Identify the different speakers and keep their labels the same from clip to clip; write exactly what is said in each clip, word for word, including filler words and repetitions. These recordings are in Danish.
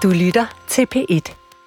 Speaker 1: Du lytter til P et.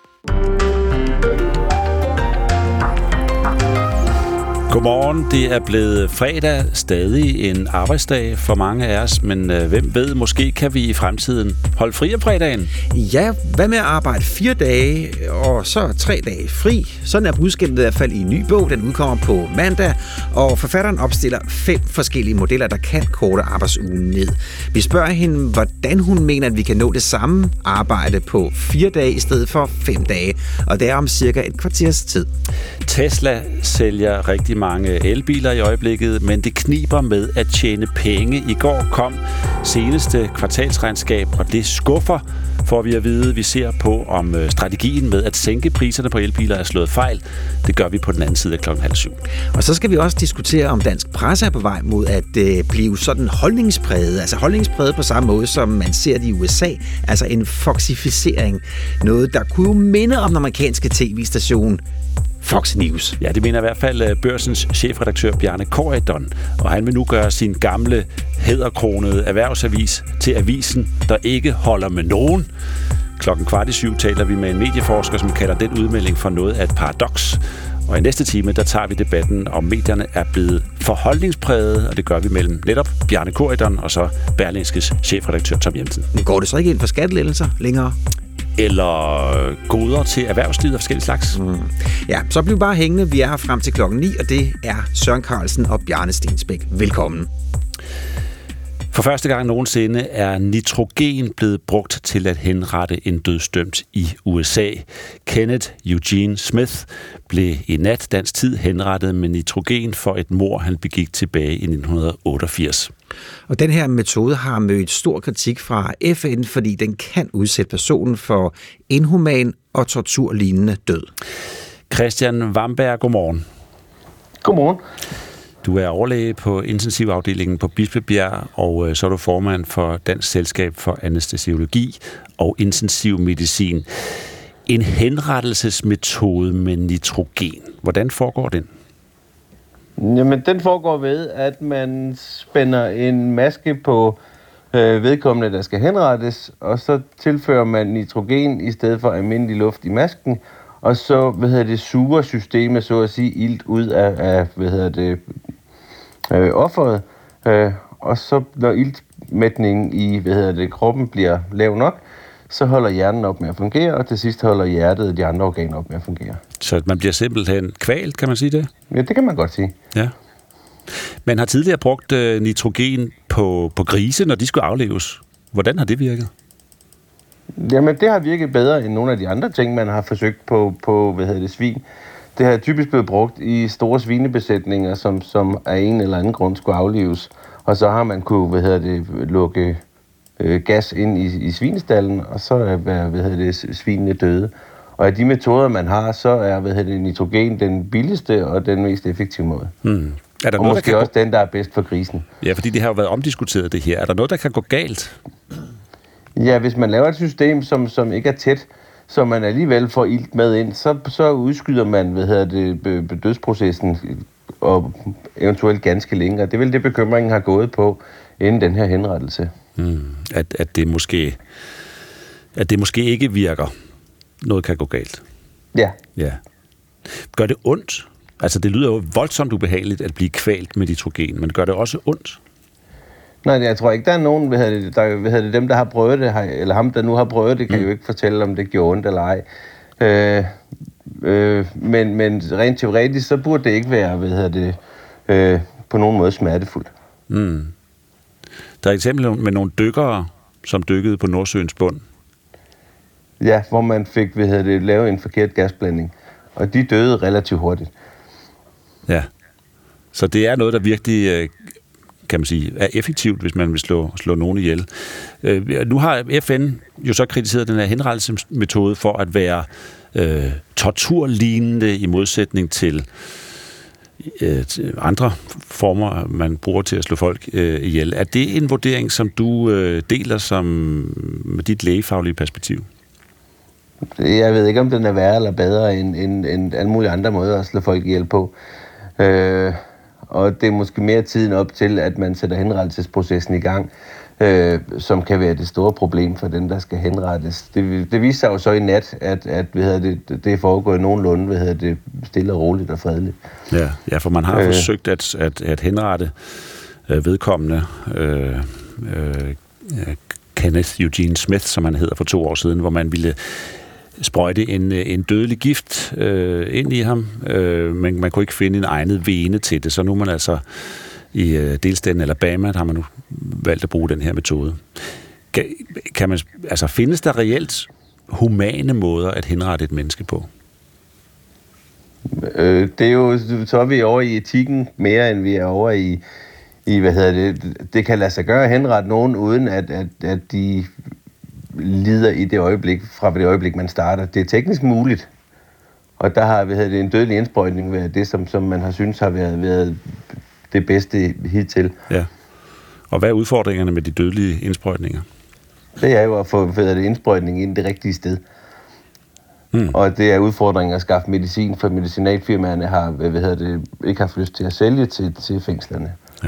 Speaker 2: Godmorgen, det er blevet fredag, stadig en arbejdsdag for mange af os, men øh, hvem ved, måske kan vi i fremtiden holde fri om fredagen?
Speaker 3: Ja, hvad med at arbejde fire dage, og så tre dage fri? Sådan er budskabet i hvert fald i en ny bog, den udkommer på mandag, og forfatteren opstiller fem forskellige modeller, der kan korte arbejdsugen ned. Vi spørger hende, hvordan hun mener, at vi kan nå det samme arbejde på fire dage i stedet for fem dage, og det er om cirka et kvarters tid.
Speaker 2: Tesla sælger rigtig mange elbiler i øjeblikket, men det kniber med at tjene penge. I går kom seneste kvartalsregnskab, og det skuffer, får vi at vide. Vi ser på, om strategien med at sænke priserne på elbiler er slået fejl. Det gør vi på den anden side af klokken halv syv.
Speaker 3: Og så skal vi også diskutere, om dansk presse er på vej mod at øh, blive sådan holdningspræget. Altså holdningspræget på samme måde, som man ser det i U S A. Altså en foxificering. Noget, der kunne jo minde om den amerikanske tv-station Fox News.
Speaker 2: Ja, det mener i hvert fald Børsens chefredaktør Bjarne Corydon, og han vil nu gøre sin gamle, hæderkronede erhvervsavis til avisen, der ikke holder med nogen. Klokken kvart i syv taler vi med en medieforsker, som kalder den udmelding for noget af et paradoks. Og i næste time, der tager vi debatten, om medierne er blevet forholdningspræget, og det gør vi mellem netop Bjarne Corydon og så Berlingskes chefredaktør Tom Jensen.
Speaker 3: Går det så ikke ind for skattelettelser længere?
Speaker 2: Eller goder til erhvervslivet af forskellige slags. Mm.
Speaker 3: Ja, så bliv bare hængende. Vi er her frem til klokken ni, og det er Søren Carlsen og Bjarne Stensbæk. Velkommen.
Speaker 2: For første gang nogensinde er nitrogen blevet brugt til at henrette en dødsdømt i U S A. Kenneth Eugene Smith blev i nat dansk tid henrettet med nitrogen for et mord, han begik tilbage i nitten otteogfirs.
Speaker 3: Og den her metode har mødt stor kritik fra F N, fordi den kan udsætte personen for inhuman og torturlignende død.
Speaker 2: Christian Wamberg, godmorgen.
Speaker 4: Godmorgen.
Speaker 2: Du er overlæge på intensivafdelingen på Bispebjerg, og så er du formand for Dansk Selskab for Anæstesiologi og Intensiv Medicin. En henrettelsesmetode med nitrogen. Hvordan foregår den?
Speaker 4: Jamen, den foregår ved, at man spænder en maske på øh, vedkommende, der skal henrettes, og så tilfører man nitrogen i stedet for almindelig luft i masken, og så, hvad hedder det, suger systemet, så at sige, ilt ud af, af hvad hedder det, øh, offeret, øh, og så når iltmætningen i, hvad hedder det, kroppen bliver lav nok, så holder hjernen op med at fungere, og til sidst holder hjertet og de andre organer op med at fungere.
Speaker 2: Så man bliver simpelthen kvalt, kan man sige det?
Speaker 4: Ja, det kan man godt sige.
Speaker 2: Ja. Man har tidligere brugt øh, nitrogen på, på grise, når de skulle afleves. Hvordan har det virket?
Speaker 4: Jamen, det har virket bedre end nogle af de andre ting, man har forsøgt på, på hvad hedder det, svin. Det har typisk blevet brugt i store svinebesætninger, som, som af en eller anden grund skulle afleves. Og så har man kunne, hvad hedder det, lukke øh, gas ind i, i svinestallen, og så er, hvad hedder det, svinene døde. Og af de metoder, man har, så er, hvad hedder det, nitrogen den billigste og den mest effektive måde.
Speaker 2: Hmm. Er der
Speaker 4: og
Speaker 2: noget,
Speaker 4: måske
Speaker 2: der kan
Speaker 4: også gå... den, der er bedst for grisen.
Speaker 2: Ja, fordi det har jo været omdiskuteret, det her. Er der noget, der kan gå galt?
Speaker 4: Ja, hvis man laver et system, som, som ikke er tæt, så man alligevel får ilt med ind, så, så udskyder man, hvad hedder det, dødsprocessen og eventuelt ganske længe. Og det er vel det, bekymringen har gået på inden den her henrettelse.
Speaker 2: Hmm. At, at, det måske, at det måske ikke virker. Noget kan gå galt.
Speaker 4: Ja.
Speaker 2: Ja. Gør det ondt? Altså, det lyder jo voldsomt ubehageligt at blive kvalt med nitrogen, men gør det også ondt?
Speaker 4: Nej, jeg tror ikke, der er nogen, hvad hedder det, der, hvad hedder det, dem, der har prøvet det, eller ham, der nu har prøvet det, kan mm. jo ikke fortælle, om det gjorde ondt eller ej. Øh, øh, men, men rent teoretisk, så burde det ikke være, hvad hedder det, øh, på nogen måde smertefuldt.
Speaker 2: Mm. Der er et eksempel med nogle dykkere, som dykkede på Nordsøens bund.
Speaker 4: Ja, hvor man fik, hvad hedder det, lavet en forkert gasblanding, og de døde relativt hurtigt.
Speaker 2: Ja, så det er noget, der virkelig, kan man sige, er effektivt, hvis man vil slå, slå nogen ihjel. Øh, nu har F N jo så kritiseret den her henrettelsesmetode for at være øh, torturlignende i modsætning til, øh, til andre former, man bruger til at slå folk øh, ihjel. Er det en vurdering, som du øh, deler som, med dit lægefaglige perspektiv?
Speaker 4: Jeg ved ikke, om den er værre eller bedre end, end, end alle mulige andre måder at slå folk ihjel på. Øh, og det er måske mere tiden op til, at man sætter henrettelsesprocessen i gang. øh, som kan være det store problem for den, der skal henrettes. Det, det viste sig jo så i nat, at, at hvad hedder det, det er foregået nogenlunde hvad hedder det, stille og roligt og fredeligt.
Speaker 2: Ja, ja for man har øh. forsøgt at, at, at henrette øh, vedkommende øh, øh, Kenneth Eugene Smith, som han hedder for to år siden, hvor man ville sprøjte en, en dødelig gift øh, ind i ham, øh, men man kunne ikke finde en egnet vene til det, så nu er man altså i øh, delstaten Alabama, der har man nu valgt at bruge den her metode. Kan, kan man, altså findes der reelt humane måder at henrette et menneske på?
Speaker 4: Øh, det er jo, så er vi over i etikken mere, end vi er over i, i hvad hedder det, det kan lade sig gøre at henrette nogen, uden at, at, at de lider i det øjeblik, fra det øjeblik, man starter. Det er teknisk muligt, og der har hvad hedder det, en dødelig indsprøjtning været det, som, som man har synes har været, været det bedste hidtil.
Speaker 2: Ja. Og hvad er udfordringerne med de dødelige indsprøjtninger?
Speaker 4: Det er jo at få hvad hedder det, indsprøjtning ind det rigtige sted. Hmm. Og det er udfordringen at skaffe medicin, for medicinalfirmaerne har hvad hedder det, ikke haft lyst til at sælge til, til fængslerne.
Speaker 2: Ja.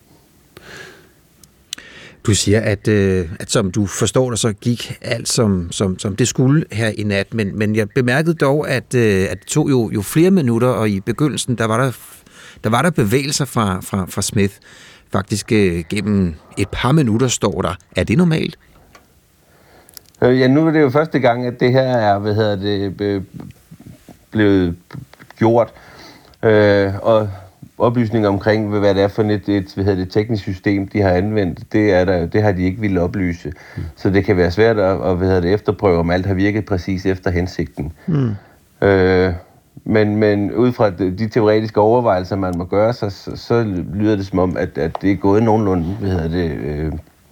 Speaker 3: Du siger, at, øh, at som du forstår det, så gik alt som, som, som det skulle her i nat, men, men jeg bemærkede dog, at, øh, at det tog jo, jo flere minutter, og i begyndelsen, der var der, der, var der bevægelser fra, fra, fra Smith. Faktisk øh, gennem et par minutter står der. Er det normalt?
Speaker 4: Øh, ja, nu er det jo første gang, at det her er, hvad hedder det, blevet gjort. Øh, og oplysninger omkring, hvad det er for et, et hvad hedder det, teknisk system, de har anvendt, det, er der, det har de ikke ville oplyse. Mm. Så det kan være svært at, at hvad hedder det, efterprøve, om alt har virket præcis efter hensigten. Mm. Øh, men, men ud fra de teoretiske overvejelser, man må gøre, så, så, så lyder det som om, at, at det er gået nogenlunde, hvad hedder det, øh,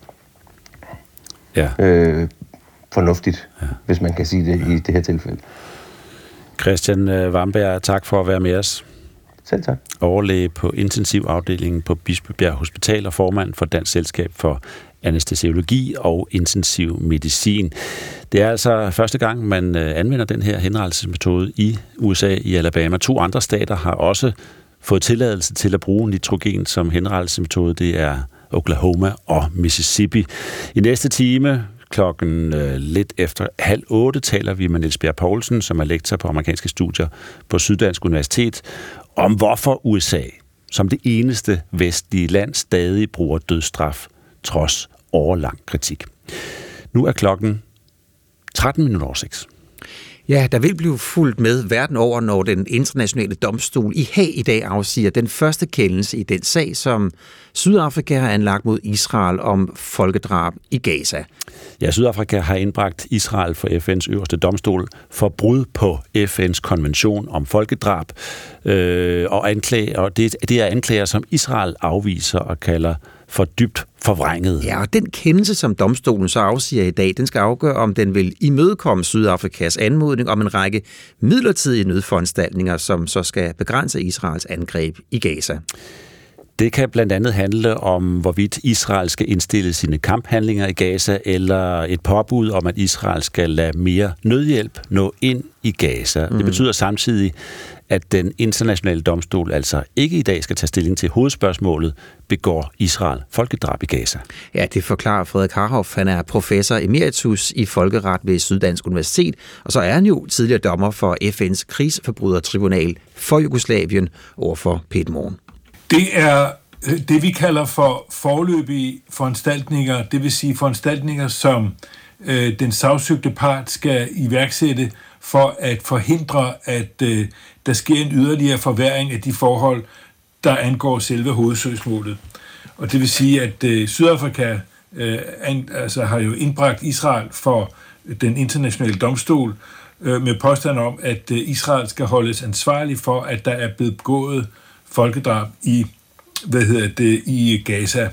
Speaker 4: ja. øh, fornuftigt, ja. Hvis man kan sige det ja. I det her tilfælde.
Speaker 2: Christian Vamberg, tak for at være med os.
Speaker 4: Selv tak.
Speaker 2: Overlæge på intensivafdelingen på Bispebjerg Hospital og formand for Dansk Selskab for Anæstesiologi og Intensiv Medicin. Det er altså første gang, man anvender den her henrettelsesmetode i U S A, i Alabama. To andre stater har også fået tilladelse til at bruge nitrogen som henrettelsesmetode. Det er Oklahoma og Mississippi. I næste time klokken øh, lidt efter halv otte taler vi med Niels Bjerg Poulsen, som er lektor på amerikanske studier på Syddansk Universitet, om hvorfor U S A som det eneste vestlige land stadig bruger dødsstraf trods årelang kritik. Nu er klokken tretten minutter over seks.
Speaker 3: Ja, der vil blive fulgt med verden over, når den internationale domstol i Haag i dag afsiger den første kendelse i den sag, som Sydafrika har anlagt mod Israel om folkedrab i Gaza.
Speaker 2: Ja, Sydafrika har indbragt Israel for F N's øverste domstol for brud på F N's konvention om folkedrab, øh, og, anklage, og det, det er anklager, som Israel afviser og kalder for dybt forvrænget.
Speaker 3: Ja, og den kendelse, som domstolen så afsiger i dag, den skal afgøre, om den vil imødekomme Sydafrikas anmodning om en række midlertidige nødforanstaltninger, som så skal begrænse Israels angreb i Gaza.
Speaker 2: Det kan blandt andet handle om, hvorvidt Israel skal indstille sine kamphandlinger i Gaza, eller et påbud om, at Israel skal lade mere nødhjælp nå ind i Gaza. Mm. Det betyder samtidig, at den internationale domstol altså ikke i dag skal tage stilling til hovedspørgsmålet, begår Israel folkedrab i Gaza?
Speaker 3: Ja, det forklarer Frederik Harhoff. Han er professor emeritus i folkeret ved Syddansk Universitet, og så er han jo tidligere dommer for F N's krigsforbrydertribunal for Jugoslavien overfor Peter Morgen.
Speaker 1: Det er det, vi kalder for foreløbige foranstaltninger, det vil sige foranstaltninger, som øh, den sagsøgte part skal iværksætte for at forhindre, at øh, der sker en yderligere forværring af de forhold, der angår selve hovedsøgsmålet. Og det vil sige, at øh, Sydafrika øh, an, altså, har jo indbragt Israel for den internationale domstol øh, med påstand om, at øh, Israel skal holdes ansvarlig for, at der er blevet begået folkedrab i, hvad hedder det, i Gaza.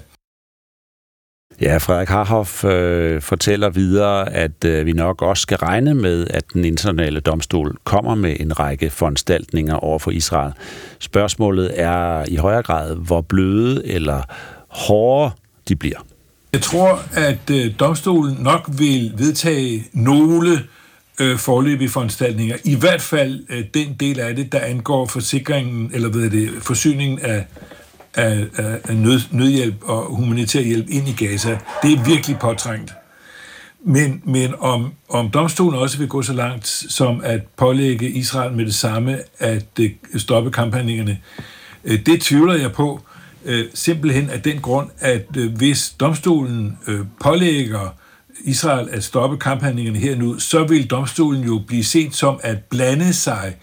Speaker 2: Ja, Frederik Harhoff øh, fortæller videre, at øh, vi nok også skal regne med, at den internationale domstol kommer med en række foranstaltninger over for Israel. Spørgsmålet er i højere grad, hvor bløde eller hårde de bliver.
Speaker 1: Jeg tror, at øh, domstolen nok vil vedtage nogle øh, foreløbige foranstaltninger. I hvert fald øh, den del af det, der angår forsikringen, eller hvad er det, forsyningen af af, af nød, nødhjælp og humanitær hjælp ind i Gaza. Det er virkelig påtrængt. Men, men om, om domstolen også vil gå så langt som at pålægge Israel med det samme at stoppe kamphandlingerne, det tvivler jeg på, simpelthen af den grund, at hvis domstolen pålægger Israel at stoppe kamphandlingerne her nu, så vil domstolen jo blive set som at blande sig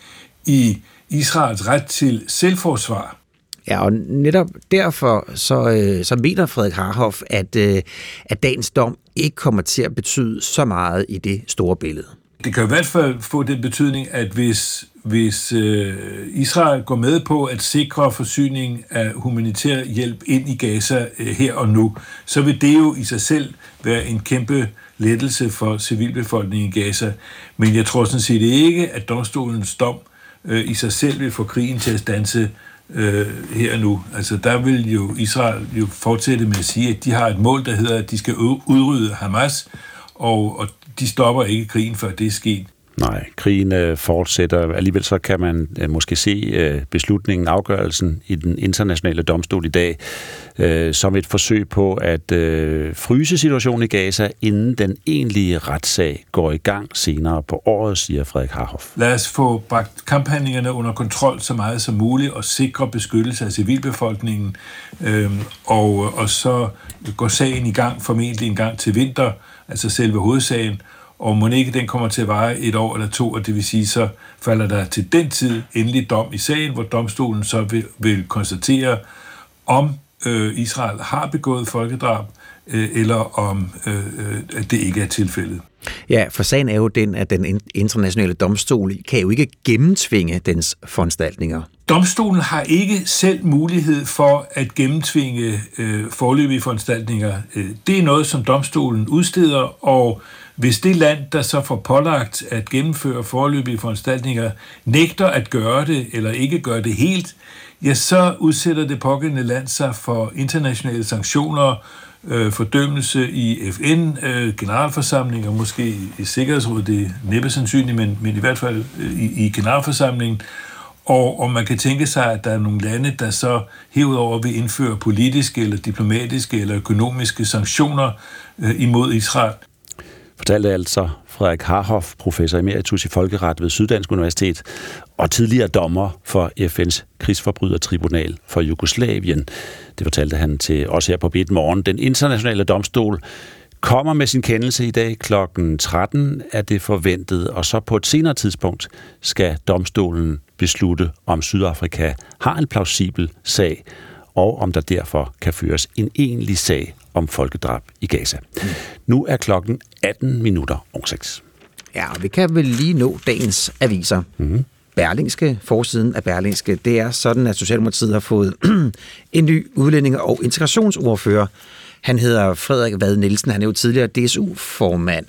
Speaker 1: i Israels ret til selvforsvar.
Speaker 3: Ja, og netop derfor så, så mener Frederik Harhoff, at, at dagens dom ikke kommer til at betyde så meget i det store billede.
Speaker 1: Det kan i hvert fald få den betydning, at hvis, hvis øh, Israel går med på at sikre forsyning af humanitær hjælp ind i Gaza øh, her og nu, så vil det jo i sig selv være en kæmpe lettelse for civilbefolkningen i Gaza. Men jeg tror sådan set ikke, at domstolens dom øh, i sig selv vil få krigen til at standse øh, her og nu. Altså der vil jo Israel jo fortsætte med at sige, at de har et mål, der hedder, at de skal udrydde Hamas, og, og de stopper ikke krigen, før det er sket.
Speaker 2: Nej, krigen øh, fortsætter. Alligevel så kan man øh, måske se øh, beslutningen, afgørelsen i den internationale domstol i dag, øh, som et forsøg på at øh, fryse situationen i Gaza, inden den egentlige retssag går i gang senere på året, siger Frederik Harhoff.
Speaker 1: Lad os få bragt kamphandlingerne under kontrol så meget som muligt og sikre beskyttelse af civilbefolkningen, øh, og, og så går sagen i gang formentlig en gang til vinter, altså selve hovedsagen, og må ikke den kommer til at vare et år eller to, og det vil sige, så falder der til den tid endelig dom i sagen, hvor domstolen så vil, vil konstatere, om øh, Israel har begået folkedrab, øh, eller om øh, at det ikke er tilfældet.
Speaker 3: Ja, for sagen er jo den, at den internationale domstol kan jo ikke gennemtvinge dens foranstaltninger.
Speaker 1: Domstolen har ikke selv mulighed for at gennemtvinge øh, foreløbige foranstaltninger. Det er noget, som domstolen udsteder, og hvis det land, der så får pålagt at gennemføre foreløbige foranstaltninger, nægter at gøre det, eller ikke gør det helt, ja, så udsætter det pågældende land sig for internationale sanktioner, øh, fordømmelse i F N, øh, generalforsamling, og måske i Sikkerhedsrådet, det er næppe sandsynligt, men, men i hvert fald øh, i, i generalforsamlingen. Og, og man kan tænke sig, at der er nogle lande, der så herudover vil indføre politiske, eller diplomatiske, eller økonomiske sanktioner øh, imod Israel.
Speaker 2: Fortalte altså Frederik Harhoff, professor emeritus i folkeret ved Syddansk Universitet, og tidligere dommer for F N's krigsforbrydertribunal for Jugoslavien. Det fortalte han til os her på B et Morgen. Den internationale domstol kommer med sin kendelse i dag klokken tretten, er det forventet, og så på et senere tidspunkt skal domstolen beslutte, om Sydafrika har en plausibel sag, og om der derfor kan føres en egentlig sag om folkedrab i Gaza. Mm. Nu er klokken atten minutter over seks.
Speaker 3: Ja, og vi kan vel lige nå dagens aviser. Mm. Berlingske, forsiden af Berlingske, det er sådan, at Socialdemokratiet har fået en ny udlændinge- og integrationsordfører. Han hedder Frederik Vad Nielsen, han er jo tidligere D S U-formand.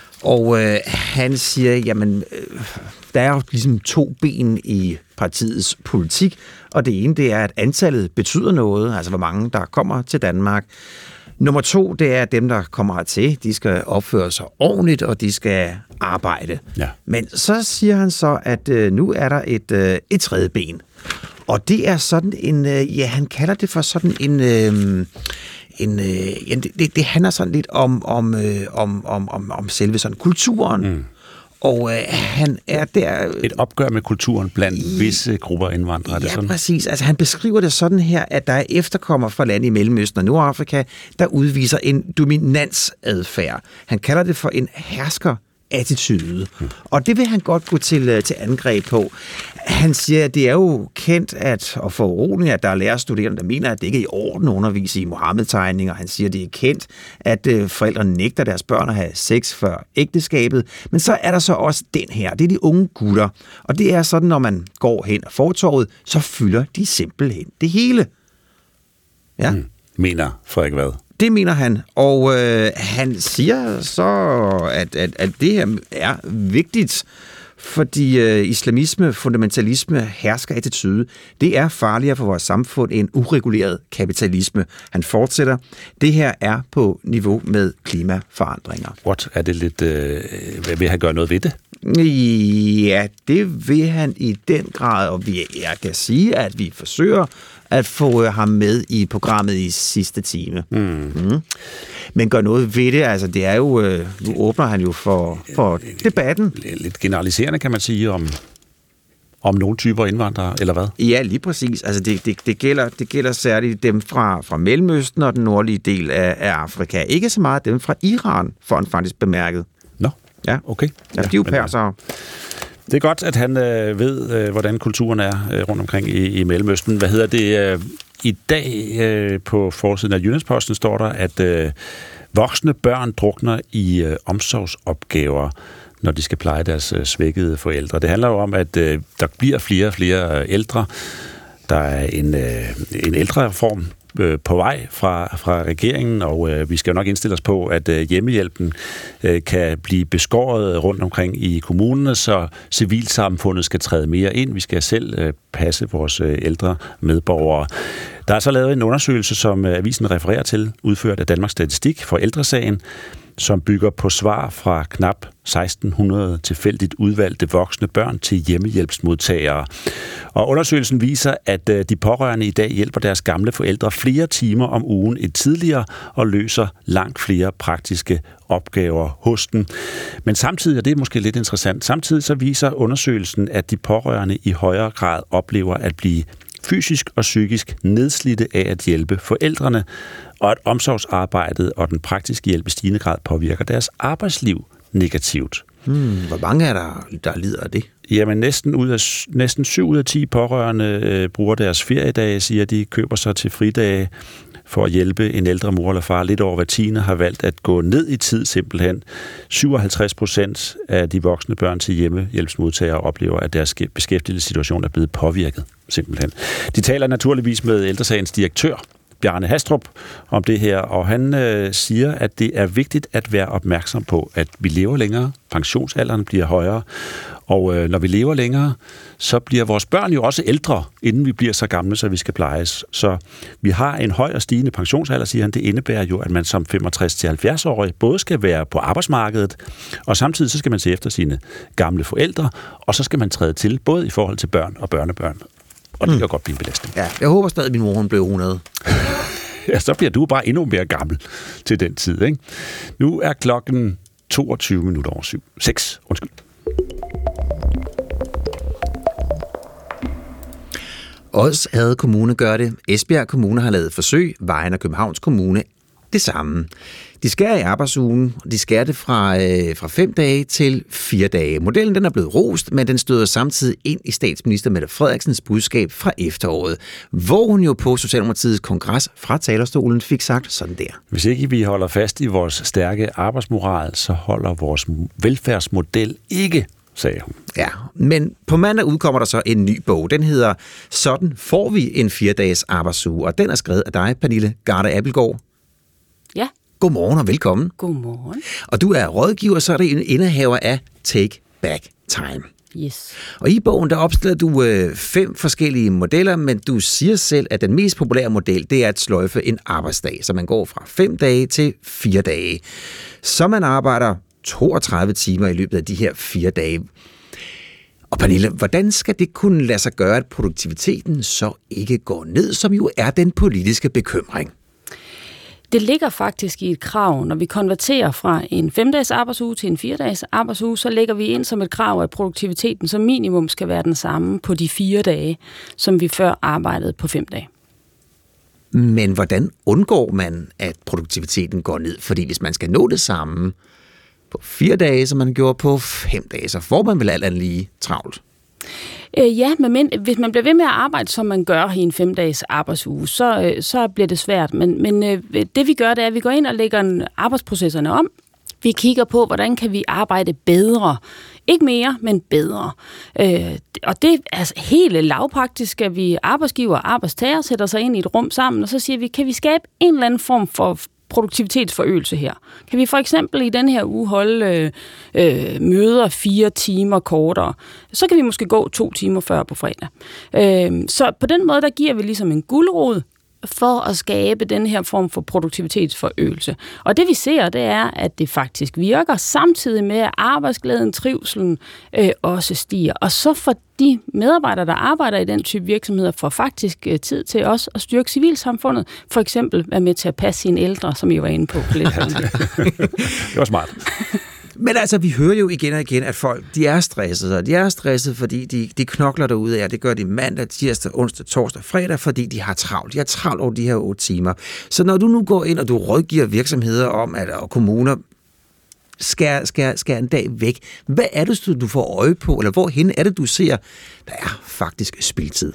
Speaker 3: Og øh, han siger, jamen, øh, der er jo ligesom to ben i partiets politik, og det ene, det er, at antallet betyder noget, altså hvor mange, der kommer til Danmark. Nummer to, det er, at dem, der kommer hertil, de skal opføre sig ordentligt, og de skal arbejde. Ja. Men så siger han så, at øh, nu er der et, øh, et tredje ben. Og det er sådan en, øh, ja, han kalder det for sådan en... Øh, En, øh, ja, det, det handler sådan lidt om, om, øh, om, om, om, om selve sådan kulturen. Mm. Og øh, han er der...
Speaker 2: Et opgør med kulturen blandt i, visse grupper indvandrere.
Speaker 3: Ja,
Speaker 2: det sådan?
Speaker 3: Præcis. Altså, han beskriver det sådan her, at der er efterkommere fra lande i Mellemøsten og Nordafrika, der udviser en dominansadfærd. Han kalder det for en hersker attitude. Hmm. Og det vil han godt gå til, til angreb på. Han siger, at det er jo kendt at, og for urolig, at der er lærerstuderende, der mener, at det ikke er i orden at undervise i Mohammed-tegninger. Han siger, at det er kendt, at øh, forældre nægter deres børn at have sex før ægteskabet. Men så er der så også den her. Det er de unge gutter. Og det er sådan, når man går hen og fortorvet, så fylder de simpelthen det hele. Ja.
Speaker 2: Hmm. Mener Frederik Vad?
Speaker 3: Det mener han, og øh, han siger så, at, at, at det her er vigtigt, fordi øh, islamisme, fundamentalisme, herskerattitude, det er farligere for vores samfund end ureguleret kapitalisme. Han fortsætter, det her er på niveau med klimaforandringer.
Speaker 2: What? Er det lidt... Øh, vil han gøre noget ved det?
Speaker 3: Ja, det vil han i den grad, og vi, jeg kan sige, at vi forsøger at få ham med i programmet i sidste time. Mm. Mm. Men gør noget ved det, altså det er jo, nu åbner han jo for, for debatten.
Speaker 2: Lidt generaliserende kan man sige om, om nogle typer indvandrere, eller hvad?
Speaker 3: Ja, lige præcis. Altså det, det, det, gælder, det gælder særligt dem fra, fra Mellemøsten og den nordlige del af, af Afrika. Ikke så meget dem fra Iran, får han faktisk bemærket.
Speaker 2: Nå,
Speaker 3: ja.
Speaker 2: Okay.
Speaker 3: Ja, de er jo persere.
Speaker 2: Det er godt, at han øh, ved, øh, hvordan kulturen er øh, rundt omkring i, i Mellemøsten. Hvad hedder det? Øh, I dag øh, på forsiden af Jyllandsposten står der, at øh, voksne børn drukner i øh, omsorgsopgaver, når de skal pleje deres øh, svækkede forældre. Det handler jo om, at øh, der bliver flere og flere øh, ældre. Der er en, øh, en ældrereform øh, på vej fra, fra regeringen, og øh, vi skal jo nok indstille os på, at øh, hjemmehjælpen øh, kan blive beskåret rundt omkring i kommunerne, så civilsamfundet skal træde mere ind. Vi skal selv øh, passe vores øh, ældre medborgere. Der er så lavet en undersøgelse, som øh, avisen refererer til, udført af Danmarks Statistik for Ældresagen, som bygger på svar fra knap seksten hundrede tilfældigt udvalgte voksne børn til hjemmehjælpsmodtagere. Og undersøgelsen viser, at de pårørende i dag hjælper deres gamle forældre flere timer om ugen end tidligere og løser langt flere praktiske opgaver hos dem. Men samtidig, og det er måske lidt interessant, samtidig så viser undersøgelsen, at de pårørende i højere grad oplever at blive fysisk og psykisk nedslidte af at hjælpe forældrene, og at omsorgsarbejdet og den praktiske hjælp i stigende grad påvirker deres arbejdsliv negativt.
Speaker 3: Hmm, hvor mange er der, der lider af det?
Speaker 2: Jamen næsten, ud af, næsten syv ud af ti pårørende øh, bruger deres feriedage, siger de, køber sig til fridage for at hjælpe en ældre mor eller far. Lidt over hver tiende har valgt at gå ned i tid simpelthen. syvoghalvtreds procent af de voksne børn til hjemmehjælpsmodtagere oplever, at deres beskæftigelsessituation er blevet påvirket simpelthen. De taler naturligvis med Ældresagens direktør, Bjarne Hastrup, om det her, og han øh, siger, at det er vigtigt at være opmærksom på, at vi lever længere, pensionsalderen bliver højere, og øh, når vi lever længere, så bliver vores børn jo også ældre, inden vi bliver så gamle, så vi skal plejes. Så vi har en høj og stigende pensionsalder, siger han. Det indebærer jo, at man som femogtres til halvfjerds-årig både skal være på arbejdsmarkedet, og samtidig så skal man se efter sine gamle forældre, og så skal man træde til, både i forhold til børn og børnebørn. Og det kan mm. godt blive en belastning.
Speaker 3: Ja, jeg håber stadig, at min mor hun blev hundrede.
Speaker 2: Ja, så bliver du bare endnu mere gammel til den tid, ikke? Nu er klokken toogtyve minutter over syv. seks, undskyld.
Speaker 3: Odsherred Kommune gør det. Esbjerg Kommune har lavet forsøg. Vejen og Københavns Kommune det samme. De skærer i arbejdsugen. De skærer det fra, øh, fra fem dage til fire dage. Modellen den er blevet rost, men den støder samtidig ind i statsminister Mette Frederiksens budskab fra efteråret, hvor hun jo på Socialdemokratiets kongres fra talerstolen fik sagt sådan der.
Speaker 2: Hvis ikke vi holder fast i vores stærke arbejdsmoral, så holder vores velfærdsmodel ikke, sagde hun.
Speaker 3: Ja, men på mandag udkommer der så en ny bog. Den hedder Sådan får vi en fire-dages arbejdsuge, og den er skrevet af dig, Pernille Garde Abildgaard.
Speaker 5: Ja.
Speaker 3: Godmorgen og velkommen.
Speaker 5: Godmorgen.
Speaker 3: Og du er rådgiver, så er det en indehaver af Take Back Time.
Speaker 5: Yes.
Speaker 3: Og i bogen, der opstiller du øh, fem forskellige modeller, men du siger selv, at den mest populære model, det er at sløjfe en arbejdsdag, så man går fra fem dage til fire dage. Så man arbejder toogtredive timer i løbet af de her fire dage. Og Pernille, hvordan skal det kunne lade sig gøre, at produktiviteten så ikke går ned, som jo er den politiske bekymring?
Speaker 5: Det ligger faktisk i et krav. Når vi konverterer fra en fem-dages arbejdsuge til en fire-dages arbejdsuge, så lægger vi ind som et krav, at produktiviteten som minimum skal være den samme på de fire dage, som vi før arbejdede på fem dage.
Speaker 3: Men hvordan undgår man, at produktiviteten går ned? Fordi hvis man skal nå det samme på fire dage, som man gjorde på fem dage, så får man vel alt andet lige travlt?
Speaker 5: Øh, ja, men hvis man bliver ved med at arbejde, som man gør i en fem-dages arbejdsuge, så, øh, så bliver det svært. Men, men øh, det vi gør, det er, at vi går ind og lægger arbejdsprocesserne om. Vi kigger på, hvordan kan vi arbejde bedre. Ikke mere, men bedre. Øh, og det er altså helt lavpraktisk, at vi arbejdsgiver og arbejdstager sætter sig ind i et rum sammen, og så siger vi, kan vi skabe en eller anden form for produktivitetsforøgelse her? Kan vi for eksempel i den her uge holde øh, møder fire timer kortere? Så kan vi måske gå to timer før på fredag. Øh, så på den måde, der giver vi ligesom en gulerod for at skabe den her form for produktivitetsforøgelse. Og det vi ser, det er, at det faktisk virker, samtidig med, at arbejdsglæden, trivselen øh, også stiger. Og så for de medarbejdere, der arbejder i den type virksomheder, får faktisk øh, tid til også at styrke civilsamfundet. For eksempel være med til at passe sine ældre, som I var inde på. Lidt.
Speaker 2: Det var smart.
Speaker 3: Men altså, vi hører jo igen og igen, at folk, de er stressede, og de er stressede, fordi de, de knokler derude af, det gør de mandag, tirsdag, onsdag, torsdag, fredag, fordi de har travlt. De har travlt over de her otte timer. Så når du nu går ind, og du rådgiver virksomheder om, at og kommuner skærer, skærer, skærer en dag væk, hvad er det, du får øje på, eller hvorhen er det, du ser, der er faktisk spildtid?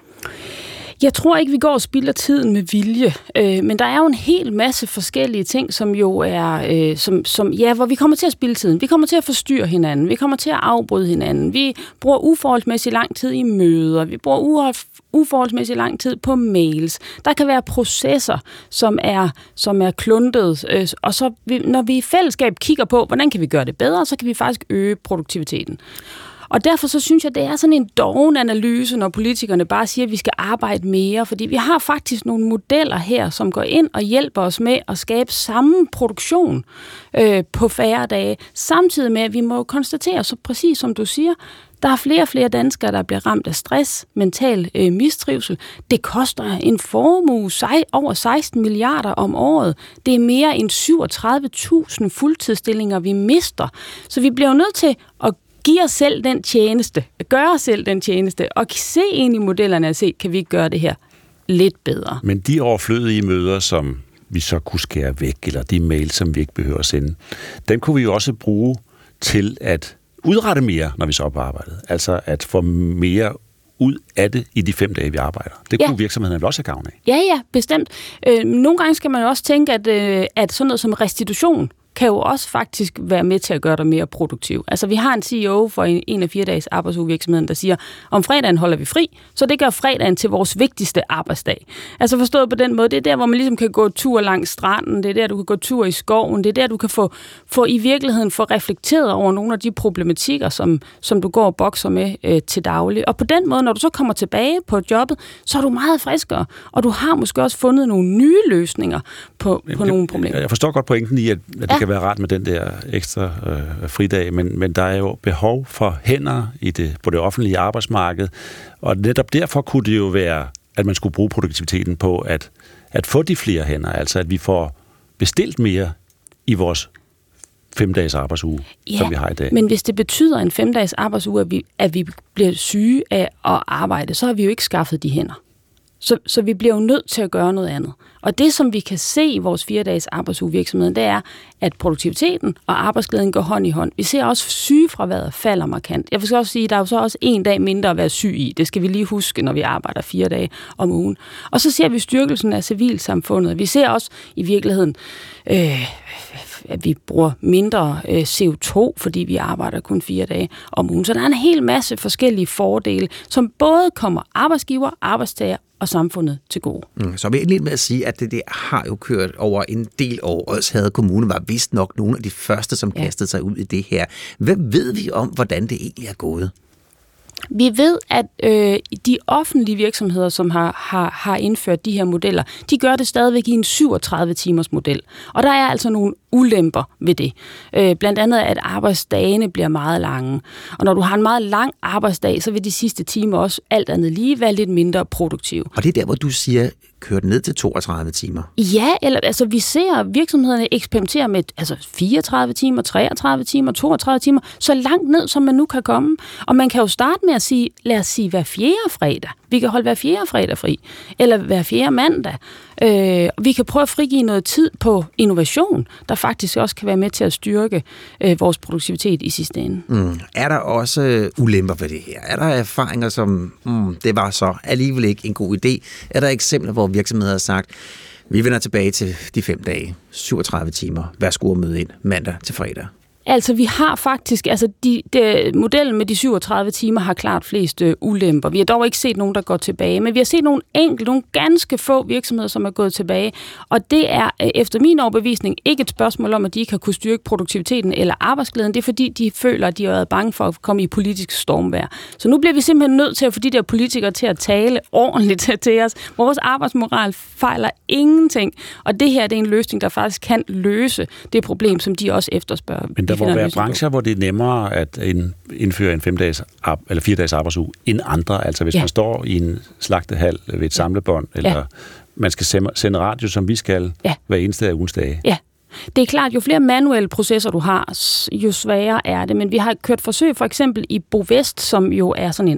Speaker 5: Jeg tror ikke, vi går og spilder tiden med vilje, øh, men der er jo en hel masse forskellige ting, som jo er, øh, som, som, ja, hvor vi kommer til at spilde tiden. Vi kommer til at forstyrre hinanden, vi kommer til at afbryde hinanden, vi bruger uforholdsmæssigt lang tid i møder, vi bruger uforholdsmæssigt lang tid på mails. Der kan være processer, som er, som er kluntet, øh, og så når vi i fællesskab kigger på, hvordan kan vi gøre det bedre, så kan vi faktisk øge produktiviteten. Og derfor så synes jeg, det er sådan en doven analyse, når politikerne bare siger, at vi skal arbejde mere, fordi vi har faktisk nogle modeller her, som går ind og hjælper os med at skabe samme produktion øh, på færre dage, samtidig med, at vi må konstatere, så præcis som du siger, der er flere og flere danskere, der bliver ramt af stress, mental øh, mistrivsel. Det koster en formue sej, over seksten milliarder om året. Det er mere end syvogtredive tusind fuldtidsstillinger, vi mister. Så vi bliver nødt til at give os selv den tjeneste, gøre os selv den tjeneste, og se ind i modellerne og se, kan vi gøre det her lidt bedre.
Speaker 2: Men de overflødige møder, som vi så kunne skære væk, eller de mails, som vi ikke behøver at sende, dem kunne vi jo også bruge til at udrette mere, når vi så er på arbejdet. Altså at få mere ud af det i de fem dage, vi arbejder. Det kunne ja. virksomhederne også have gavn af.
Speaker 5: Ja, ja, bestemt. Øh, nogle gange skal man også tænke, at, øh, at sådan noget som restitution kan jo også faktisk være med til at gøre dig mere produktiv. Altså, vi har en C E O for en, en af fire dages arbejdsugevirksomheden, der siger, om fredagen holder vi fri, så det gør fredagen til vores vigtigste arbejdsdag. Altså forstået på den måde, det er der, hvor man ligesom kan gå tur langs stranden, det er der, du kan gå tur i skoven, det er der, du kan få, få i virkeligheden få reflekteret over nogle af de problematikker, som, som du går og bokser med øh, til daglig. Og på den måde, når du så kommer tilbage på jobbet, så er du meget friskere, og du har måske også fundet nogle nye løsninger på, på nogle problemer.
Speaker 2: Jeg forstår godt pointen i, at, at det ja. kan være rart med den der ekstra øh, fridag, men, men der er jo behov for hænder i det, på det offentlige arbejdsmarked, og netop derfor kunne det jo være, at man skulle bruge produktiviteten på at, at få de flere hænder, altså at vi får bestilt mere i vores fem-dages arbejdsuge,
Speaker 5: ja,
Speaker 2: som vi har i dag.
Speaker 5: Men hvis det betyder en fem-dages arbejdsuge, at vi, at vi bliver syge af at arbejde, så har vi jo ikke skaffet de hænder. Så, så vi bliver jo nødt til at gøre noget andet. Og det, som vi kan se i vores fire-dages arbejdsugevirksomhed, det er, at produktiviteten og arbejdsglæden går hånd i hånd. Vi ser også, at sygefraværet falder markant. Jeg vil også sige, at der er jo så også en dag mindre at være syg i. Det skal vi lige huske, når vi arbejder fire dage om ugen. Og så ser vi styrkelsen af civilsamfundet. Vi ser også i virkeligheden, øh, at vi bruger mindre øh, C O to, fordi vi arbejder kun fire dage om ugen. Så der er en hel masse forskellige fordele, som både kommer arbejdsgiver, arbejdstager og samfundet til gode.
Speaker 3: Mm, så vil jeg lige med at sige, at det, det har jo kørt over en del år. Odsherred Kommune var vist nok nogle af de første, som ja. kastede sig ud i det her. Hvad ved vi om, hvordan det egentlig er gået?
Speaker 5: Vi ved, at øh, de offentlige virksomheder, som har, har, har indført de her modeller, de gør det stadigvæk i en syvogtredive timers model. Og der er altså nogle ulemper ved det. Øh, blandt andet, at arbejdsdagene bliver meget lange. Og når du har en meget lang arbejdsdag, så vil de sidste timer også alt andet lige være lidt mindre produktive.
Speaker 3: Og det er der, hvor du siger, kør den ned til toogtredive timer.
Speaker 5: Ja, eller altså vi ser virksomhederne eksperimentere med altså fireogtredive timer, treogtredive timer, toogtredive timer, så langt ned, som man nu kan komme. Og man kan jo starte med at sige, lad os sige hver fjerde fredag. Vi kan holde hver fjerde fredag fri, eller hver fjerde mandag. Øh, vi kan prøve at frigive noget tid på innovation, der faktisk også kan være med til at styrke øh, vores produktivitet i sidste ende.
Speaker 3: Mm. Er der også ulemper ved det her? Er der erfaringer, som mm, det var så alligevel ikke en god idé? Er der eksempler, hvor virksomheder har sagt, vi vender tilbage til de fem dage, syvogtredive timer, værsgo at møde ind mandag til fredag?
Speaker 5: Altså, vi har faktisk, altså, de, de, modellen med de syvogtredive timer har klart flest øh, ulemper. Vi har dog ikke set nogen, der går tilbage, men vi har set nogle enkelte, nogle ganske få virksomheder, som er gået tilbage, og det er øh, efter min overbevisning ikke et spørgsmål om, at de ikke har kunnet styrke produktiviteten eller arbejdsglæden. Det er fordi, de føler, at de har været bange for at komme i politisk stormvejr. Så nu bliver vi simpelthen nødt til at få de der politikere til at tale ordentligt til os. Vores arbejdsmoral fejler ingenting, og det her det er en løsning, der faktisk kan løse det problem, som de også efterspørger.
Speaker 2: Men der må være brancher, hvor det er nemmere at indføre en fem-dages eller fire-dages arbejdsuge end andre. Altså hvis ja. man står i en slagtehal ved et samlebånd, eller ja. man skal sende radio, som vi skal, ja. hver eneste af ugens dage. Ja.
Speaker 5: Det er klart, jo flere manuelle processer du har, jo sværere er det. Men vi har kørt forsøg for eksempel i Bovest, som jo er sådan en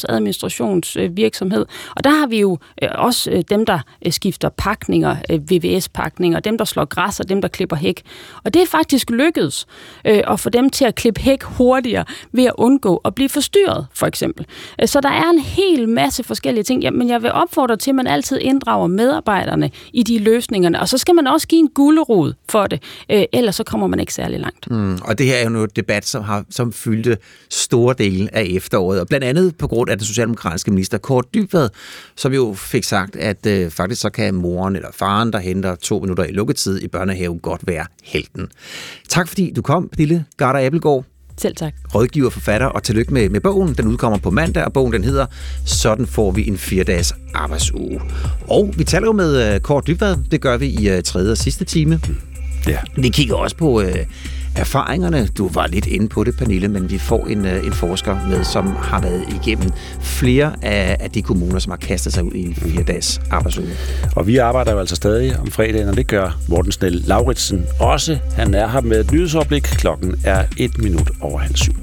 Speaker 5: ejendomsadministrationsvirksomhed. Og der har vi jo også dem, der skifter pakninger, V V S-pakninger, dem, der slår græs og dem, der klipper hæk. Og det er faktisk lykkedes at få dem til at klippe hæk hurtigere ved at undgå at blive forstyrret, for eksempel. Så der er en hel masse forskellige ting. Men jeg vil opfordre til, at man altid inddrager medarbejderne i de løsningerne. Og så skal man også give en gulerod for det. Øh, ellers så kommer man ikke særlig langt.
Speaker 3: Mm, og det her er jo noget debat, som har som fyldte store dele af efteråret, og blandt andet på grund af den socialdemokratiske minister Kaare Dybvad, som jo fik sagt, at øh, faktisk så kan moren eller faren, der henter to minutter i lukketid i børnehaven, godt være helten. Tak fordi du kom, Pernille Garder Abildgaard.
Speaker 5: Selv tak.
Speaker 3: Rådgiver, forfatter, og tillykke med, med bogen. Den udkommer på mandag, og bogen den hedder Sådan får vi en fire-dages arbejdsuge. Og vi taler jo med uh, Kaare Dybvad. Det gør vi i uh, tredje og sidste time. Ja. Vi kigger også på øh, erfaringerne. Du var lidt inde på det, Pernille, men vi får en, øh, en forsker med, som har været igennem flere af, af de kommuner, som har kastet sig ud i en fire-dages arbejdsuge.
Speaker 2: Og vi arbejder jo altså stadig om fredagen, og det gør Morten Snell Lauritsen også. Han er her med et nyhedsoverblik. Klokken er et minut over halv syv.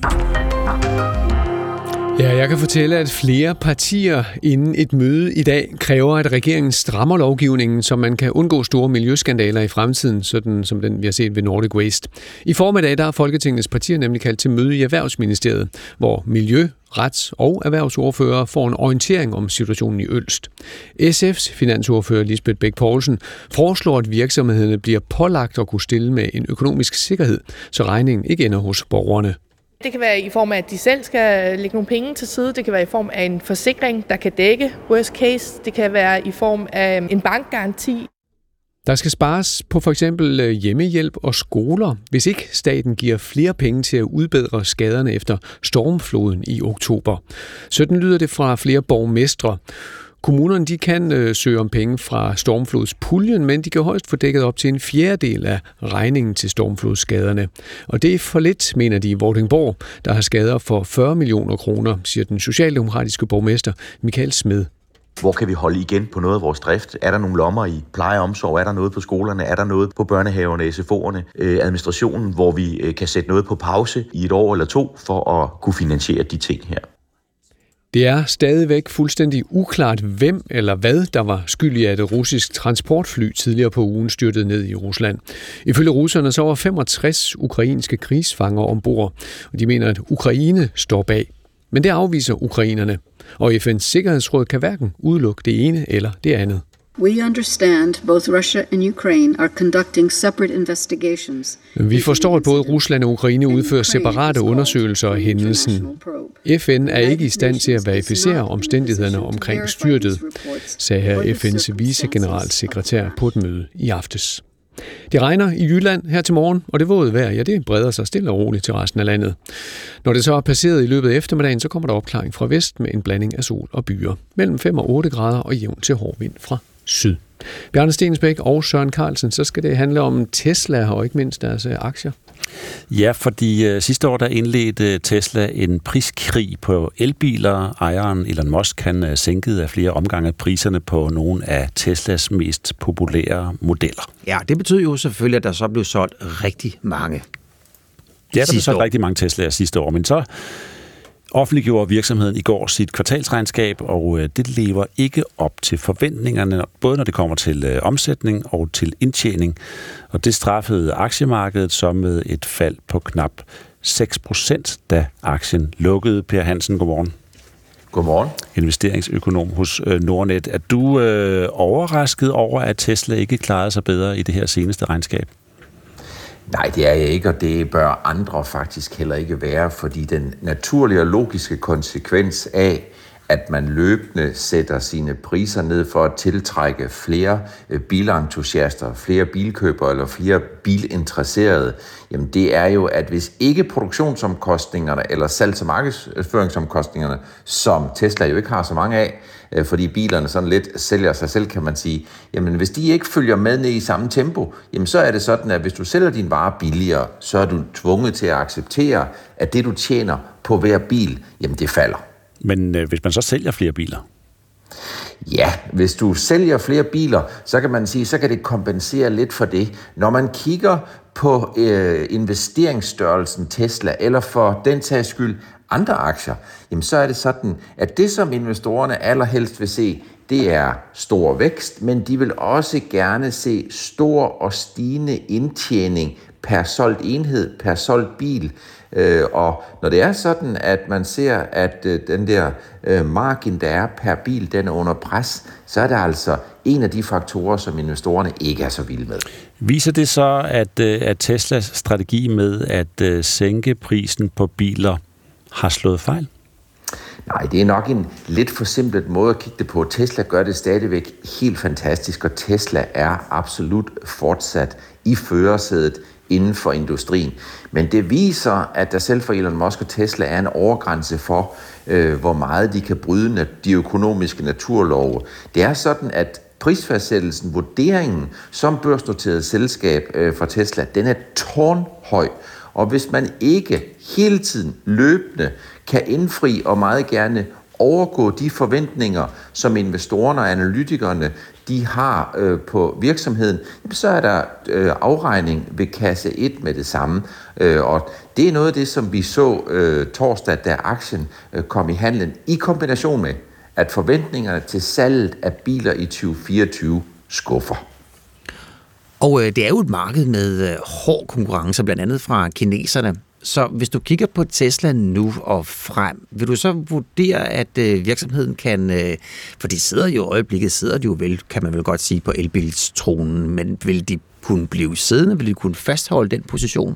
Speaker 6: Ja, jeg kan fortælle, at flere partier inden et møde i dag kræver, at regeringen strammer lovgivningen, så man kan undgå store miljøskandaler i fremtiden, sådan som den vi har set ved Nordic Waste. I formiddag der har Folketingets partier nemlig kaldt til møde i Erhvervsministeriet, hvor miljø, rets- og erhvervsordfører får en orientering om situationen i Ølst. S F's finansordfører Lisbeth Bech Poulsen foreslår, at virksomhederne bliver pålagt at kunne stille med en økonomisk sikkerhed, så regningen ikke ender hos borgerne.
Speaker 7: Det kan være i form af, at de selv skal lægge nogle penge til side. Det kan være i form af en forsikring, der kan dække worst case. Det kan være i form af en bankgaranti.
Speaker 6: Der skal spares på for eksempel hjemmehjælp og skoler, hvis ikke staten giver flere penge til at udbedre skaderne efter stormfloden i oktober. Sådan lyder det fra flere borgmestre. Kommunerne de kan øh, søge om penge fra stormflodspuljen, men de kan højst få dækket op til en fjerdedel af regningen til stormflodsskaderne. Og det er for lidt, mener de i Vordingborg, der har skader for fyrre millioner kroner, siger den socialdemokratiske borgmester Michael Smed.
Speaker 8: Hvor kan vi holde igen på noget af vores drift? Er der nogle lommer i pleje og omsorg? Er der noget på skolerne? Er der noget på børnehaverne, S F O'erne, øh, administrationen, hvor vi øh, kan sætte noget på pause i et år eller to for at kunne finansiere de ting her?
Speaker 6: Det er stadigvæk fuldstændig uklart, hvem eller hvad, der var skyld i, at et russisk transportfly tidligere på ugen styrtede ned i Rusland. Ifølge russerne så var femogtres ukrainske krigsfanger ombord, og de mener, at Ukraine står bag. Men det afviser ukrainerne, og F N's Sikkerhedsråd kan hverken udelukke det ene eller det andet.
Speaker 9: We understand both Russia and Ukraine are conducting separate investigations.
Speaker 6: Vi forstår, at både Rusland og Ukraine udfører separate undersøgelser af hændelsen. F N er ikke i stand til at verificere omstændighederne omkring styrtet, sagde her F N's vicegeneralsekretær på et møde i aftes. Det regner i Jylland her til morgen, og det våde vejr, ja, det breder sig stille og roligt til resten af landet. Når det så er passeret i løbet af eftermiddagen, så kommer der opklaring fra vest med en blanding af sol og byer. Mellem fem og otte grader og jævn til hård vind fra syd. Bjarne Stensbæk og Søren Carlsen, så skal det handle om Tesla og ikke mindst deres aktier.
Speaker 2: Ja, fordi uh, sidste år der indledte Tesla en priskrig på elbiler. Ejeren Elon Musk han uh, sænkede af flere omgange priserne på nogle af Teslas mest populære modeller.
Speaker 3: Ja, det betyder jo selvfølgelig, at der så blev solgt rigtig mange.
Speaker 2: Ja, der blev solgt rigtig mange Teslaer sidste år, men så offentliggjorde virksomheden i går sit kvartalsregnskab, og det lever ikke op til forventningerne, både når det kommer til omsætning og til indtjening. Og det straffede aktiemarkedet så med et fald på knap seks procent, da aktien lukkede. Per Hansen, godmorgen.
Speaker 8: Godmorgen.
Speaker 2: Investeringsøkonom hos Nordnet. Er du øh, overrasket over, at Tesla ikke klarede sig bedre i det her seneste regnskab?
Speaker 8: Nej, det er jeg ikke, og det bør andre faktisk heller ikke være, fordi den naturlige og logiske konsekvens af, at man løbende sætter sine priser ned for at tiltrække flere bilentusiaster, flere bilkøbere eller flere bilinteresserede, jamen det er jo, at hvis ikke produktionsomkostningerne eller salgs- og markedsføringsomkostningerne, som Tesla jo ikke har så mange af, fordi bilerne sådan lidt sælger sig selv, kan man sige, jamen hvis de ikke følger med ned i samme tempo, jamen så er det sådan, at hvis du sælger din vare billigere, så er du tvunget til at acceptere, at det du tjener på hver bil, jamen det falder.
Speaker 2: Men øh, hvis man så sælger flere biler?
Speaker 8: Ja, hvis du sælger flere biler, så kan man sige, så kan det kompensere lidt for det. Når man kigger på øh, investeringsstørrelsen Tesla, eller for den sags skyld andre aktier, jamen så er det sådan, at det som investorerne allerhelst vil se, det er stor vækst, men de vil også gerne se stor og stigende indtjening per solgt enhed, per solgt bil. Øh, og når det er sådan, at man ser, at øh, den der øh, margin, der er per bil, den er under pres, så er det altså en af de faktorer, som investorerne ikke er så vilde med.
Speaker 2: Viser det så, at, øh, at Teslas strategi med at øh, sænke prisen på biler har slået fejl?
Speaker 8: Nej, det er nok en lidt forsimplet måde at kigge det på. Tesla gør det stadigvæk helt fantastisk, og Tesla er absolut fortsat i førersædet inden for industrien. Men det viser, at der selv for Elon Musk og Tesla er en overgrænse for, øh, hvor meget de kan bryde de økonomiske naturlove. Det er sådan, at prisfastsættelsen, vurderingen som børsnoteret selskab øh, for Tesla, den er tårnhøj. Og hvis man ikke hele tiden løbende kan indfri og meget gerne overgå de forventninger, som investorerne og analytikerne de har øh, på virksomheden, så er der øh, afregning ved kasse et med det samme. Øh, og det er noget af det, som vi så øh, torsdag, da aktien øh, kom i handlen, i kombination med, at forventningerne til salget af biler i tyve fireogtyve skuffer.
Speaker 3: Og øh, det er jo et marked med øh, hård konkurrence, blandt andet fra kineserne. Så hvis du kigger på Tesla nu og frem, vil du så vurdere, at øh, virksomheden kan, øh, for de sidder jo i øjeblikket, sidder de jo vel, kan man vel godt sige, på elbilstronen, men vil de kunne blive siddende, vil de kunne fastholde den position?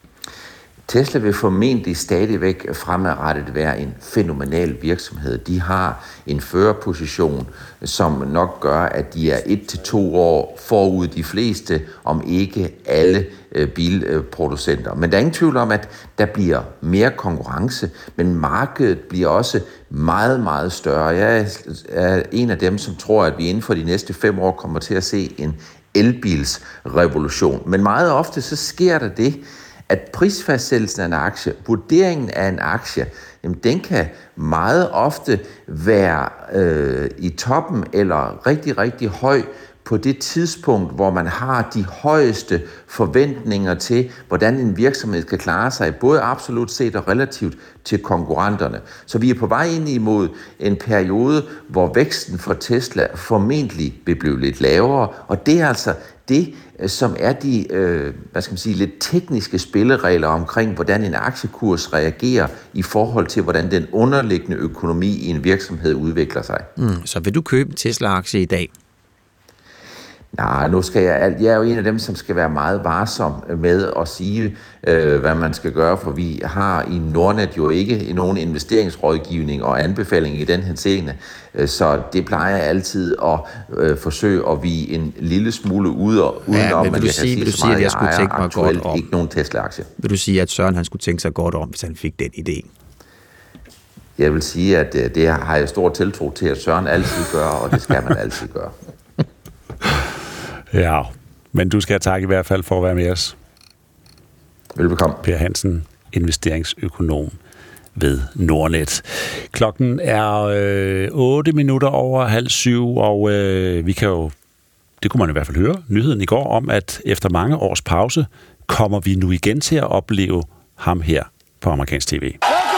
Speaker 8: Tesla vil formentlig stadigvæk fremadrettet være en fænomenal virksomhed. De har en førerposition, som nok gør, at de er et til to år forud de fleste, om ikke alle bilproducenter. Men der er ingen tvivl om, at der bliver mere konkurrence, men markedet bliver også meget, meget større. Jeg er en af dem, som tror, at vi inden for de næste fem år kommer til at se en elbilsrevolution. Men meget ofte så sker der det, at prisfastsættelsen af en aktie, vurderingen af en aktie, jamen den kan meget ofte være øh, i toppen eller rigtig, rigtig høj på det tidspunkt, hvor man har de højeste forventninger til, hvordan en virksomhed kan klare sig, både absolut set og relativt til konkurrenterne. Så vi er på vej ind imod en periode, hvor væksten for Tesla formentlig vil blive lidt lavere, og det er altså det, som er de øh, hvad skal man sige, lidt tekniske spilleregler omkring, hvordan en aktiekurs reagerer i forhold til, hvordan den underliggende økonomi i en virksomhed udvikler sig.
Speaker 3: Mm, så vil du købe en Tesla-aktie i dag?
Speaker 8: Nej, nu skal jeg, jeg er jo en af dem, som skal være meget varsom med at sige, øh, hvad man skal gøre, for vi har i Nordnet jo ikke nogen investeringsrådgivning og anbefaling i den henseende, så det plejer jeg altid at øh, forsøge at vie en lille smule ud og udenom,
Speaker 3: ja, men vil du sige, vil du sige, at jeg skulle tænke mig godt om?
Speaker 8: Ikke nogen Tesla-aktie.
Speaker 3: Vil du sige, at Søren han skulle tænke sig godt om, hvis han fik den idé?
Speaker 8: Jeg vil sige, at det har jeg stor tiltro til, at Søren altid gør, og det skal man altid gøre.
Speaker 2: Ja, men du skal have tak i hvert fald for at være med os.
Speaker 8: Velbekomme.
Speaker 2: Per Hansen, investeringsøkonom ved Nordnet. Klokken er øh, otte minutter over halv syv, og øh, vi kan jo, det kunne man i hvert fald høre, nyheden i går om, at efter mange års pause, kommer vi nu igen til at opleve ham her på amerikansk tv.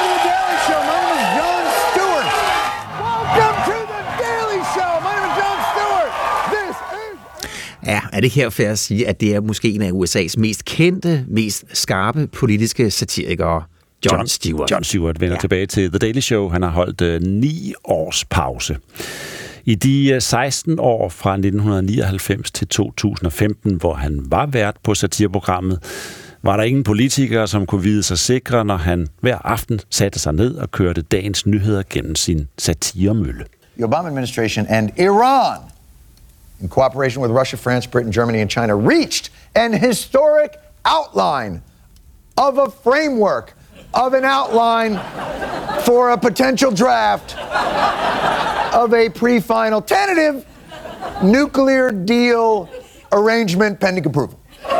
Speaker 3: Ja, er det her fair at sige, at det er måske en af U S A's mest kendte, mest skarpe politiske satirikere, Jon, Jon Stewart.
Speaker 2: Jon Stewart vender ja. tilbage til The Daily Show. Han har holdt uh, ni års pause. I de uh, seksten år fra nitten nioghalvfems til to tusind og femten, hvor han var vært på satireprogrammet, var der ingen politikere, som kunne vide sig sikre, når han hver aften satte sig ned og kørte dagens nyheder gennem sin satiremølle.
Speaker 10: The Obama administration and Iran, in cooperation with Russia, France, Britain, Germany and China, reached an historic outline of a framework of an outline for a potential draft of a pre-final tentative nuclear deal arrangement pending approval.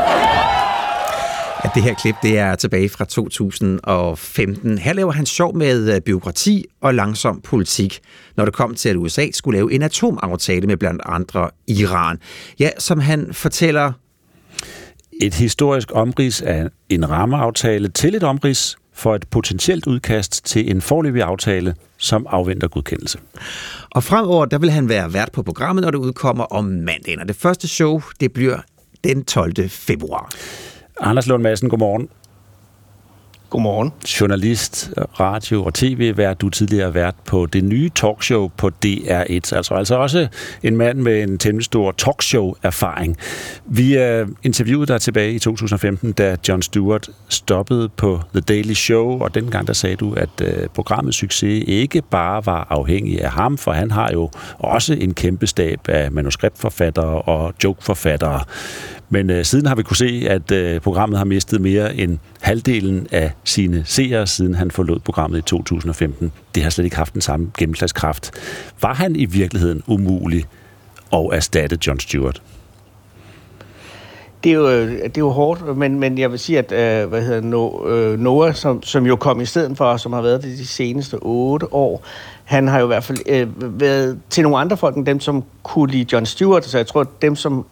Speaker 3: Ja, det her klip, det er tilbage fra to tusind og femten. Her laver han sjov med bureaukrati og langsom politik, når det kom til, at U S A skulle lave en atomaftale med blandt andre Iran. Ja, som han fortæller...
Speaker 2: Et historisk omrids af en rammeaftale til et omrids for et potentielt udkast til en foreløbig aftale, som afventer godkendelse.
Speaker 3: Og fremover, der vil han være vært på programmet, når det udkommer om mandagen. Og det første show, det bliver den tolvte februar.
Speaker 2: Anders Lund Madsen, godmorgen.
Speaker 11: Godmorgen.
Speaker 2: Journalist, radio og tv-vært. Du er tidligere vært på det nye talkshow på D R et. Altså, altså også en mand med en temmelig stor talkshow-erfaring. Vi uh, interviewede dig tilbage i to tusind og femten, da Jon Stewart stoppede på The Daily Show, og dengang der sagde du, at uh, programmets succes ikke bare var afhængig af ham, for han har jo også en kæmpe stab af manuskriptforfattere og jokeforfattere. Men øh, siden har vi kunne se, at øh, programmet har mistet mere end halvdelen af sine seere, siden han forlod programmet i to tusind og femten. Det har slet ikke haft den samme gennemslagskraft. Var han i virkeligheden umulig at erstatte Jon Stewart?
Speaker 11: Det er jo, det er jo hårdt, men, men jeg vil sige, at øh, hvad hedder no, øh, Noah, som, som jo kom i stedet for, som har været det de seneste otte år, han har jo i hvert fald øh, været til nogle andre folk end dem, som kunne lide Jon Stewart. Så jeg tror, at dem, som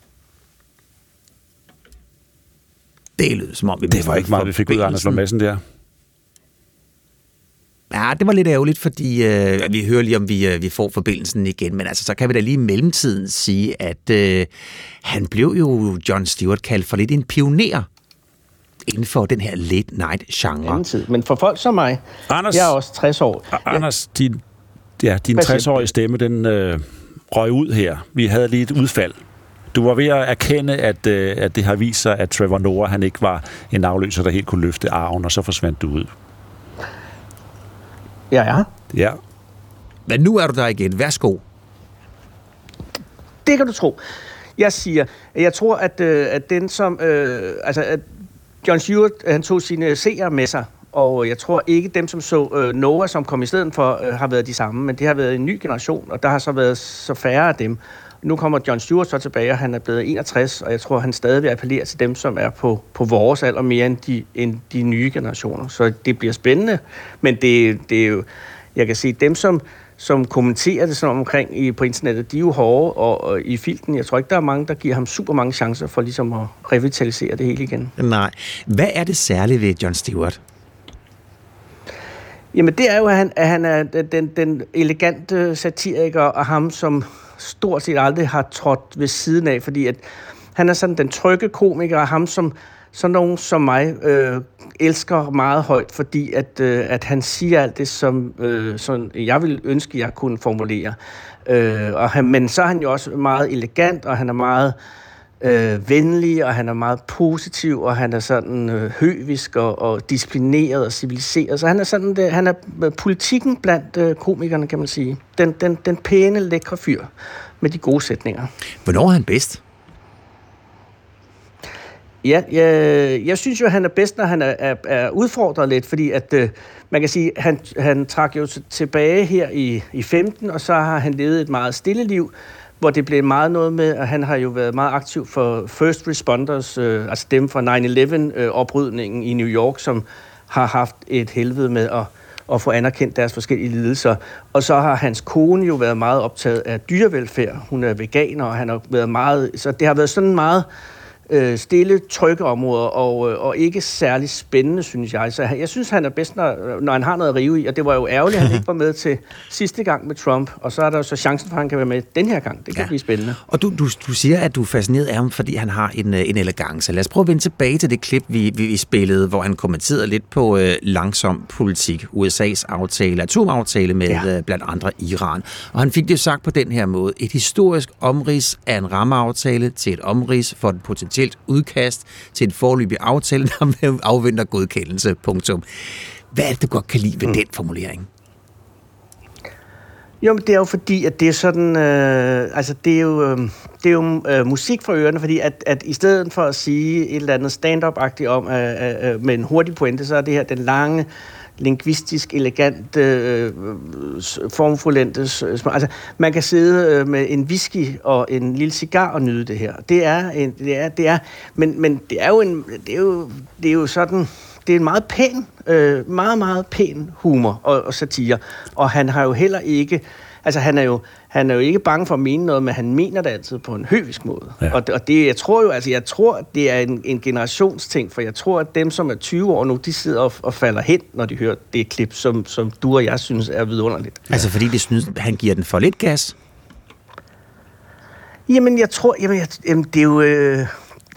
Speaker 3: Det lød som om, vi
Speaker 2: det var ikke meget, vi fik ud af Anders Lund Madsen der.
Speaker 3: Ja, det var lidt ærgerligt, fordi øh, vi hører lige, om vi, øh, vi får forbindelsen igen, men altså, så kan vi da lige i mellemtiden sige, at øh, han blev jo, Jon Stewart, kaldt for lidt en pioner inden for den her late night genre.
Speaker 11: Men for folk som mig, Anders, jeg er også tres år.
Speaker 2: Anders, din, ja, din tres-årige stemme, den øh, røg ud her. Vi havde lige et udfald. Du var ved at erkende, at, øh, at det har vist sig, at Trevor Noah, han ikke var en afløser, der helt kunne løfte arven, og så forsvandt du ud.
Speaker 11: Ja, ja.
Speaker 2: Ja.
Speaker 3: Men nu er du der igen. Værsgo.
Speaker 11: Det kan du tro. Jeg siger, jeg tror, at, øh, at den som... Øh, altså, at Jon Stewart, han tog sine seere med sig, og jeg tror ikke, dem som så øh, Noah, som kom i stedet for, øh, har været de samme, men det har været en ny generation, og der har så været så færre af dem. Nu kommer Jon Stewart så tilbage, og han er blevet enogtres, og jeg tror, han stadig vil appellere til dem, som er på, på vores alder mere end de, end de nye generationer. Så det bliver spændende, men det, det er jo, jeg kan sige, dem, som, som kommenterer det sådan omkring i, på internettet, de er jo hårde, og, og i filten, jeg tror ikke, der er mange, der giver ham super mange chancer for ligesom at revitalisere det hele igen.
Speaker 3: Nej. Hvad er det særlige ved Jon Stewart?
Speaker 11: Jamen, det er jo, at han, at han er den, den elegante satiriker, og ham, som stort set aldrig har trådt ved siden af, fordi at han er sådan den trygge komiker, og ham, som sådan nogen som mig øh, elsker meget højt, fordi at, øh, at han siger alt det, som øh, sådan, jeg ville ønske, jeg kunne formulere. Øh, og han, men så er han jo også meget elegant, og han er meget øh, venlig, og han er meget positiv, og han er sådan øh, høvisk og, og disciplineret og civiliseret. Så han er sådan, det, han er politikken blandt øh, komikerne, kan man sige. Den, den, den pæne, lækre fyr med de gode sætninger.
Speaker 3: Hvornår er han bedst?
Speaker 11: Ja, jeg, jeg synes jo, at han er bedst, når han er, er, er udfordret lidt, fordi at øh, man kan sige, han han trak jo tilbage her i i femten, og så har han levet et meget stille liv, hvor det blev meget noget med, at han har jo været meget aktiv for first responders, øh, altså dem fra nine eleven øh, oprydningen i New York, som har haft et helvede med at at få anerkendt deres forskellige lidelser. Og så har hans kone jo været meget optaget af dyrevelfærd. Hun er veganer, og han har været meget... Så det har været sådan meget øh, stille, trygge områder, og, øh, og ikke særlig spændende, synes jeg. Så jeg synes, han er bedst, når, når han har noget at rive i, og det var jo ærgerligt, at han ikke var med til sidste gang med Trump, og så er der jo så chancen for, at han kan være med den her gang. Det kan ja. blive spændende.
Speaker 3: Og du, du, du siger, at du er fascineret af ham, fordi han har en, en elegance. Lad os prøve at vende tilbage til det klip, vi, vi, vi spillede, hvor han kommenterede lidt på øh, langsom politik, U S A's aftale, atomaftale med ja. øh, blandt andre Iran. Og han fik det sagt på den her måde. Et historisk omrids af en rammeaftale til et omrids for den potentielle officielt udkast til en foreløbig aftale, der afventer godkendelse. Punktum. Hvad er det, du godt kan lide ved mm. den formulering?
Speaker 11: Jo, men det er jo fordi, at det er sådan, øh, altså det er jo, øh, det er jo øh, musik for ørerne, fordi at, at i stedet for at sige et eller andet stand-up-agtigt om øh, øh, med en hurtig pointe, så er det her den lange, lingvistisk, elegante, øh, formfuldendte, altså man kan sidde øh, med en whisky og en lille cigar og nyde det her. Det er, en, det er, det er, men, men det er jo en, det er jo, det er jo sådan. Det er en meget pæn, øh, meget, meget pæn humor og, og satire. Og han har jo heller ikke, altså han er jo, han er jo ikke bange for at mene noget, men han mener det altid på en høvisk måde. Ja. Og, og det, jeg tror jo, altså jeg tror, det er en, en generationsting, for jeg tror, at dem, som er tyve år nu, de sidder og, og falder hen, når de hører det klip, som, som du og jeg synes er vidunderligt.
Speaker 3: Altså fordi det synes, han giver den for lidt gas?
Speaker 11: Jamen jeg tror, jamen, jeg, jamen det er jo... Øh,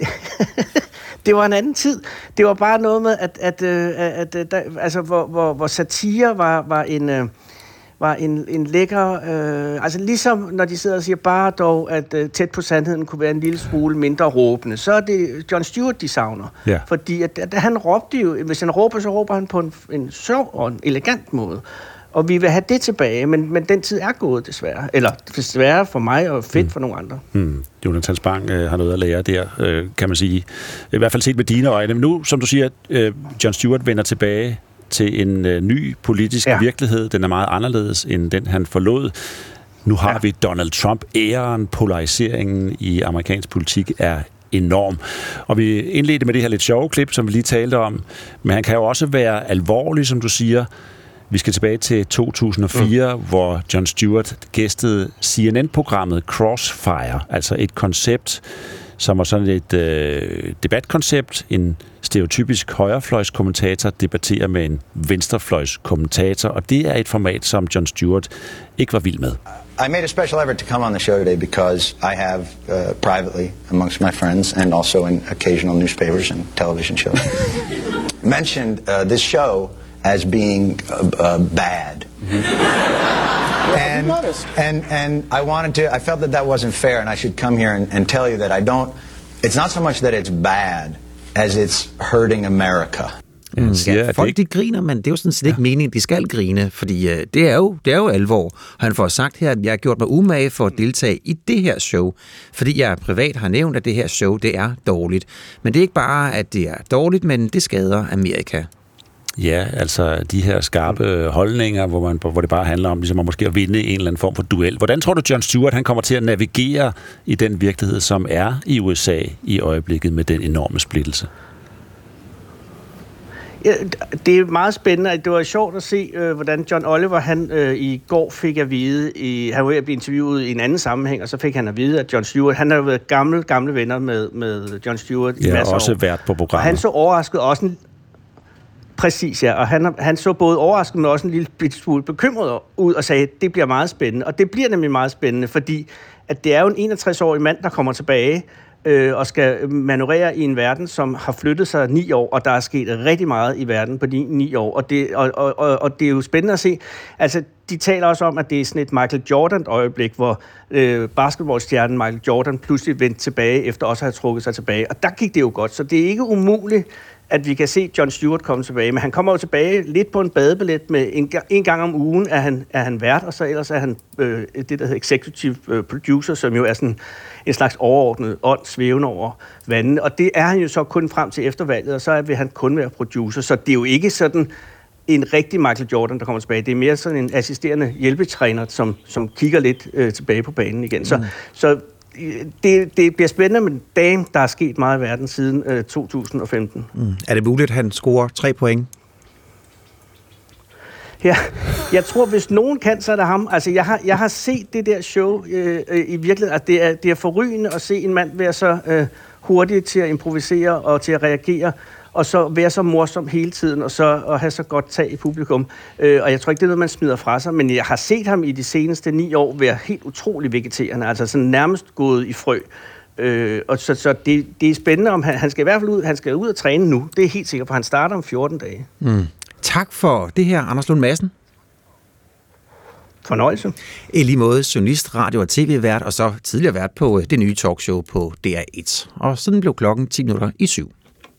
Speaker 11: det var en anden tid. Det var bare noget med, at, at, at, at der, altså, hvor, hvor, hvor satire var, var en... var en, en lækker... Øh, altså ligesom når de sidder og siger bare dog, at øh, tæt på sandheden kunne være en lille smule mindre råbende, så er det Jon Stewart, de savner. Ja. Fordi at, at han råbte jo... Hvis han råber, så råber han på en, en sjov og en elegant måde. Og vi vil have det tilbage, men, men den tid er gået desværre. Eller desværre for mig og fedt mm. for nogle andre.
Speaker 2: Mm. Jonathan Spang øh, har noget at lære der, øh, kan man sige. I hvert fald set med dine øjne. Men nu, som du siger, øh, Jon Stewart vender tilbage til en øh, ny politisk ja. virkelighed. Den er meget anderledes end den, han forlod. Nu har ja. vi Donald Trump. Æren, polariseringen i amerikansk politik er enorm. Og vi indledte med det her lidt sjove klip, som vi lige talte om. Men han kan jo også være alvorlig, som du siger. Vi skal tilbage til to tusind og fire, mm. hvor Jon Stewart gæstede C N N-programmet Crossfire, altså et koncept, som var sådan et øh, debatkoncept. En stereotypisk højrefløjskommentator debatterer med en venstrefløjskommentator, og det er et format, som Jon Stewart ikke var vild med.
Speaker 12: I made a special effort to come on the show today because I have uh, privately amongst my friends and also in occasional newspapers and television shows mentioned uh, this show as being uh, uh, bad. Mm-hmm. and, and and I wanted to, I felt that that wasn't fair, and I should come here and, and tell you that I don't, it's not so much that it's bad, as it's hurting America.
Speaker 3: Mm, ja, folk de griner, men det er jo sådan set ikke ja. meningen, de skal grine, fordi uh, det, er jo, det er jo alvor. Han får sagt her, at jeg har gjort mig umage for at deltage i det her show, fordi jeg privat har nævnt, at det her show, det er dårligt. Men det er ikke bare, at det er dårligt, men det skader Amerika.
Speaker 2: Ja, altså de her skarpe holdninger, hvor, man, hvor det bare handler om ligesom at måske at vinde en eller anden form for duel. Hvordan tror du, Jon Stewart han kommer til at navigere i den virkelighed, som er i U S A i øjeblikket med den enorme splittelse?
Speaker 11: Ja, det er meget spændende. Det var sjovt at se, øh, hvordan John Oliver, han øh, i går fik at vide, i, han var ved at blive interviewet i en anden sammenhæng, og så fik han at vide, at Jon Stewart, han har jo været gamle, gamle venner med, med Jon Stewart i
Speaker 2: ja,
Speaker 11: masser af år.
Speaker 2: også vært på programmet.
Speaker 11: Og han så overrasket også en Præcis, ja. Og han, han så både overrasket, men også en lille smule bekymret ud og sagde, at det bliver meget spændende. Og det bliver nemlig meget spændende, fordi at det er jo en enogtres-årig mand, der kommer tilbage øh, og skal manøvrere i en verden, som har flyttet sig ni år, og der er sket rigtig meget i verden på de ni år. Og det, og, og, og, og det er jo spændende at se. Altså, de taler også om, at det er sådan et Michael Jordan-øjeblik, hvor øh, basketballstjernen Michael Jordan pludselig vendte tilbage, efter også at have trukket sig tilbage. Og der gik det jo godt, så det er ikke umuligt, at vi kan se Jon Stewart komme tilbage. Men han kommer jo tilbage lidt på en badebillet med en, en gang om ugen, er han, er han vært, og så ellers er han øh, det, der hedder executive producer, som jo er sådan en slags overordnet ånd svævende over vandene. Og det er han jo så kun frem til eftervalget, og så vil han kun være producer. Så det er jo ikke sådan en rigtig Michael Jordan, der kommer tilbage. Det er mere sådan en assisterende hjælpetræner, som, som kigger lidt øh, tilbage på banen igen. Så, mm. så Det, det bliver spændende med dagen, der er sket meget i verden siden øh, to tusind og femten.
Speaker 3: Mm. Er det muligt, at han scorer tre point?
Speaker 11: Ja, jeg tror, hvis nogen kan, så er det ham. Altså, jeg har, jeg har set det der show øh, øh, i virkeligheden, at det er, det er forrygende at se en mand være så øh, hurtig til at improvisere og til at reagere, og så være så morsom hele tiden, og så og have så godt tag i publikum. Øh, og jeg tror ikke, det er noget, man smider fra sig, men jeg har set ham i de seneste ni år være helt utrolig vegeterende, altså sådan nærmest gået i frø. Øh, og så, så det, det er spændende, om han, han skal i hvert fald ud, han skal ud og træne nu. Det er helt sikkert, for han starter om fjorten dage.
Speaker 3: Mm. Tak for det her, Anders Lund Madsen.
Speaker 11: Fornøjelse.
Speaker 3: I lige måde journalist, radio- og tv-vært, og så tidligere vært på det nye talkshow på D R et. Og sådan blev klokken ti minutter i syv.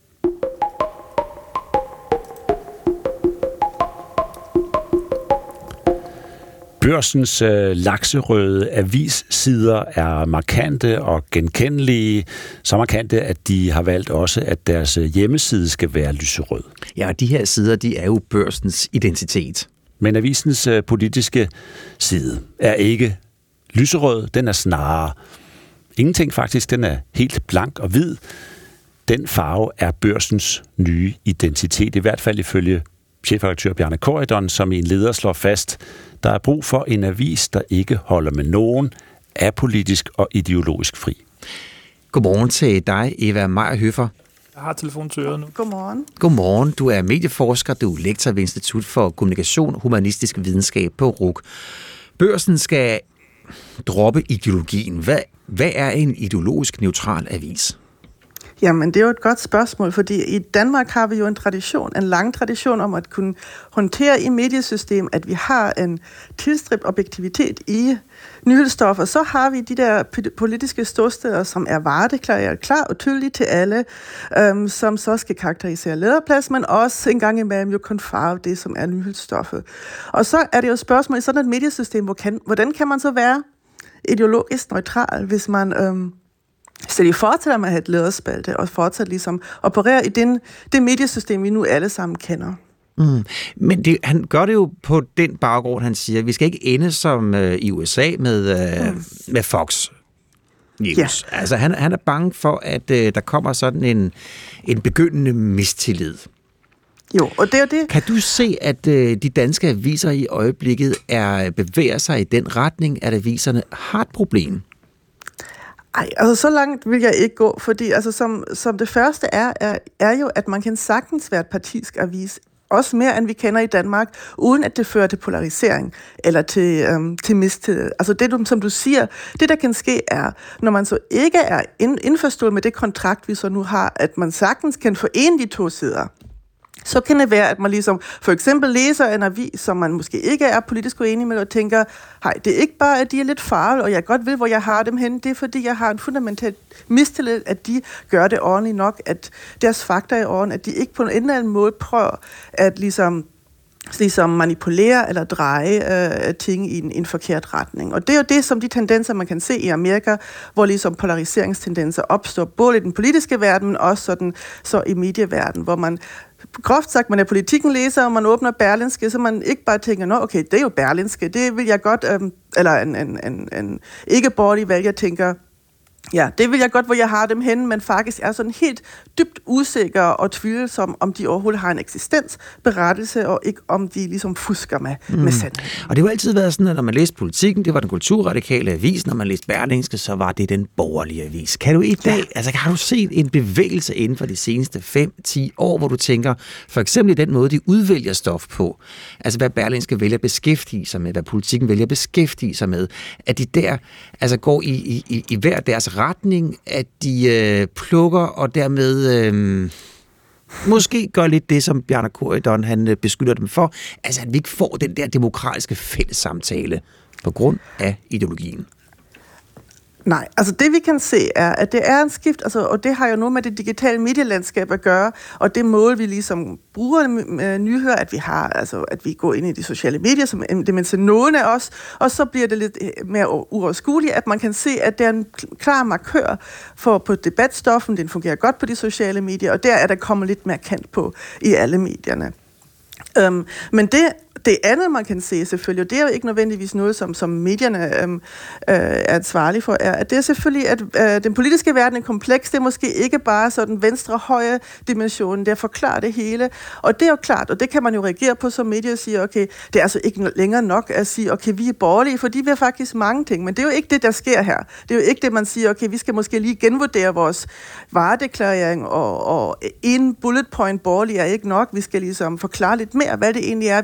Speaker 2: Børsens øh, lakserøde avissider er markante og genkendelige. Så markante, at de har valgt også, at deres hjemmeside skal være lyserød.
Speaker 3: Ja, og de her sider, de er jo Børsens identitet.
Speaker 2: Men avisens øh, politiske side er ikke lyserød, den er snarere ingenting faktisk, den er helt blank og hvid. Den farve er Børsens nye identitet, i hvert fald ifølge chefredaktør Bjarne Corydon, som i en leder slår fast, der er brug for en avis, der ikke holder med nogen, er politisk og ideologisk fri.
Speaker 3: Godmorgen til dig, Eva Meyer-Høfer.
Speaker 13: Jeg har telefonen til øret nu.
Speaker 14: Godmorgen.
Speaker 3: Godmorgen. Du er medieforsker, du er lektor ved Institut for Kommunikation og Humanistisk Videnskab på R U C. Børsen skal droppe ideologien. Hvad, hvad er en ideologisk neutral avis?
Speaker 14: Jamen, det er jo et godt spørgsmål, fordi i Danmark har vi jo en tradition, en lang tradition om at kunne håndtere i mediesystem, at vi har en tilstræbt objektivitet i nyhedsstoffer. Så har vi de der politiske ståsteder, som er varedeklareret klar og tydeligt til alle, øhm, som så skal karakterisere lederplads, men også en gang imellem jo kun farve det, som er nyhedsstoffet. Og så er det jo et spørgsmål i sådan et mediesystem, hvor kan, hvordan kan man så være ideologisk neutral, hvis man Øhm, Så de fortsætter med at have et lederspalte, og fortsætter ligesom operere i den, det mediesystem, vi nu alle sammen kender.
Speaker 3: Mm. Men det, han gør det jo på den baggrund, han siger, vi skal ikke ende som øh, i U S A med, øh, mm. med Fox News. Ja. Altså, han, han er bange for, at øh, der kommer sådan en, en begyndende mistillid.
Speaker 14: Jo, og det er det.
Speaker 3: Kan du se, at øh, de danske aviser i øjeblikket er bevæger sig i den retning, at aviserne har et problem?
Speaker 14: Ej, altså så langt vil jeg ikke gå, fordi altså som, som det første er, er, er jo, at man kan sagtens være et partisk avis, også mere end vi kender i Danmark, uden at det fører til polarisering eller til, øhm, til mistillid. Altså det, som du siger, det der kan ske er, når man så ikke er indforstået med det kontrakt, vi så nu har, at man sagtens kan forene de to sider. Så kan det være, at man ligesom for eksempel læser en avis, som man måske ikke er politisk uenig med, og tænker, hej, det er ikke bare, at de er lidt farlige, og jeg godt ved, hvor jeg har dem hen. Det er, fordi jeg har en fundamental mistillid, at de gør det ordentligt nok, at deres fakta er ordentligt, at de ikke på en eller anden måde prøver at ligesom, ligesom manipulere eller dreje øh, ting i en, en forkert retning. Og det er jo det, som de tendenser, man kan se i Amerika, hvor ligesom polariseringstendenser opstår, både i den politiske verden, men også sådan, så i medieverdenen, hvor man groft sagt, man er politikken læser, og man åbner Berlingske, så man ikke bare tænker, nå, okay, det er jo Berlingske, det vil jeg godt, øhm, eller en, en, en, en ikke-borgerlig valg, jeg tænker, ja, det vil jeg godt, hvor jeg har dem henne, men faktisk er sådan helt dybt usikker og tvivlsom, om de overhovedet har en eksistens, berettelse, og ikke om de ligesom fusker med, mm. med sandheden.
Speaker 3: Og det har jo altid været sådan, at når man læste Politikken, det var den kulturradikale avis, når man læste Berlingske, så var det den borgerlige avis. Kan du i dag, ja. altså har du set en bevægelse inden for de seneste fem til ti år, hvor du tænker, for eksempel i den måde, de udvælger stof på, altså hvad Berlingske vælger at beskæftige sig med, hvad Politikken vælger at beskæftige sig med, at de der altså går i, i, i, i hver deres retning, at de øh, plukker og dermed øh, måske gør lidt det, som Bjarne Corydon han øh, beskylder dem for, altså at vi ikke får den der demokratiske fællessamtale på grund af ideologien.
Speaker 14: Nej, altså det vi kan se er, at det er en skift, altså, og det har jo noget med det digitale medielandskab at gøre, og det mål, vi ligesom bruger øh, nyheder, at vi har, altså at vi går ind i de sociale medier, som det mindste nogen af os, og så bliver det lidt mere uoverskueligt, at man kan se, at det er en klar markør for på debatstoffen, den fungerer godt på de sociale medier, og der er der kommet lidt mere kendt på i alle medierne. Um, men det Det andet, man kan se selvfølgelig, og det er jo ikke nødvendigvis noget, som, som medierne øhm, øh, er ansvarlige for, er, at det er selvfølgelig, at øh, den politiske verden er kompleks. Det er måske ikke bare så den venstre-højre dimension, der forklarer det hele. Og det er jo klart, og det kan man jo reagere på som medier og sige, okay, det er altså ikke længere nok at sige, okay, vi er borgerlige, for de vil faktisk mange ting. Men det er jo ikke det, der sker her. Det er jo ikke det, man siger, okay, vi skal måske lige genvurdere vores varedeklarering, og, og en bullet point borgerlig er ikke nok. Vi skal ligesom forklare lidt mere, hvad det egentlig er, vi står inde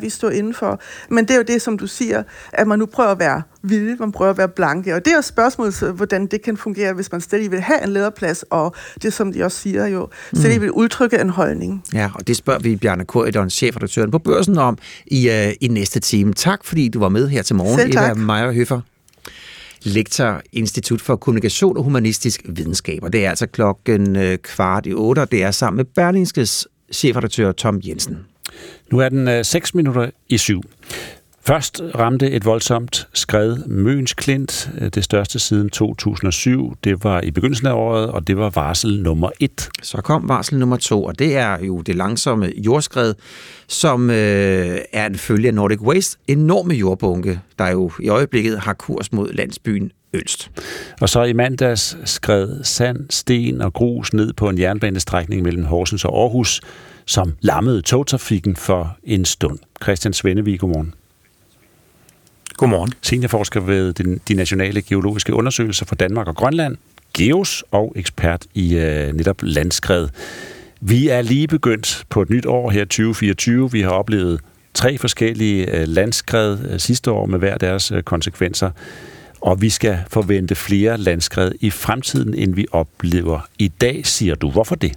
Speaker 14: indenfor. Men det er jo det, som du siger, at man nu prøver at være vilde, man prøver at være blanke. Og det er jo spørgsmålet, hvordan det kan fungere, hvis man stadig vil have en lederplads, og det, som de også siger jo, stadig vil udtrykke en holdning.
Speaker 3: Ja, og det spørger vi Bjarne Corydon, chefredaktøren på Børsen, om i, uh, i næste time. Tak, fordi du var med her til morgen, Eva Meyerhøfer. Lektor, Institut for Kommunikation og Humanistisk Videnskab. Og det er altså klokken øh, kvart i otte, og det er sammen med Berlingskes chefredaktør Tom Jensen.
Speaker 2: Nu er den øh, seks minutter i syv. Først ramte et voldsomt skred Møns Klint, det største siden to tusind og syv. Det var i begyndelsen af året, og det var varsel nummer et.
Speaker 3: Så kom varsel nummer to, og det er jo det langsomme jordskred, som øh, er en følge af Nordic Waste enorme jordbunke, der jo i øjeblikket har kurs mod landsbyen Ølst.
Speaker 2: Og så i mandags skred sand, sten og grus ned på en jernbanestrækning mellem Horsens og Aarhus, som lammede togtrafikken for en stund. Christian Svendevig, godmorgen.
Speaker 13: Godmorgen.
Speaker 2: Seniorforsker ved de nationale geologiske undersøgelser for Danmark og Grønland, GEOS, og ekspert i øh, netop landskred. Vi er lige begyndt på et nyt år her, tyve fireogtyve. Vi har oplevet tre forskellige øh, landskred øh, sidste år med hver deres øh, konsekvenser, og vi skal forvente flere landskred i fremtiden, end vi oplever i dag, siger du. Hvorfor det?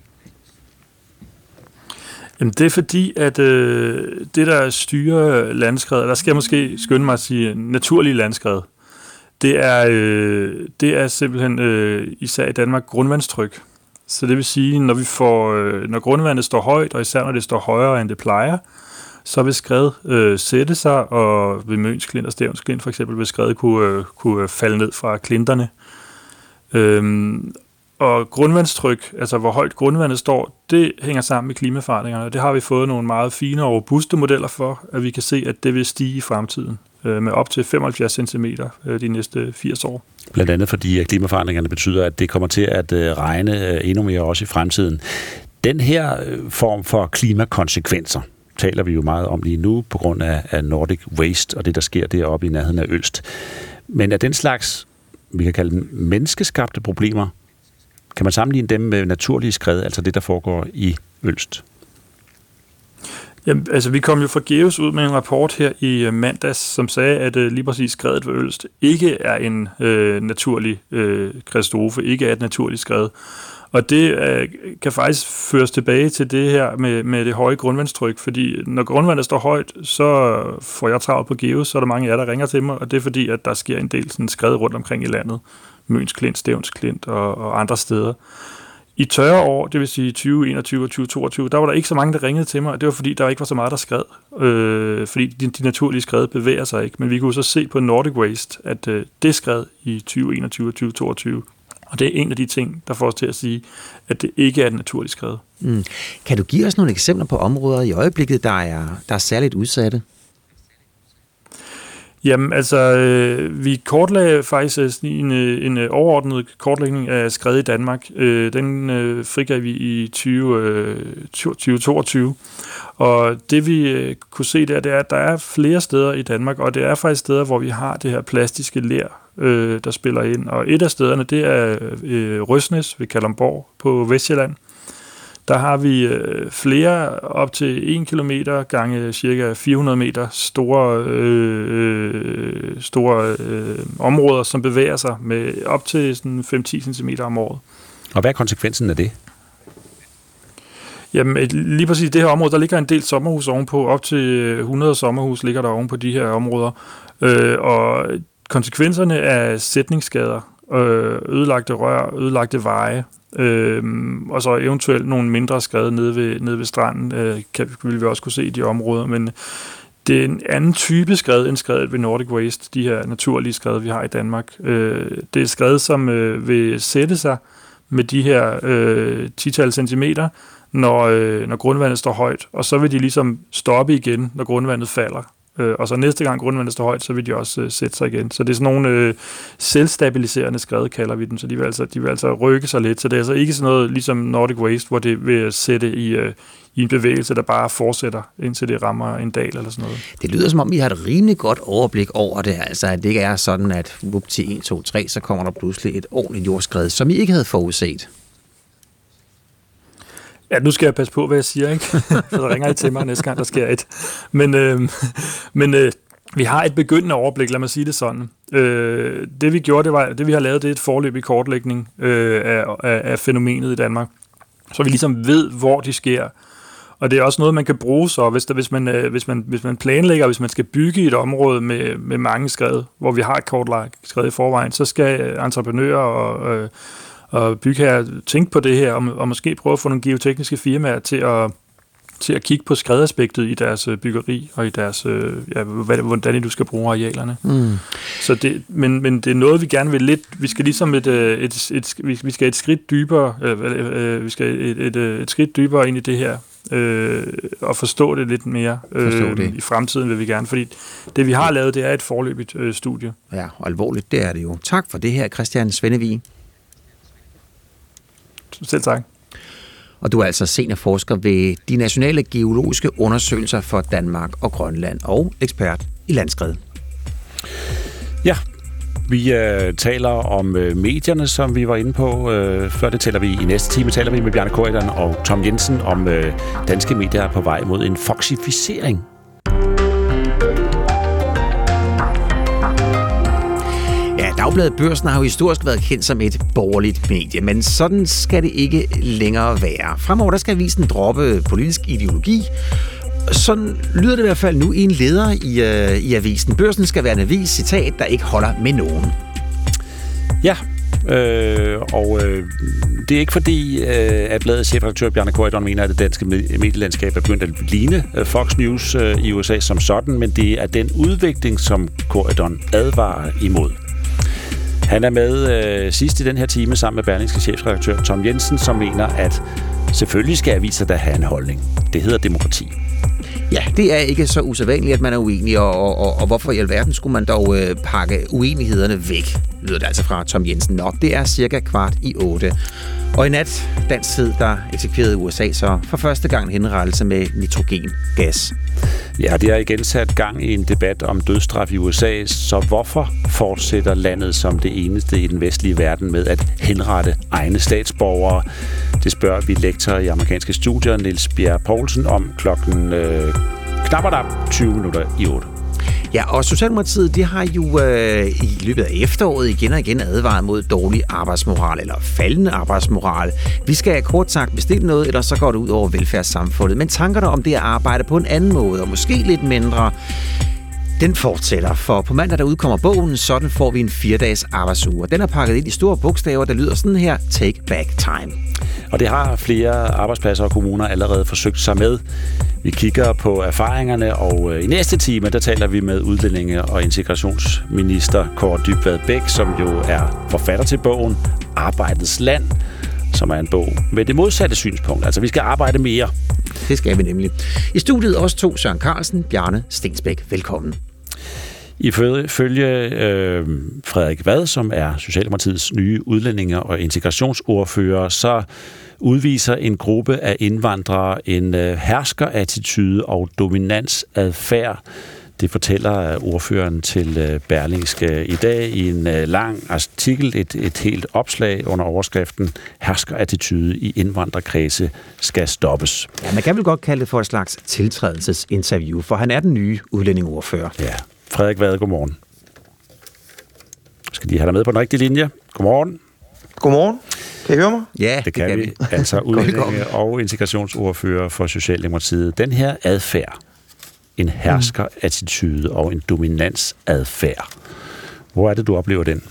Speaker 13: Jamen, det er fordi, at øh, det, der styrer landskred, der skal jeg måske skynde mig at sige naturlige landskred, det er, øh, det er simpelthen øh, især i Danmark grundvandstryk. Så det vil sige, når vi får, øh, når grundvandet står højt, og især når det står højere, end det plejer, så vil skred øh, sætte sig, og ved Møns Klint og Stevns Klint for eksempel, vil skred kunne, øh, kunne falde ned fra klinterne. Øhm, Og grundvandstryk, altså hvor højt grundvandet står, det hænger sammen med klimaforandringerne, og det har vi fået nogle meget fine og robuste modeller for, at vi kan se, at det vil stige i fremtiden øh, med op til femoghalvfjerds centimeter øh, de næste firs år.
Speaker 2: Blandt andet fordi klimaforandringerne betyder, at det kommer til at øh, regne øh, endnu mere også i fremtiden. Den her øh, form for klimakonsekvenser taler vi jo meget om lige nu på grund af, af Nordic Waste og det, der sker deroppe i nærheden af Ølst. Men er den slags, vi kan kalde dem menneskeskabte problemer, kan man sammenligne dem med naturlige skred, altså det, der foregår i Ølst?
Speaker 13: Jamen, altså vi kom jo fra GEOS ud med en rapport her i mandags, som sagde, at uh, lige præcis skredet ved Ølst ikke er en uh, naturlig uh, katastrofe, ikke er et naturligt skred. Og det uh, kan faktisk føres tilbage til det her med, med det høje grundvandstryk, fordi når grundvandet står højt, så får jeg travlt på GEOS, så er der mange af jer, der ringer til mig, og det er fordi, at der sker en del sådan skred rundt omkring i landet. Møns Klint, Stevns Klint og, og andre steder. I tørre år, det vil sige tyve enogtyve og tyve toogtyve, der var der ikke så mange, der ringede til mig, og det var fordi, der ikke var så meget, der skred. Øh, fordi de, de naturlige skred bevæger sig ikke. Men vi kunne så se på Nordic Waste, at øh, det skred i tyve enogtyve og tyve toogtyve. Og det er en af de ting, der får os til at sige, at det ikke er et naturligt skred.
Speaker 3: Mm. Kan du give os nogle eksempler på områder i øjeblikket, der er, der er særligt udsatte?
Speaker 13: Jamen, altså, øh, vi kortlagde faktisk en, en overordnet kortlægning af skred i Danmark. Øh, den øh, frigav vi i tyve toogtyve. Og det vi øh, kunne se der, det er, at der er flere steder i Danmark, og det er faktisk steder, hvor vi har det her plastiske ler, øh, der spiller ind. Og et af stederne, det er øh, Røsnæs ved Kalundborg på Vestsjælland. Der har vi øh, flere op til en kilometer gange cirka fire hundrede meter store, øh, store øh, områder, som bevæger sig med op til sådan fem til ti centimeter om året.
Speaker 2: Og hvad er konsekvensen af det?
Speaker 13: Jamen, lige præcis det her område, der ligger en del sommerhus ovenpå. Op til hundrede sommerhus ligger der ovenpå de her områder. Øh, og konsekvenserne af sætningsskader, øh, ødelagte rør, ødelagte veje, Øhm, og så eventuelt nogle mindre skred nede ved, nede ved stranden, øh, kan, vil vi også kunne se i de områder, men det er en anden type skred end skredet ved Nordic Waste, de her naturlige skred, vi har i Danmark. Øh, det er skred, som øh, vil sætte sig med de her øh, ti-tal centimeter, når, øh, når grundvandet står højt, og så vil de ligesom stoppe igen, når grundvandet falder. Og så næste gang grundvandet står højt, så vil de også øh, sætte sig igen. Så det er sådan nogle øh, selvstabiliserende skred, kalder vi dem. Så de vil, altså, de vil altså rykke sig lidt. Så det er altså ikke sådan noget ligesom Nordic Waste, hvor det vil sætte i, øh, i en bevægelse, der bare fortsætter, indtil det rammer en dal eller sådan noget.
Speaker 3: Det lyder som om, I har et rimelig godt overblik over det. Altså, at det ikke er sådan, at up til en, to, tre, så kommer der pludselig et ordentligt jordskred, som I ikke havde forudset.
Speaker 13: Ja, nu skal jeg passe på, hvad jeg siger, ikke? Så der ringer I til mig næste gang, der sker et. Men, øh, men øh, vi har et begyndende overblik, lad mig sige det sådan. Øh, det vi gjorde, det var, det vi har lavet, det er et forløbig kortlægning øh, af, af, af fænomenet i Danmark. Så vi ligesom ved, hvor de sker. Og det er også noget, man kan bruge så, hvis, der, hvis, man, øh, hvis, man, hvis man planlægger, hvis man skal bygge et område med, med mange skred, hvor vi har et kortlagt skred i forvejen, så skal entreprenører og, øh, og bygherrer tænke på det her, og, og måske prøve at få nogle geotekniske firmaer til at, til at kigge på skredaspektet i deres byggeri, og i deres, øh, ja, hvordan du skal bruge arealerne. Mm. Så det, men, men det er noget, vi gerne vil lidt, vi skal ligesom et, et, et, et, vi skal et skridt dybere, øh, øh, vi skal et, et, et skridt dybere ind i det her, øh, og forstå det lidt mere øh, det. I fremtiden vil vi gerne, fordi det vi har lavet, det er et forløbigt øh, studie.
Speaker 3: Ja, og alvorligt, det er det jo. Tak for det her, Christian Svendevig.
Speaker 13: Selv tak.
Speaker 3: Og du er altså seniorforsker ved de nationale geologiske undersøgelser for Danmark og Grønland og ekspert i landskred.
Speaker 2: Ja, vi øh, taler om øh, medierne, som vi var inde på. Øh, før det taler vi i næste time, taler vi med Bjarne Corydon og Tom Jensen om øh, danske medier er på vej mod en foxificering.
Speaker 3: Dagbladet Børsen har jo historisk været kendt som et borgerligt medie, men sådan skal det ikke længere være. Fremover der skal avisen droppe politisk ideologi. Sådan lyder det i hvert fald nu i en leder i, øh, i avisen. Børsen skal være en avis, citat, der ikke holder med nogen.
Speaker 2: Ja, øh, og øh, det er ikke fordi, øh, at bladets chefredaktør Bjarne Corydon mener, at det danske medielandskab er begyndt at ligne Fox News øh, i U S A som sådan, men det er den udvikling, som Corydon advarer imod. Han er med øh, sidst i den her time sammen med Berlingske chefredaktør Tom Jensen, som mener, at selvfølgelig skal aviser der have en holdning. Det hedder demokrati.
Speaker 3: Ja, det er ikke så usædvanligt, at man er uenig, og, og, og, og hvorfor i alverden skulle man dog øh, pakke uenighederne væk, lyder det altså fra Tom Jensen. Nå, det er cirka kvart i otte. Og i nat, dansk tid, der eksekverede U S A så for første gang en henrettelse med nitrogengas.
Speaker 2: Ja, det har igen sat gang i en debat om dødsstraf i U S A, så hvorfor fortsætter landet som det eneste i den vestlige verden med at henrette egne statsborgere? Det spørger vi lektor i amerikanske studier, Niels Bjerre Poulsen, om klokken øh, knap tyve minutter i otte.
Speaker 3: Ja, og Socialdemokratiet, de har jo øh, i løbet af efteråret igen og igen advaret mod dårlig arbejdsmoral, eller faldende arbejdsmoral. Vi skal kort sagt bestille noget, ellers så går det ud over velfærdssamfundet. Men tankerne om det at arbejde på en anden måde, og måske lidt mindre, den fortsætter. For på mandag, der udkommer bogen, sådan får vi en fire-dages arbejdsuge. Den er pakket ind i store bogstaver, der lyder sådan her: Take Back Time.
Speaker 2: Og det har flere arbejdspladser og kommuner allerede forsøgt sig med. Vi kigger på erfaringerne, og i næste time, der taler vi med udlændinge- og integrationsminister Kaare Dybvad Bek, som jo er forfatter til bogen Arbejdets Land, som er en bog med det modsatte synspunkt. Altså, vi skal arbejde mere.
Speaker 3: Det skal vi nemlig. I studiet også to Søren Carlsen, Bjarne Stensbæk. Velkommen.
Speaker 2: Ifølge øh, Frederik Vad, som er Socialdemokratiets nye udlændinge- og integrationsordfører, så udviser en gruppe af indvandrere en øh, herskerattitude og dominansadfærd. Det fortæller ordføreren til øh, Berlingske i dag i en øh, lang artikel, et, et helt opslag under overskriften Herskerattitude i indvandrerkredse skal stoppes.
Speaker 3: Ja, man kan vel godt kalde det for et slags tiltrædelsesinterview, for han er den nye udlændingeordfører.
Speaker 2: Ja. Frederik Vad, godmorgen. Skal de have dig med på den rigtige linje? Godmorgen.
Speaker 15: Godmorgen. Kan I høre mig?
Speaker 3: Ja,
Speaker 2: det,
Speaker 3: det
Speaker 2: kan,
Speaker 3: kan
Speaker 2: vi.
Speaker 3: vi.
Speaker 2: Altså udlændinge og integrationsordfører for Socialdemokratiet. Den her adfærd, en herskerattitude og en dominansadfærd. Hvor er det, du oplever den?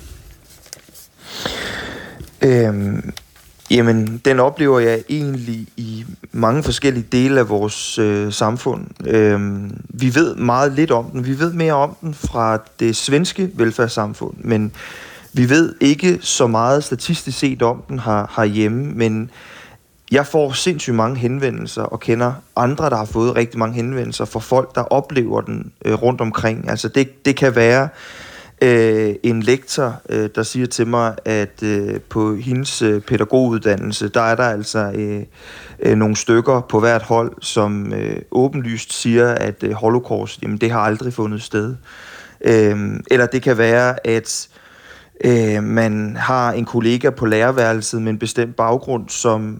Speaker 15: Øhm, jamen, den oplever jeg egentlig i mange forskellige dele af vores øh, samfund. Øhm, vi ved meget lidt om den. Vi ved mere om den fra det svenske velfærdssamfund, men vi ved ikke så meget statistisk set om den her, herhjemme, men jeg får sindssygt mange henvendelser og kender andre, der har fået rigtig mange henvendelser fra folk, der oplever den øh, rundt omkring. Altså det, det kan være øh, en lektor, øh, der siger til mig, at øh, på hendes øh, pædagoguddannelse, der er der altså øh, øh, nogle stykker på hvert hold, som øh, åbenlyst siger, at øh, holocaust, jamen det har aldrig fundet sted. Øh, eller det kan være, at øh, man har en kollega på lærerværelset med en bestemt baggrund, som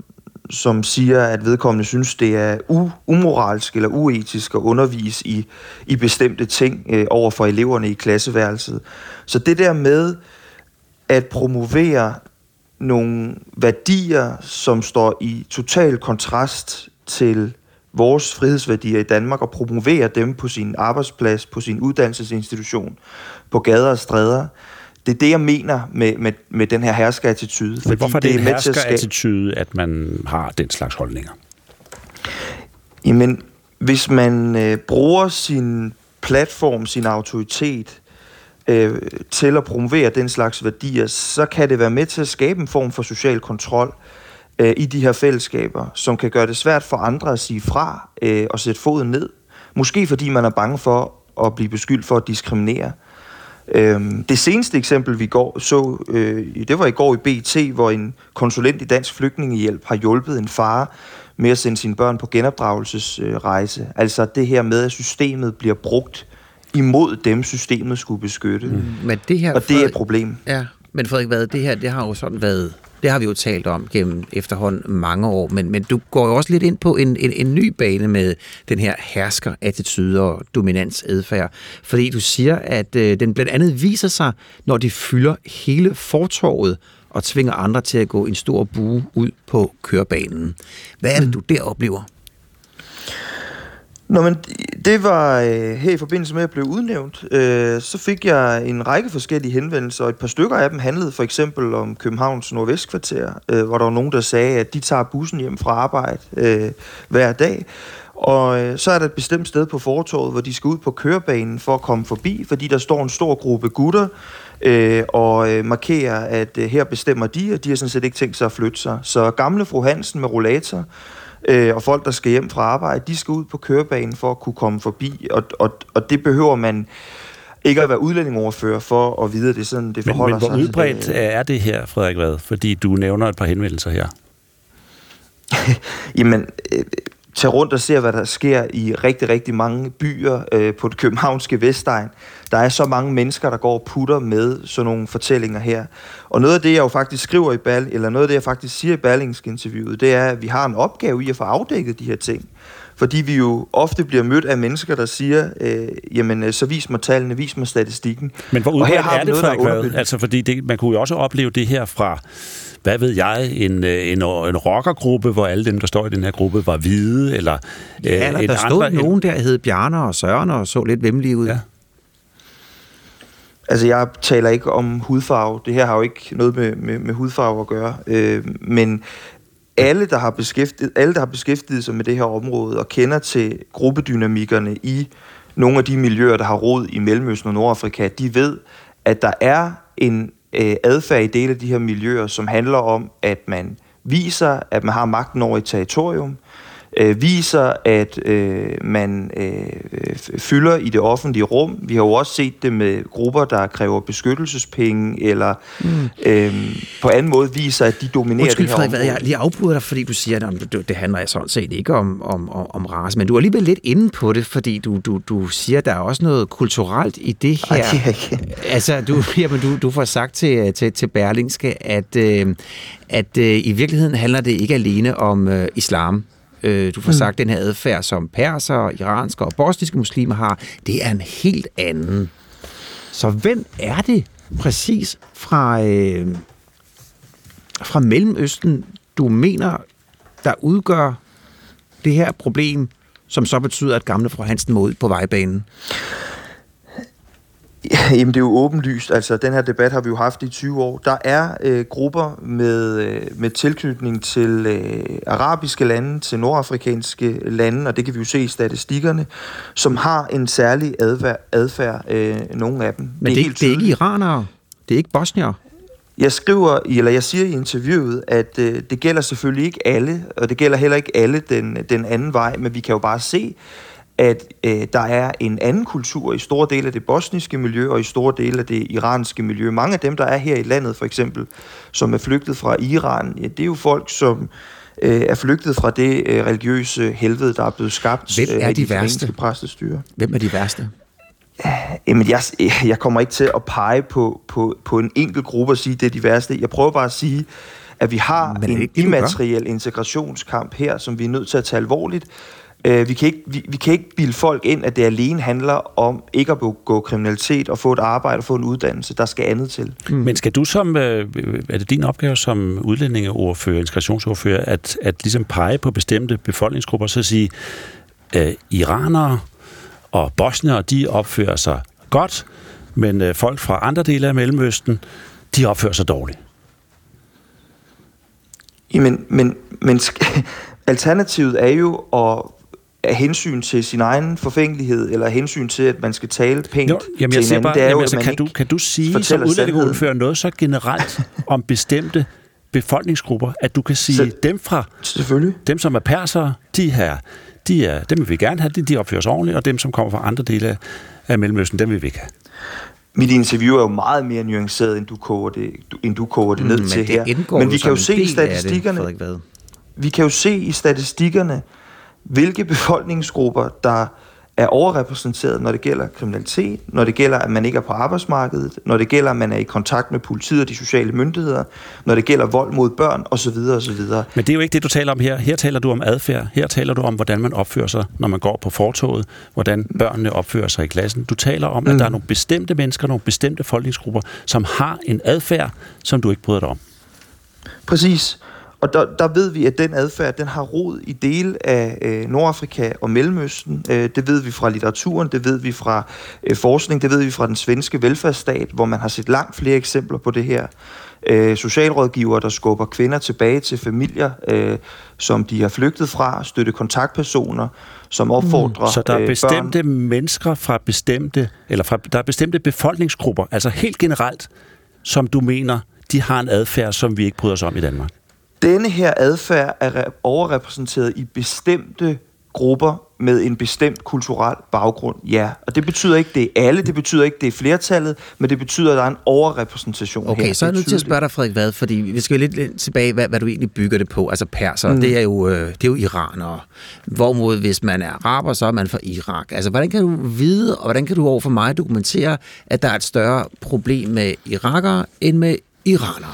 Speaker 15: som siger, at vedkommende synes, det er u- umoralsk eller uetisk at undervise i, i bestemte ting øh, over for eleverne i klasseværelset. Så det der med at promovere nogle værdier, som står i total kontrast til vores frihedsværdier i Danmark, og promovere dem på sin arbejdsplads, på sin uddannelsesinstitution, på gader og stræder. Det er det, jeg mener med, med, med den her herskerattitude.
Speaker 2: Men hvorfor er det, det en herskerattitude, at man har den slags holdninger?
Speaker 15: Jamen, hvis man øh, bruger sin platform, sin autoritet øh, til at promovere den slags værdier, så kan det være med til at skabe en form for social kontrol øh, i de her fællesskaber, som kan gøre det svært for andre at sige fra øh, og sætte foden ned. Måske fordi man er bange for at blive beskyldt for at diskriminere. Det seneste eksempel, vi går, så, øh, det var i går i B T, hvor en konsulent i Dansk Flygtningehjælp har hjulpet en far med at sende sine børn på genopdragelsesrejse. Øh, altså det her med, at systemet bliver brugt imod dem, systemet skulle beskytte. Mm.
Speaker 3: Men det her,
Speaker 15: og det er et problem.
Speaker 3: Ja, men Frederik Vad, det her, det har jo sådan været... Det har vi jo talt om gennem efterhånden mange år, men, men du går jo også lidt ind på en, en, en ny bane med den her hersker-attitude og dominansadfærd, fordi du siger, at øh, den blandt andet viser sig, når de fylder hele fortorvet og tvinger andre til at gå en stor bue ud på kørebanen. Hvad er det, du der oplever?
Speaker 15: Nå, men det var øh, her i forbindelse med at blive udnævnt, øh, så fik jeg en række forskellige henvendelser, og et par stykker af dem handlede for eksempel om Københavns Nordvestkvarter, øh, hvor der var nogen, der sagde, at de tager bussen hjem fra arbejde øh, hver dag, og øh, så er der et bestemt sted på fortorvet, hvor de skal ud på kørebanen for at komme forbi, fordi der står en stor gruppe gutter øh, og øh, markerer, at øh, her bestemmer de, og de har sådan set ikke tænkt sig at flytte sig. Så gamle fru Hansen med rollator, Øh, og folk, der skal hjem fra arbejde, de skal ud på kørebanen for at kunne komme forbi, og, og, og det behøver man ikke at være udlændingoverfører for at vide, at det er sådan, det forholder sig.
Speaker 2: Men, men hvor udbredt sig. er det her, Frederik Vad? Fordi du nævner et par henvendelser her.
Speaker 15: Jamen, øh, tag rundt og se, hvad der sker i rigtig, rigtig mange byer øh, på det københavnske Vestegn. Der er så mange mennesker, der går og putter med sådan nogle fortællinger her. Og noget af det, jeg jo faktisk skriver i Berl, eller noget af det, jeg faktisk siger i Berlingske interviewet, det er, at vi har en opgave i at få afdækket de her ting. Fordi vi jo ofte bliver mødt af mennesker, der siger, øh, jamen, så vis mig tallene, vis mig statistikken.
Speaker 2: Men hvor udbredt er det, Frederik Vad? Altså, fordi det, man kunne jo også opleve det her fra, hvad ved jeg, en, en, en rockergruppe, hvor alle dem, der står i den her gruppe, var hvide, eller...
Speaker 3: Ja, eller der stod andre, nogen, der hed Bjarne og Søren, og så lidt vemmelige ud. Ja.
Speaker 15: Altså, jeg taler ikke om hudfarve. Det her har jo ikke noget med, med, med hudfarve at gøre. Øh, men alle der, har beskæftiget, alle, der har beskæftiget sig med det her område og kender til gruppedynamikkerne i nogle af de miljøer, der har rod i Mellemøsten og Nordafrika, de ved, at der er en øh, adfærd i dele af de her miljøer, som handler om, at man viser, at man har magten over et territorium, øh, viser, at øh, man øh, fylder i det offentlige rum. Vi har jo også set det med grupper, der kræver beskyttelsespenge, eller mm. øh, på anden måde viser, at de dominerer
Speaker 3: Undskyld,
Speaker 15: det her
Speaker 3: Frederik,
Speaker 15: område.
Speaker 3: Jeg lige afbryder dig, fordi du siger, at det handler sådan set ikke om, om, om, om race, men du er alligevel lidt inde på det, fordi du, du, du siger, at der er også noget kulturelt i det her. Ej, det er ikke. Altså, du, jamen, du, du får sagt til, til, til Berlingske, at, øh, at øh, i virkeligheden handler det ikke alene om øh, islam. Du får sagt, at den her adfærd, som perser, iranske og bosniske muslimer har, det er en helt anden. Så hvem er det præcis fra, øh, fra Mellemøsten, du mener, der udgør det her problem, som så betyder, at gamle fru Hansen må ud på vejbanen?
Speaker 15: Jamen, det er jo åbenlyst. Altså, den her debat har vi jo haft i tyve år. Der er øh, grupper med, øh, med tilknytning til øh, arabiske lande, til nordafrikanske lande, og det kan vi jo se i statistikkerne, som har en særlig adfærd, adfærd øh, nogle af dem.
Speaker 3: Men det er, det, det er ikke iranere, det er ikke bosniere.
Speaker 15: Jeg skriver, eller jeg siger i interviewet, at øh, det gælder selvfølgelig ikke alle, og det gælder heller ikke alle den, den anden vej, men vi kan jo bare se, at øh, der er en anden kultur i store dele af det bosniske miljø og i store dele af det iranske miljø. Mange af dem, der er her i landet for eksempel, som er flygtet fra Iran, ja, det er jo folk, som øh, er flygtet fra det øh, religiøse helvede, der er blevet skabt.
Speaker 3: Hvem er
Speaker 15: øh,
Speaker 3: de værste?
Speaker 15: Præstestyre.
Speaker 3: Hvem er de værste?
Speaker 15: Jamen, jeg, jeg kommer ikke til at pege på, på, på en enkelt gruppe og sige, at det er de værste. Jeg prøver bare at sige, at vi har en immateriel integrationskamp her, som vi er nødt til at tage alvorligt. Vi kan, ikke, vi, vi kan ikke bilde folk ind, at det alene handler om ikke at begå kriminalitet og få et arbejde og få en uddannelse. Der skal andet til.
Speaker 2: Mm. Men skal du som, er det din opgave som udlændingeordfører, integrationsordfører, at, at ligesom pege på bestemte befolkningsgrupper, så at sige, øh, iranere og bosniere, de opfører sig godt, men øh, folk fra andre dele af Mellemøsten, de opfører sig dårligt?
Speaker 15: Jamen, men, men alternativet er jo at af hensyn til sin egen forfængelighed, eller hensyn til, at man skal tale pænt jo,
Speaker 2: jamen,
Speaker 15: til hinanden.
Speaker 2: Bare,
Speaker 15: det er
Speaker 2: jamen,
Speaker 15: jo,
Speaker 2: altså, kan, du, kan du sige som udlændingeordfører noget så generelt om bestemte befolkningsgrupper, at du kan sige, så, dem fra,
Speaker 15: selvfølgelig.
Speaker 2: Dem som er persere, de her, de er, dem vil vi gerne have, de opfører sig ordentligt, og dem som kommer fra andre dele af Mellemøsten, dem vil vi ikke have.
Speaker 15: Mit interview er jo meget mere nuanceret, end du koger det, end du koger det ned mm, til her. Men vi kan jo se i statistikkerne, det, vi kan jo se i statistikkerne, hvilke befolkningsgrupper, der er overrepræsenteret, når det gælder kriminalitet, når det gælder, at man ikke er på arbejdsmarkedet, når det gælder, at man er i kontakt med politiet og de sociale myndigheder, når det gælder vold mod børn, osv. osv.
Speaker 2: Men det er jo ikke det, du taler om her. Her taler du om adfærd. Her taler du om, hvordan man opfører sig, når man går på fortovet, hvordan børnene opfører sig i klassen. Du taler om, at mm. der er nogle bestemte mennesker, nogle bestemte folketingsgrupper, som har en adfærd, som du ikke bryder dig om.
Speaker 15: Præcis. Og der, der ved vi, at den adfærd, den har rod i dele af øh, Nordafrika og Mellemøsten. Øh, det ved vi fra litteraturen, det ved vi fra øh, forskning, det ved vi fra den svenske velfærdsstat, hvor man har set langt flere eksempler på det her. Øh, socialrådgivere, der skubber kvinder tilbage til familier, øh, som de har flygtet fra, støtte kontaktpersoner, som opfordrer
Speaker 2: mm. Så der er bestemte
Speaker 15: børn.
Speaker 2: mennesker fra bestemte, eller fra, der er bestemte befolkningsgrupper, altså helt generelt, som du mener, de har en adfærd, som vi ikke bryder os om i Danmark?
Speaker 15: Denne her adfærd er overrepræsenteret i bestemte grupper med en bestemt kulturel baggrund, ja. Og det betyder ikke, det er alle, det betyder ikke, det er flertallet, men det betyder, at der er en overrepræsentation
Speaker 3: okay, her. Okay, så er jeg nødt til at spørge dig, Frederik Vad, fordi vi skal jo lidt, lidt tilbage, hvad, hvad du egentlig bygger det på. Altså perser, mm. det, er jo, det er jo iranere. Hvorimod, hvis man er araber, så er man fra Irak. Altså, hvordan kan du vide, og hvordan kan du over for mig dokumentere, at der er et større problem med irakere end med iranere?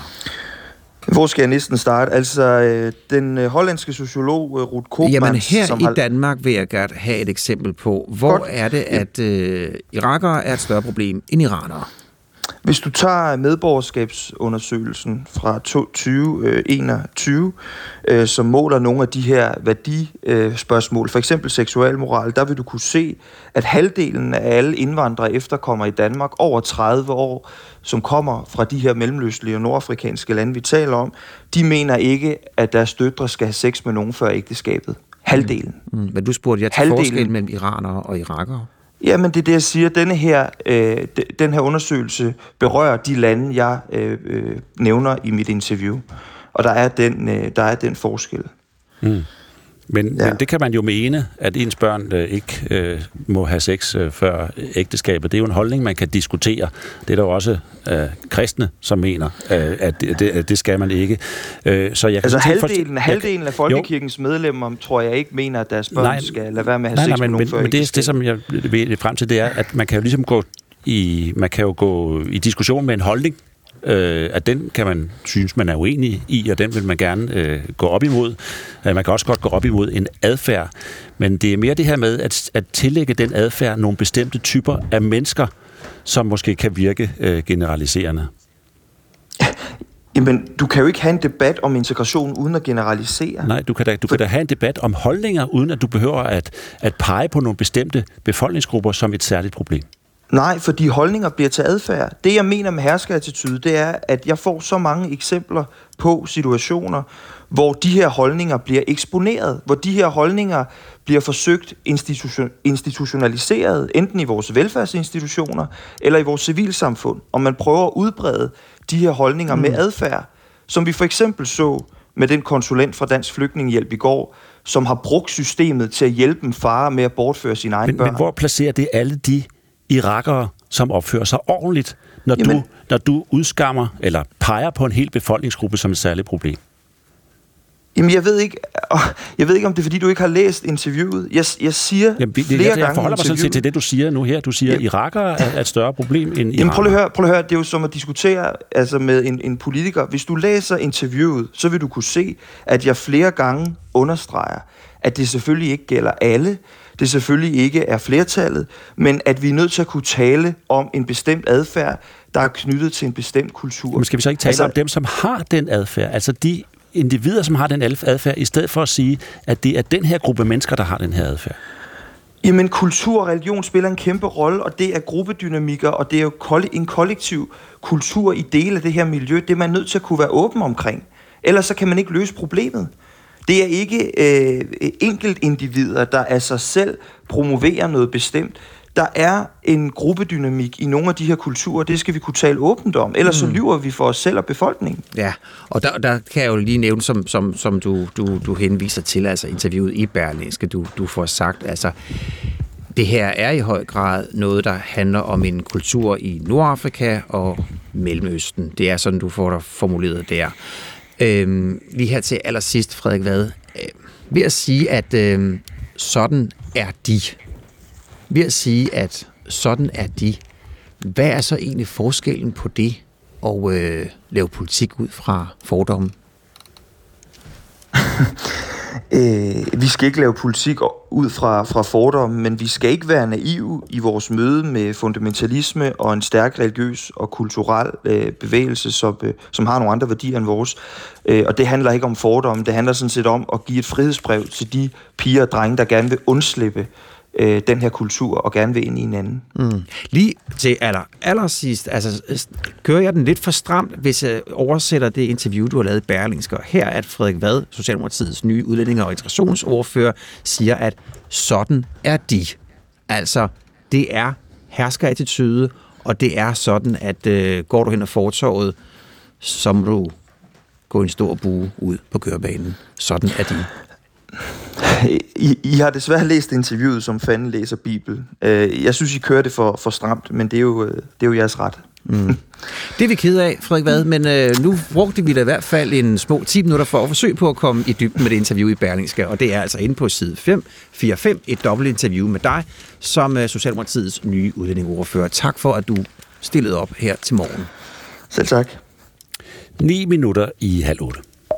Speaker 15: Hvor skal jeg næsten starte? Altså, øh, den øh, hollandske sociolog øh, Ruud Koopmans...
Speaker 3: Jamen her
Speaker 15: som
Speaker 3: i
Speaker 15: har...
Speaker 3: Danmark vil jeg gerne have et eksempel på, hvor Godt. er det, at øh, irakere er et større problem end iranere?
Speaker 15: Hvis du tager medborgerskabsundersøgelsen fra tyve enogtyve, øh, som måler nogle af de her værdispørgsmål, for eksempel seksualmoral, der vil du kunne se, at halvdelen af alle indvandrere efterkommer i Danmark over tredive år, som kommer fra de her mellemøstlige og nordafrikanske lande, vi taler om, de mener ikke, at deres døtre skal have sex med nogen før ægteskabet. Halvdelen.
Speaker 3: Mm. Mm. Men du spurgte jeg til Halvdelen. forskel mellem iranere og irakere?
Speaker 15: Jamen, det er det, jeg siger. Denne her, øh, den her undersøgelse berører de lande, jeg øh, øh, nævner i mit interview. Og der er den, øh, der er den forskel.
Speaker 2: Mm. Men, ja. men det kan man jo mene, at ens børn øh, ikke øh, må have sex øh, før ægteskabet. Det er jo en holdning, man kan diskutere. Det er der jo også øh, kristne, som mener, øh, at, det, at det skal man ikke. Øh, så jeg kan
Speaker 15: altså halvdelen,
Speaker 2: for...
Speaker 15: halvdelen af folkekirkens medlemmer, tror jeg ikke mener, at deres børn nej, skal lade være med at have
Speaker 2: nej,
Speaker 15: sex
Speaker 2: nej,
Speaker 15: med nogen
Speaker 2: men,
Speaker 15: før
Speaker 2: men
Speaker 15: ægteskabet.
Speaker 2: det, det, som jeg vil frem til, det er, at man kan jo ligesom gå i, man kan jo gå i diskussion med en holdning, Øh, at den kan man synes, man er uenig i, og den vil man gerne øh, gå op imod. Øh, man kan også godt gå op imod en adfærd, men det er mere det her med at, at tillægge den adfærd nogle bestemte typer af mennesker, som måske kan virke øh, generaliserende.
Speaker 15: Jamen, du kan jo ikke have en debat om integration uden at generalisere.
Speaker 2: Nej, du kan da, du kan da have en debat om holdninger, uden at du behøver at, at pege på nogle bestemte befolkningsgrupper som et særligt problem.
Speaker 15: Nej, fordi holdninger bliver til adfærd. Det, jeg mener med herskerattitude, det er, at jeg får så mange eksempler på situationer, hvor de her holdninger bliver eksponeret, hvor de her holdninger bliver forsøgt institution- institutionaliseret, enten i vores velfærdsinstitutioner eller i vores civilsamfund, og man prøver at udbrede de her holdninger mm. med adfærd, som vi for eksempel så med den konsulent fra Dansk Flygtningehjælp i går, som har brugt systemet til at hjælpe en far med at bortføre sine egne
Speaker 2: men,
Speaker 15: børn.
Speaker 2: Men hvor placerer det alle de irakere, som opfører sig ordentligt, når,
Speaker 15: Jamen,
Speaker 2: du, når du udskammer eller peger på en hel befolkningsgruppe som et særligt problem?
Speaker 15: Jamen, jeg ved ikke, jeg ved ikke, om det er, fordi du ikke har læst interviewet. Jeg, jeg siger
Speaker 2: Jamen, det,
Speaker 15: flere
Speaker 2: jeg,
Speaker 15: gange
Speaker 2: jeg forholder mig sådan set til det, du siger nu her. Du siger, at ja. irakere er et større problem end iranere.
Speaker 15: Jamen, prøv at høre, prøv at høre. Det er jo som at diskutere altså med en, en politiker. Hvis du læser interviewet, så vil du kunne se, at jeg flere gange understreger, at det selvfølgelig ikke gælder alle, det selvfølgelig ikke er flertallet, men at vi er nødt til at kunne tale om en bestemt adfærd, der er knyttet til en bestemt kultur.
Speaker 2: Men skal vi så ikke tale altså, om dem, som har den adfærd? Altså de individer, som har den adfærd, i stedet for at sige, at det er den her gruppe mennesker, der har den her adfærd?
Speaker 15: Jamen, kultur og religion spiller en kæmpe rolle, og det er gruppedynamikker, og det er jo en kollektiv kultur i dele af det her miljø. Det er man nødt til at kunne være åben omkring. Ellers så kan man ikke løse problemet. Det er ikke øh, enkeltindivider, der af sig selv promoverer noget bestemt. Der er en gruppedynamik i nogle af de her kulturer, det skal vi kunne tale åbent om, ellers mm. så lyver vi for os selv og befolkningen.
Speaker 3: Ja, og der, der kan jeg jo lige nævne, som, som, som du, du, du henviser til, altså interviewet i Berlingske, du, du får sagt, altså det her er i høj grad noget, der handler om en kultur i Nordafrika og Mellemøsten. Det er sådan, du får det formuleret der. Øhm, lige her til allersidst, Frederik Vad, øh, ved at sige, at øh, sådan er de. Ved at sige, at sådan er de. Hvad er så egentlig forskellen på det og øh, lave politik ud fra fordomme?
Speaker 15: øh, vi skal ikke lave politik ud fra, fra fordomme, men vi skal ikke være naive i vores møde med fundamentalisme og en stærk religiøs og kulturel øh, bevægelse, som, øh, som har nogle andre værdier end vores. Øh, og det handler ikke om fordomme, det handler sådan set om at give et frihedsbrev til de piger og drenge, der gerne vil undslippe øh, den her kultur og gerne vil ind i en anden.
Speaker 3: Mm. Lige til aller, allersidst, altså kører jeg den lidt for stramt, hvis jeg oversætter det interview, du har lavet i Berlingske. Her at Frederik Vad, Socialdemokratiets nye udlændinge- og integrationsordfører, siger, at sådan er de. Altså, det er herskerattitude, og det er sådan, at øh, går du hen ad fortorvet, så må du gå en stor bue ud på kørebanen. Sådan er de.
Speaker 15: I, I har desværre læst interviewet, som fanden læser Bibel. Jeg synes, I kører det for, for stramt, men det er jo, det er jo jeres ret.
Speaker 3: Mm. Det er vi ked af, Frederik Vad, men øh, nu brugte vi da i hvert fald en små ti minutter for at forsøge på at komme i dybden med det interview i Berlingske, og det er altså inde på side fem fire fem, et dobbelt interview med dig, som øh, Socialdemokratiets nye udlændingeordfører. Tak for, at du stillede op her til morgen.
Speaker 15: Selv tak.
Speaker 2: Ni minutter i halv otte.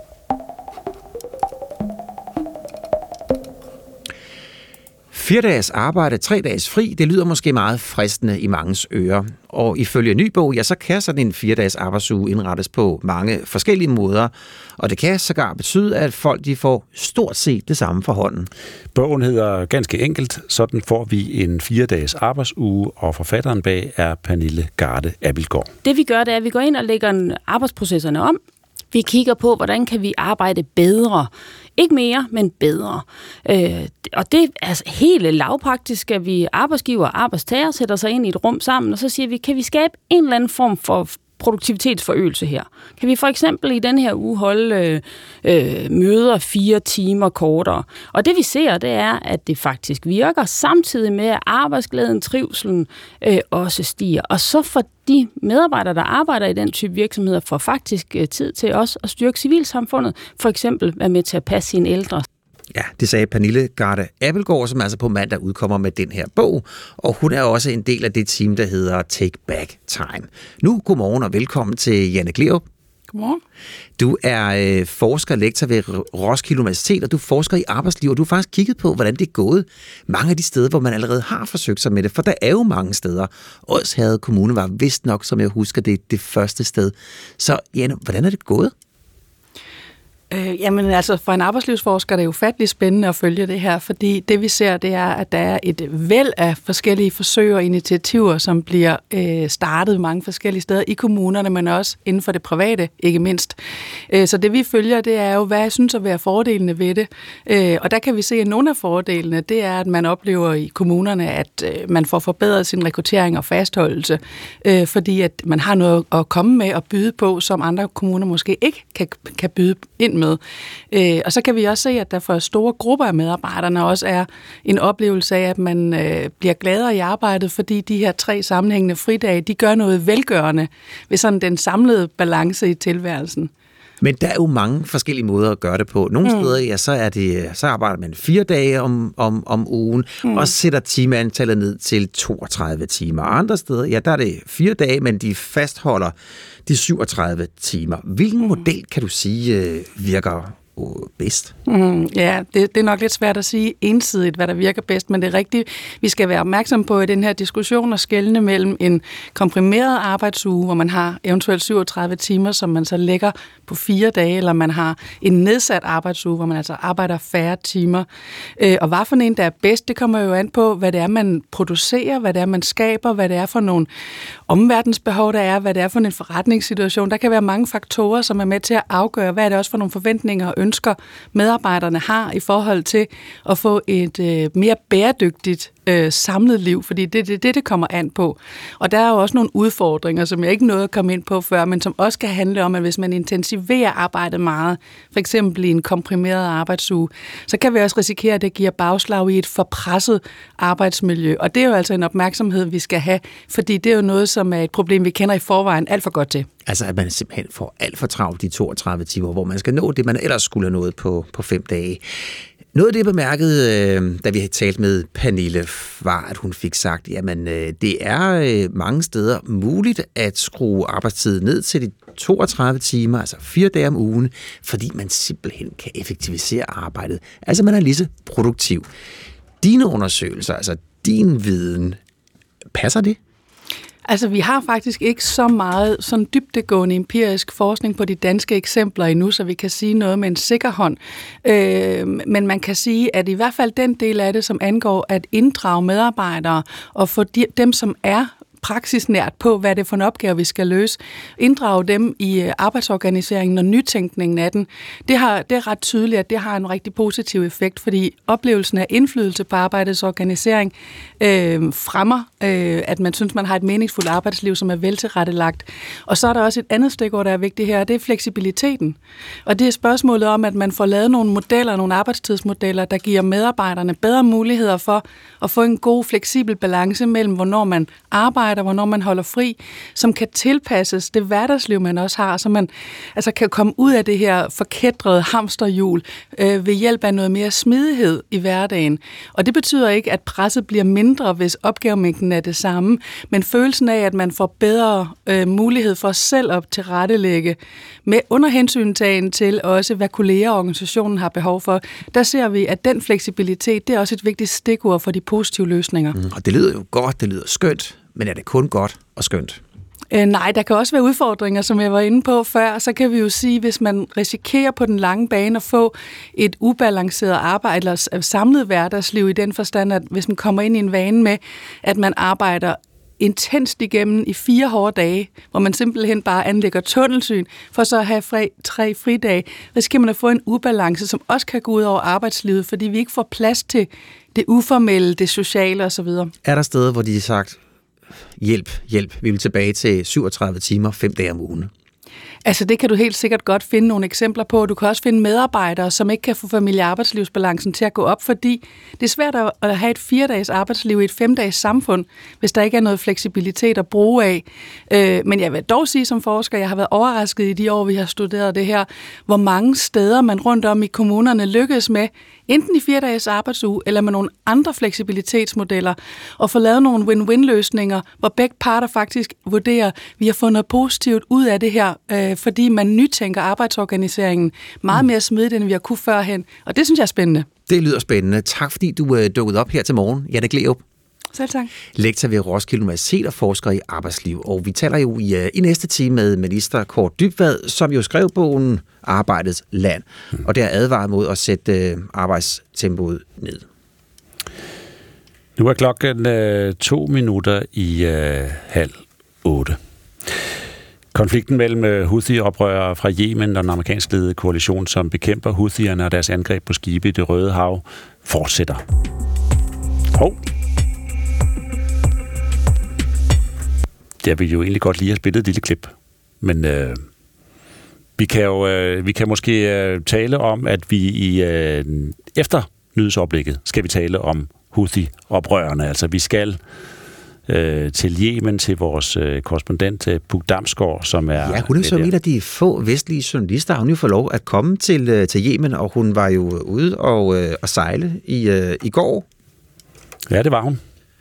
Speaker 3: Fire dages arbejde, tre dages fri, det lyder måske meget fristende i manges ører. Og ifølge Nybog, ja, så kan sådan en fire dages arbejdsuge indrettes på mange forskellige måder. Og det kan sågar betyde, at folk de får stort set det samme for hånden.
Speaker 2: Bogen hedder ganske enkelt, sådan får vi en fire dages arbejdsuge, og forfatteren bag er Pernille Garde Abildgaard.
Speaker 5: Det vi gør, det er, at vi går ind og lægger arbejdsprocesserne om. Vi kigger på, hvordan kan vi arbejde bedre. Ikke mere, men bedre. Øh, og det er altså helt lavpraktisk, at vi arbejdsgiver og arbejdstager sætter sig ind i et rum sammen, og så siger vi, kan vi skabe en eller anden form for produktivitetsforøgelse her? Kan vi for eksempel i den her uge holde øh, møder fire timer kortere? Og det vi ser, det er, at det faktisk virker, samtidig med at arbejdsglæden, trivselen øh, også stiger. Og så får de medarbejdere, der arbejder i den type virksomheder, får faktisk øh, tid til også at styrke civilsamfundet. For eksempel være med til at passe sine ældre.
Speaker 3: Ja, det sagde Pernille Garde Abildgaard, som altså på mandag udkommer med den her bog, og hun er også en del af det team, der hedder Take Back Time. Nu, godmorgen og velkommen til Janne Gleerup.
Speaker 16: Godmorgen.
Speaker 3: Du er øh, forsker, lektor ved Roskilde Universitet, og du forsker i arbejdsliv, og du har faktisk kigget på, hvordan det er gået mange af de steder, hvor man allerede har forsøgt sig med det, for der er jo mange steder. Odsherred Kommune var vist nok, som jeg husker, det det første sted. Så Janne, hvordan er det gået?
Speaker 16: Øh, jamen altså, for en arbejdslivsforsker er det jo ufattelig spændende at følge det her, fordi det vi ser, det er, at der er et væld af forskellige forsøg og initiativer, som bliver øh, startet mange forskellige steder i kommunerne, men også inden for det private, ikke mindst. Øh, så det vi følger, det er jo, hvad jeg synes at være fordelene ved det. Øh, og der kan vi se, at nogle af fordelene, det er, at man oplever i kommunerne, at øh, man får forbedret sin rekruttering og fastholdelse, øh, fordi at man har noget at komme med og byde på, som andre kommuner måske ikke kan, kan byde ind med. Øh, og så kan vi også se, at der for store grupper af medarbejderne også er en oplevelse af, at man øh, bliver gladere i arbejdet, fordi de her tre sammenhængende fridage, de gør noget velgørende ved sådan den samlede balance i tilværelsen.
Speaker 3: Men der er jo mange forskellige måder at gøre det på. Nogle mm. steder, ja, så, er det, så arbejder man fire dage om, om, om ugen, mm. og sætter timeantallet ned til toogtredive timer. Andre steder, ja, der er det fire dage, men de fastholder de syvogtredive timer. Hvilken mm. model kan du sige virker bedst?
Speaker 16: Mm, ja, det, det er nok lidt svært at sige ensidigt, hvad der virker bedst, men det er rigtigt. Vi skal være opmærksom på i den her diskussion og skelne mellem en komprimeret arbejdsuge, hvor man har eventuelt syvogtredive timer, som man så lægger på fire dage, eller man har en nedsat arbejdsuge, hvor man altså arbejder færre timer. Øh, og hvad for en, der er bedst, det kommer jo an på, hvad det er, man producerer, hvad det er, man skaber, hvad det er for nogle omverdensbehov, der er, hvad det er for en forretningssituation. Der kan være mange faktorer, som er med til at afgøre, hvad er det også for nogle forventninger og ønsker, medarbejderne har i forhold til at få et øh, mere bæredygtigt øh, samlet liv, fordi det er det, det, det kommer an på. Og der er jo også nogle udfordringer, som jeg ikke nåede at komme ind på før, men som også kan handle om, at hvis man intensiverer arbejdet meget, for eksempel i en komprimeret arbejdsuge, så kan vi også risikere, at det giver bagslag i et forpresset arbejdsmiljø. Og det er jo altså en opmærksomhed, vi skal have, fordi det er jo noget, som er et problem, vi kender i forvejen alt for godt til.
Speaker 3: Altså, at man simpelthen får alt for travlt de toogtredive timer, hvor man skal nå det, man ellers skulle have nået på, på fem dage. Noget af det, jeg bemærkede, øh, da vi havde talt med Pernille, var, at hun fik sagt, jamen, øh, det er øh, mange steder muligt at skrue arbejdstiden ned til de toogtredive timer, altså fire dage om ugen, fordi man simpelthen kan effektivisere arbejdet. Altså, man er lige så produktiv. Dine undersøgelser, altså din viden, passer det?
Speaker 16: Altså, vi har faktisk ikke så meget sådan dybdegående empirisk forskning på de danske eksempler endnu, så vi kan sige noget med en sikker hånd. Øh, men man kan sige, at i hvert fald den del af det, som angår at inddrage medarbejdere og få de, dem, som er praksisnært på, hvad det er for en opgave, vi skal løse. Inddrage dem i arbejdsorganiseringen og nytænkningen af den. Det, har, det er ret tydeligt, at det har en rigtig positiv effekt, fordi oplevelsen af indflydelse på arbejdets organisering øh, fremmer, øh, at man synes, man har et meningsfuldt arbejdsliv, som er veltilrettelagt. Og så er der også et andet stikord, der er vigtigt her, og det er fleksibiliteten. Og det er spørgsmålet om, at man får lavet nogle modeller, nogle arbejdstidsmodeller, der giver medarbejderne bedre muligheder for at få en god, fleksibel balance mellem, hvornår man arbejder, hvornår man holder fri, som kan tilpasses det hverdagsliv, man også har, så man altså kan komme ud af det her forkædrede hamsterhjul øh, ved hjælp af noget mere smidighed i hverdagen. Og det betyder ikke, at presset bliver mindre, hvis opgavemængden er det samme, men følelsen af, at man får bedre øh, mulighed for selv at tilrettelægge med under hensyntagen til også, hvad kolleger og organisationen har behov for. Der ser vi, at den fleksibilitet, det er også et vigtigt stikord for de positive løsninger.
Speaker 3: Mm, og det lyder jo godt, det lyder skønt, men er det kun godt og skønt?
Speaker 16: Øh, nej, der kan også være udfordringer, som jeg var inde på før. Så kan vi jo sige, hvis man risikerer på den lange bane at få et ubalanceret arbejde eller samlet hverdagsliv i den forstand, at hvis man kommer ind i en vane med, at man arbejder intenst igennem i fire hårde dage, hvor man simpelthen bare anlægger tunnelsyn, for så at have fri, tre fridage, risikerer man at få en ubalance, som også kan gå ud over arbejdslivet, fordi vi ikke får plads til det uformelle, det sociale osv.
Speaker 3: Er der steder, hvor de har sagt, hjælp, hjælp, vi vil tilbage til syvogtredive timer, fem dage om ugen?
Speaker 16: Altså det kan du helt sikkert godt finde nogle eksempler på. Du kan også finde medarbejdere, som ikke kan få familie- og arbejdslivsbalancen til at gå op, fordi det er svært at have et fire-dages arbejdsliv i et fem-dages samfund, hvis der ikke er noget fleksibilitet at bruge af. Men jeg vil dog sige som forsker, jeg har været overrasket i de år, vi har studeret det her, hvor mange steder man rundt om i kommunerne lykkes med, enten i fire-dages arbejdsuge eller med nogle andre fleksibilitetsmodeller, og få lavet nogle win-win-løsninger, hvor begge parter faktisk vurderer, at vi har fået noget positivt ud af det her, øh, fordi man nytænker arbejdsorganiseringen meget mere smidigt, end vi har kunne førhen. Og det synes jeg er spændende.
Speaker 3: Det lyder spændende. Tak fordi du øh, dukkede op her til morgen, Janne Gleerup.
Speaker 16: Selv tak.
Speaker 3: Lektor ved Roskilde Universitet og forsker i arbejdsliv. Og vi taler jo i, uh, i næste time med minister Kaare Dybvad, som jo skrev bogen Arbejdets Land. Mm. Og der advarer mod at sætte uh, arbejdstempoet ned.
Speaker 2: Nu er klokken uh, to minutter i uh, halv otte. Konflikten mellem Houthi-oprørere fra Yemen og den amerikansk ledede koalition, som bekæmper Houthierne og deres angreb på skibe i Det Røde Hav, fortsætter. Hov. Jeg vil jo egentlig godt lige have spillet et lille klip, men øh, vi kan jo øh, vi kan måske øh, tale om, at vi i øh, efter nyhedsoplægget skal vi tale om Houthi-oprørerne. Altså vi skal øh, til Yemen, til vores øh, korrespondent øh, Puk Damsgaard, som er...
Speaker 3: Ja, hun er så en af de få vestlige journalister, har hun jo fået lov at komme til, øh, til Yemen, og hun var jo ude og, øh, og sejle i, øh, i går.
Speaker 2: Ja, det var hun.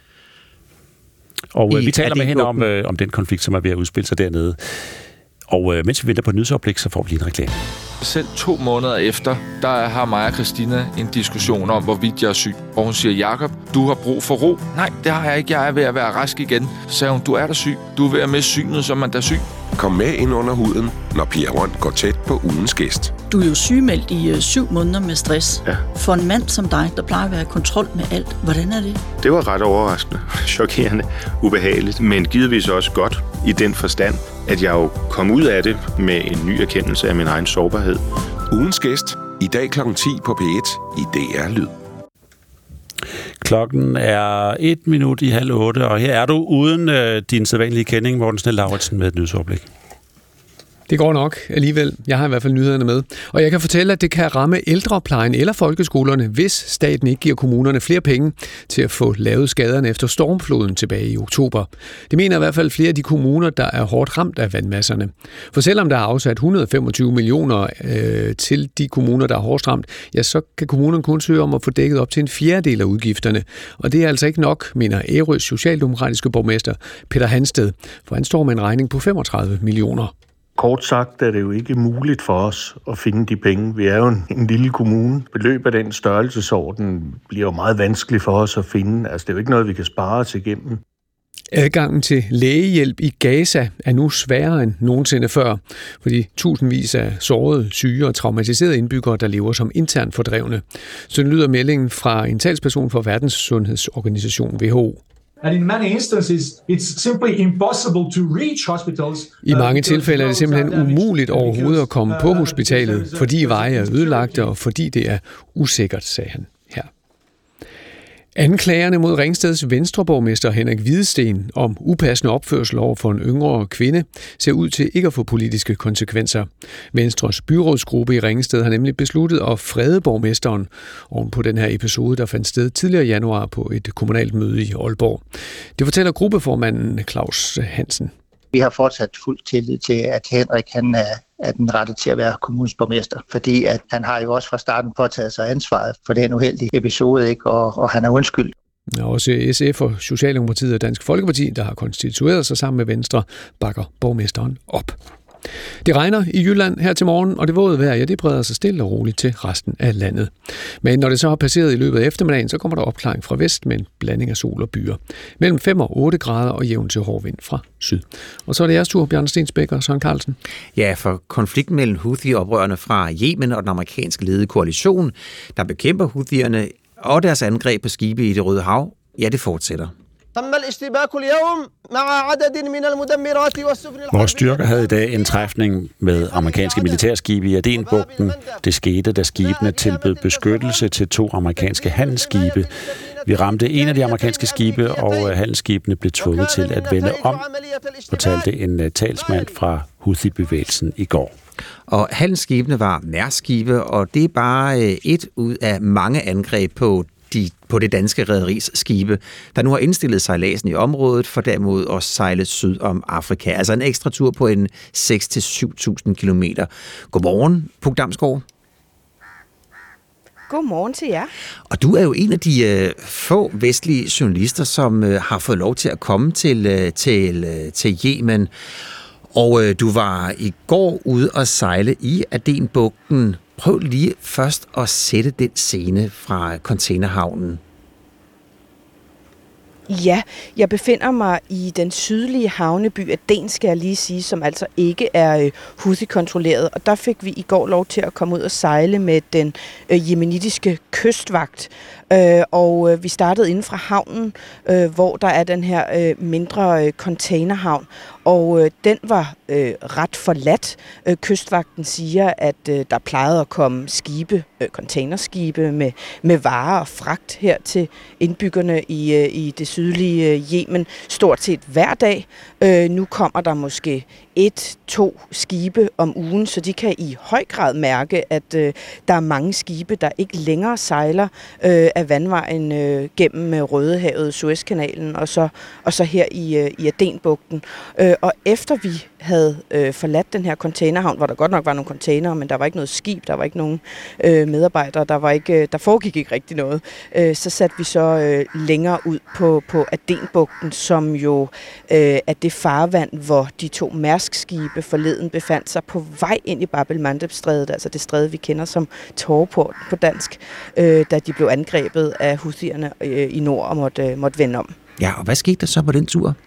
Speaker 2: Og øh,
Speaker 3: I,
Speaker 2: vi taler med hende
Speaker 3: åben?
Speaker 2: om, øh, om den konflikt, som er ved at udspille sig dernede. Og øh, mens vi venter på et nyhedsoplæg, så får vi lige en reklame.
Speaker 17: Selv to måneder efter, der har mig og Christina en diskussion om, hvorvidt jeg er syg. Og hun siger, Jakob, du har brug for ro. Nej, det har jeg ikke. Jeg er ved at være rask igen. Så sagde hun, du er da syg. Du er ved at miste synet, som man er syg.
Speaker 18: Kom med ind under huden, når Pia Røn går tæt på ugens gæst.
Speaker 19: Du er jo sygemeldt i øh, syv måneder med stress.
Speaker 18: Ja.
Speaker 19: For en mand som dig, der plejer at være i kontrol med alt. Hvordan er det?
Speaker 20: Det var ret overraskende, chokerende, ubehageligt, men givetvis også godt i den forstand, at jeg jo kom ud af det med en ny erkendelse af min egen sårbarhed.
Speaker 18: Ugens gæst, i dag klokken ti på P et i D R Lyd.
Speaker 2: Klokken er et minut i halv otte, og her er du uden øh, din sædvanlige kending, Morten Snell-Lauritsen, med et nyhedsoverblik.
Speaker 6: Det går nok alligevel. Jeg har i hvert fald nyhederne med. Og jeg kan fortælle, at det kan ramme ældreplejen eller folkeskolerne, hvis staten ikke giver kommunerne flere penge til at få lavet skaderne efter stormfloden tilbage i oktober. Det mener i hvert fald flere af de kommuner, der er hårdt ramt af vandmasserne. For selvom der er afsat et hundrede og femogtyve millioner øh, til de kommuner, der er hårdest ramt, ja, så kan kommunerne kun søge om at få dækket op til en fjerdedel af udgifterne. Og det er altså ikke nok, mener Ærøs socialdemokratiske borgmester Peter Hansted, for han står med en regning på femogtredive millioner.
Speaker 20: Kort sagt er det jo ikke muligt for os at finde de penge. Vi er jo en, en lille kommune. Beløb af den størrelsesorden bliver jo meget vanskeligt for os at finde. Altså, det er jo ikke noget, vi kan spare os igennem.
Speaker 6: Adgangen til lægehjælp i Gaza er nu sværere end nogensinde før, fordi tusindvis af sårede, syge og traumatiserede indbyggere, der lever som internt fordrevne. Så lyder meldingen fra en talsperson for Verdenssundhedsorganisation W H O.
Speaker 21: And in many instances, it's simply impossible to reach hospitals.
Speaker 6: I mange tilfælde er det simpelthen umuligt overhovedet at komme på hospitalet, fordi veje er ødelagte og fordi det er usikkert, sagde han her. Anklagerne mod Ringsteds venstreborgmester Henrik Hvidesten om upassende opførsel over for en yngre kvinde ser ud til ikke at få politiske konsekvenser. Venstres byrådsgruppe i Ringsted har nemlig besluttet at frede borgmesteren oven på den her episode, der fandt sted tidligere i januar på et kommunalt møde i Aalborg. Det fortæller gruppeformanden Claus Hansen.
Speaker 22: Vi har fortsat fuld tillid til, at Henrik han er, er den rette til at være kommunens borgmester, fordi at han har jo også fra starten påtaget sig ansvaret for den uheldige episode, ikke? Og, og han er undskyld.
Speaker 6: Også S F og Socialdemokratiet og Dansk Folkeparti, der har konstitueret sig sammen med Venstre, bakker borgmesteren op. Det regner i Jylland her til morgen, og det våde vejr, ja, det breder sig stille og roligt til resten af landet. Men når det så har passeret i løbet af eftermiddagen, så kommer der opklaring fra vest med en blanding af sol og byer. Mellem fem og otte grader og jævn til hård vind fra syd. Og så er det jeres tur, Bjarne Stensbæk og Søren Carlsen.
Speaker 3: Ja, for konflikten mellem Houthi-oprørerne fra Yemen og den amerikansk ledede koalition, der bekæmper Houthierne og deres angreb på skibe i Det Røde Hav, ja, det fortsætter.
Speaker 2: Vores styrker havde i dag en træfning med amerikanske militærskibe i Adenbugten. Det skete, da skibene tilbød beskyttelse til to amerikanske handelsskibe. Vi ramte en af de amerikanske skibe, og handelsskibene blev tvunget til at vende om, fortalte en talsmand fra Houthi-bevægelsen i går.
Speaker 3: Og handelsskibene var nærskibe, og det er bare et ud af mange angreb på De, på det danske rederis skibe, der nu har indstillet sejladsen i området, for derimod at sejle syd om Afrika. Altså en ekstra tur på en seks til syv tusind kilometer. Godmorgen, Puk Damsgaard.
Speaker 23: Godmorgen til jer.
Speaker 3: Og du er jo en af de øh, få vestlige journalister, som øh, har fået lov til at komme til, øh, til, øh, til Yemen. Og øh, du var i går ude og sejle i Adenbugten. Prøv lige først at sætte den scene fra containerhavnen.
Speaker 23: Ja, jeg befinder mig i den sydlige havneby Aden, skal jeg lige sige, som altså ikke er øh, Houthi-kontrolleret. Og der fik vi i går lov til at komme ud og sejle med den øh, yemenitiske kystvagt. Øh, og øh, vi startede inden fra havnen, øh, hvor der er den her øh, mindre øh, containerhavn. Og øh, den var øh, ret forladt. Øh, kystvagten siger, at øh, der plejede at komme skibe, øh, containerskibe med, med varer og fragt her til indbyggerne i, øh, i det sydlige øh, Yemen stort set hver dag. Øh, nu kommer der måske et, to skibe om ugen, så de kan i høj grad mærke, at øh, der er mange skibe, der ikke længere sejler øh, af vandvejen øh, gennem øh, Rødehavet, Suezkanalen og så, og så her i, øh, i Adenbugten. Øh, og efter vi havde øh, forladt den her containerhavn, hvor der godt nok var nogle container, men der var ikke noget skib, der var ikke nogen øh, medarbejdere, der, var ikke, der foregik ikke rigtig noget, øh, så satte vi så øh, længere ud på, på Adenbugten, som jo øh, er det farvand, hvor de to Mærsk-skibe forleden befandt sig på vej ind i Bab el-Mandeb-strædet, altså det stræde, vi kender som Tåreport på dansk, øh, da de blev angrebet af houthierne øh, i nord og måtte, øh, måtte vende om.
Speaker 3: Ja, og hvad skete der så på den tur?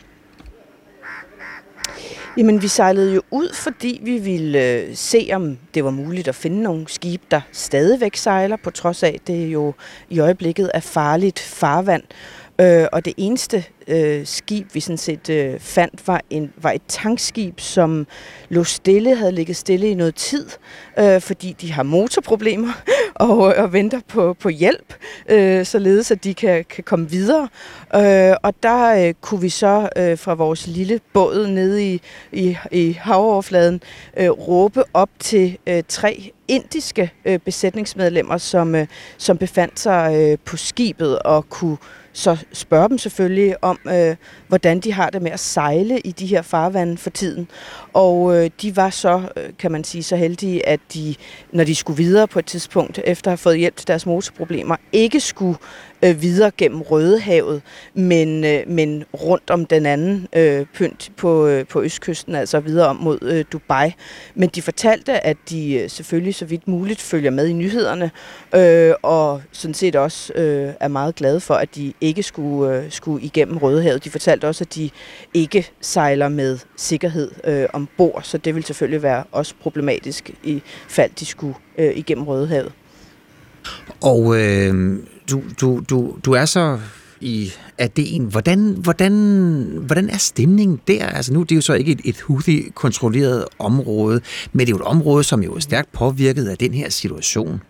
Speaker 23: Jamen, vi sejlede jo ud, fordi vi ville øh, se, om det var muligt at finde nogle skibe, der stadigvæk sejler, på trods af, det jo i øjeblikket er farligt farvand. Øh, og det eneste øh, skib, vi sådan set øh, fandt, var, en, var et tankskib, som lå stille, havde ligget stille i noget tid, øh, fordi de har motorproblemer og, og venter på, på hjælp, øh, således at de kan, kan komme videre. Øh, og der øh, kunne vi så øh, fra vores lille båd nede i, i, i havoverfladen øh, råbe op til øh, tre indiske øh, besætningsmedlemmer, som, øh, som befandt sig øh, på skibet og kunne så spørge dem selvfølgelig om, øh, hvordan de har det med at sejle i de her farvande for tiden. Og øh, de var så, kan man sige, så heldige, at de, når de skulle videre på et tidspunkt, efter at have fået hjælp til deres motorproblemer, ikke skulle øh, videre gennem Rødehavet, men, øh, men rundt om den anden øh, pynt på, øh, på østkysten, altså videre om mod øh, Dubai. Men de fortalte, at de øh, selvfølgelig så vidt muligt følger med i nyhederne, øh, og sådan set også øh, er meget glade for, at de ikke skulle, øh, skulle igennem Rødehavet. De fortalte også, at de ikke sejler med sikkerhed øh, ombord, så det vil selvfølgelig være også problematisk, i fald de skulle øh, igennem Rødehavet.
Speaker 3: Og øh, du, du, du, du er så i Aden. Hvordan, hvordan, hvordan er stemningen der? Altså nu det er jo så ikke et, et Houthi-kontrolleret område, men det er jo et område, som jo er stærkt påvirket af den her situation.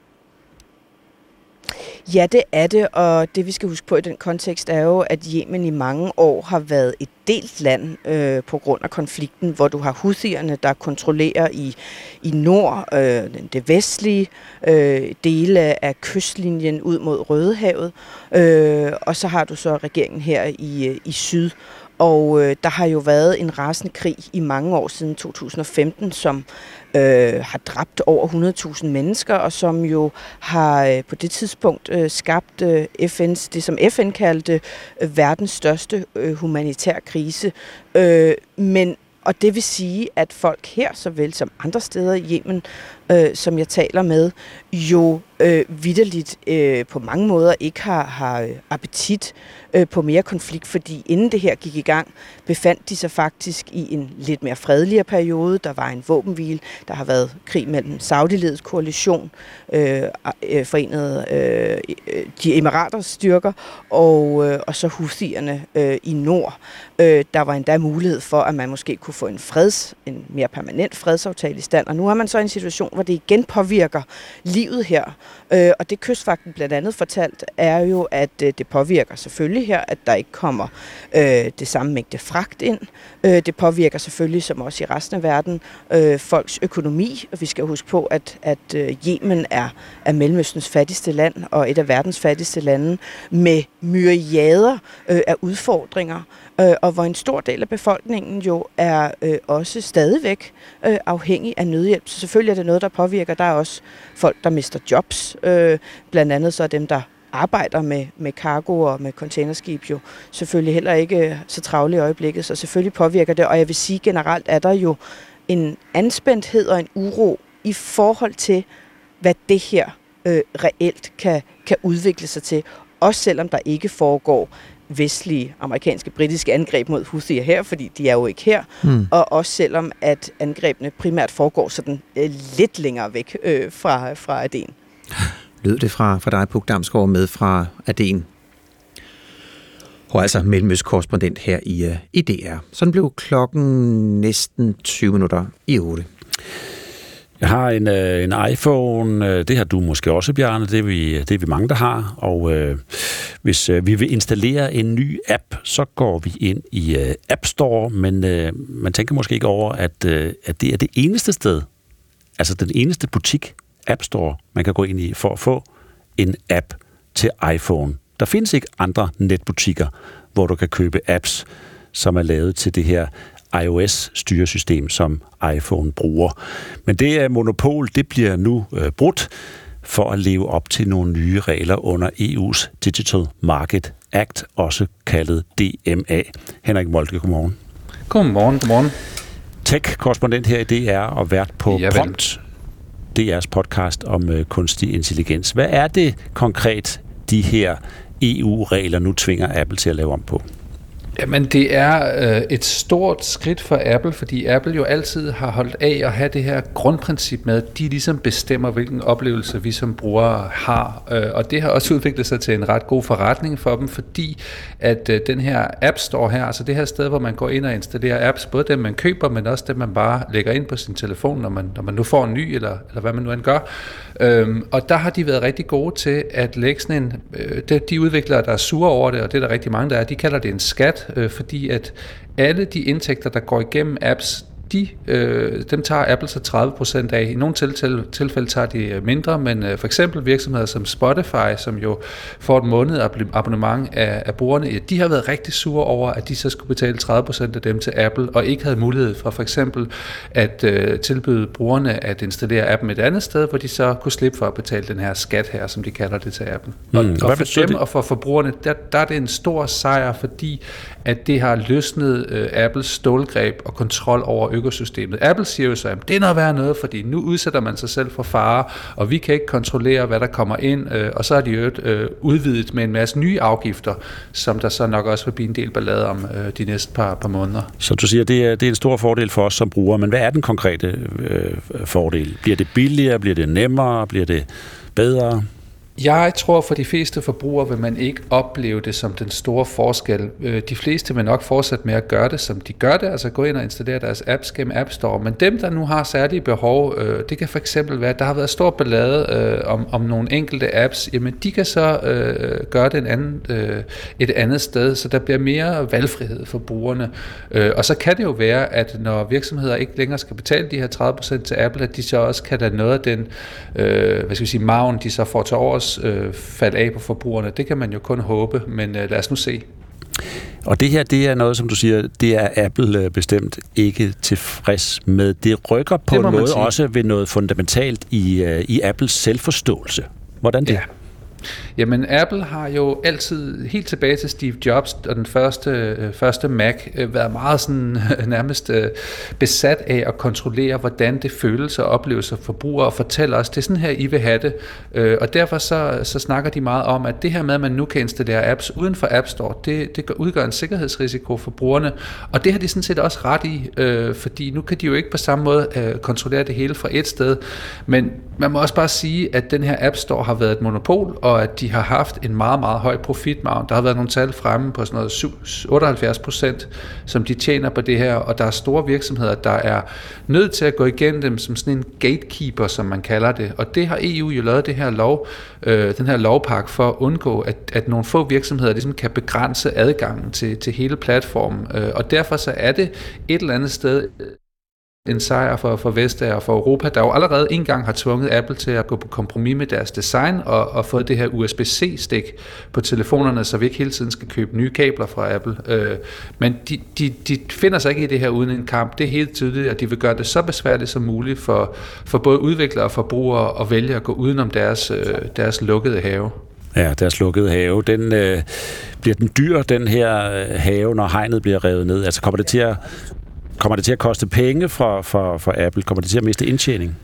Speaker 23: Ja, det er det, og det vi skal huske på i den kontekst er jo, at Yemen i mange år har været et delt land øh, på grund af konflikten, hvor du har houthierne, der kontrollerer i, i nord øh, det vestlige øh, dele af kystlinjen ud mod Rødehavet, øh, og så har du så regeringen her i, i syd. Og øh, der har jo været en rasende krig i mange år siden to tusind og femten, som øh, har dræbt over hundrede tusind mennesker, og som jo har øh, på det tidspunkt øh, skabt øh, F N's, det som F N kaldte øh, verdens største øh, humanitær krise. Øh, men Og det vil sige, at folk her, såvel som andre steder i Yemen, øh, som jeg taler med, jo øh, vitterligt øh, på mange måder ikke har, har appetit øh, på mere konflikt, fordi inden det her gik i gang, befandt de sig faktisk i en lidt mere fredeligere periode. Der var en våbenhvile, der har været krig mellem Saudi-ledet koalition, øh, øh, forenede øh, de emiraters styrker, og, øh, og så Houthierne øh, i nord. Øh, der var endda mulighed for, at man måske kunne få en freds, en mere permanent fredsaftale i stand, og nu har man så en situation, hvor det igen påvirker livet her. Øh, og det Kystvagten blandt andet fortalt, er jo, at øh, det påvirker selvfølgelig her, at der ikke kommer øh, det samme mængde fragt ind. Øh, det påvirker selvfølgelig, som også i resten af verden, øh, folks økonomi, og vi skal huske på, at, at øh, Yemen er, er Mellemøstens fattigste land, og et af verdens fattigste lande, med myriader øh, af udfordringer, øh, og hvor en stor del af befolkningen jo er øh, også stadigvæk øh, afhængig af nødhjælp. Så selvfølgelig er det noget, der påvirker. Der er også folk, der mister jobs. Øh, blandt andet så er dem, der arbejder med, med cargo og med containerskib jo selvfølgelig heller ikke så travle i øjeblikket, så selvfølgelig påvirker det. Og jeg vil sige, generelt er der jo en anspændthed og en uro i forhold til, hvad det her øh, reelt kan, kan udvikle sig til. Også selvom der ikke foregår vestlige, amerikanske, britiske angreb mod Houthier her, fordi de er jo ikke her, mm. og også selvom at angrebene primært foregår sådan øh, lidt længere væk øh, fra, fra Aden.
Speaker 3: Lød det fra, fra dig, Puk Damsgaard, med fra Aden, og altså mellemøstkorrespondent her i, uh, i D R. Sådan blev klokken næsten tyve minutter i otte.
Speaker 2: Jeg har en, øh, en iPhone, øh, det har du måske også, Bjarne, det er vi, det er vi mange, der har, og øh, hvis øh, vi vil installere en ny app, så går vi ind i øh, App Store, men øh, man tænker måske ikke over, at, øh, at det er det eneste sted, altså den eneste butik, App Store, man kan gå ind i for at få en app til iPhone. Der findes ikke andre netbutikker, hvor du kan købe apps, som er lavet til det her iOS-styresystem, som iPhone bruger. Men det er monopol, det bliver nu øh, brudt for at leve op til nogle nye regler under E U's Digital Market Act, også kaldet D M A. Henrik Moltke, godmorgen.
Speaker 1: Godmorgen, godmorgen.
Speaker 2: Tech-korrespondent her i D R og vært på
Speaker 1: ja,
Speaker 2: Prompt, D R's podcast om øh, kunstig intelligens. Hvad er det konkret, de her E U-regler nu tvinger Apple til at lave om på?
Speaker 1: Jamen, det er øh, et stort skridt for Apple, fordi Apple jo altid har holdt af at have det her grundprincip med, at de ligesom bestemmer, hvilken oplevelse vi som brugere har. Øh, og det har også udviklet sig til en ret god forretning for dem, fordi at øh, den her App Store her, altså det her sted, hvor man går ind og installerer apps, både dem man køber, men også dem man bare lægger ind på sin telefon, når man, når man nu får en ny, eller, eller hvad man nu end gør. Øh, og der har de været rigtig gode til at lægge sådan en, øh, de, de udviklere, der er sure over det, og det er der rigtig mange, der er, de kalder det en skat, fordi at alle de indtægter, der går igennem apps, de, øh, dem tager Apple så tredive procent af. I nogle tilfælde, tilfælde tager de mindre, men øh, for eksempel virksomheder som Spotify, som jo får et måned abonnement af, af brugerne, ja, de har været rigtig sure over, at de så skulle betale tredive procent af dem til Apple, og ikke havde mulighed for for eksempel at øh, tilbyde brugerne at installere appen et andet sted, hvor de så kunne slippe for at betale den her skat her, som de kalder det til Apple. Mm, og, og for dem det? og for forbrugerne, der, der er det en stor sejr, fordi at det har løsnet øh, Apples stålgreb og kontrol over økosystemet. Apple siger jo så, at det er noget værd noget, fordi nu udsætter man sig selv for fare, og vi kan ikke kontrollere, hvad der kommer ind, øh, og så har de jo øh, udvidet med en masse nye afgifter, som der så nok også vil blive en del ballade om øh, de næste par, par måneder.
Speaker 2: Så du siger, det er, det er en stor fordel for os som brugere, men hvad er den konkrete øh, fordel? Bliver det billigere? Bliver det nemmere? Bliver det bedre?
Speaker 1: Jeg tror, for de fleste forbrugere vil man ikke opleve det som den store forskel. De fleste vil nok fortsætte med at gøre det, som de gør det, altså gå ind og installere deres apps gennem App Store. Men dem, der nu har særlige behov, det kan for eksempel være, at der har været stor ballade om, om nogle enkelte apps, jamen de kan så øh, gøre det en anden, øh, et andet sted, så der bliver mere valgfrihed for brugerne. Og så kan det jo være, at når virksomheder ikke længere skal betale de her tredive procent til Apple, at de så også kan lade noget af den, øh, hvad skal vi sige, margen, de så får til overs, Øh, falde af på forbrugerne. Det kan man jo kun håbe, men øh, lad os nu se.
Speaker 2: Og det her, det er noget, som du siger, det er Apple bestemt ikke tilfreds med. Det rykker på en måde også ved noget fundamentalt i, uh, i Apples selvforståelse. Hvordan det?
Speaker 1: Ja. Jamen, Apple har jo altid, helt tilbage til Steve Jobs og den første, øh, første Mac, øh, været meget sådan øh, nærmest øh, besat af at kontrollere, hvordan det føles og opleves af forbrugere, og fortæller os, det er sådan her, I vil have det. Øh, og derfor så, så snakker de meget om, at det her med, at man nu kan installere apps uden for App Store, det, det udgør en sikkerhedsrisiko for brugerne. Og det har de sådan set også ret i, øh, fordi nu kan de jo ikke på samme måde øh, kontrollere det hele fra et sted. Men man må også bare sige, at den her App Store har været et monopol, og at de har haft en meget, meget høj profitmargin. Der har været nogle tal fremme på sådan noget otteoghalvfjerds procent, som de tjener på det her, og der er store virksomheder, der er nødt til at gå igennem dem som sådan en gatekeeper, som man kalder det. Og det har E U jo lavet det her lov, øh, den her lovpakke for at undgå, at, at nogle få virksomheder ligesom kan begrænse adgangen til, til hele platformen. Øh, og derfor så er det et eller andet sted en sejr for, for Vestager og for Europa, der jo allerede en gang har tvunget Apple til at gå på kompromis med deres design og, og fået det her U S B C-stik på telefonerne, så vi ikke hele tiden skal købe nye kabler fra Apple. Øh, men de, de, de finder sig ikke i det her uden en kamp. Det er helt tydeligt, at de vil gøre det så besværligt som muligt for, for både udviklere og forbrugere at vælge at gå udenom deres, øh, deres lukkede have.
Speaker 2: Ja, deres lukkede have. Den, øh, bliver den dyr, den her have, når hegnet bliver revet ned? Altså kommer det til at Kommer det til at koste penge for, for, for Apple? Kommer det til at miste indtjening?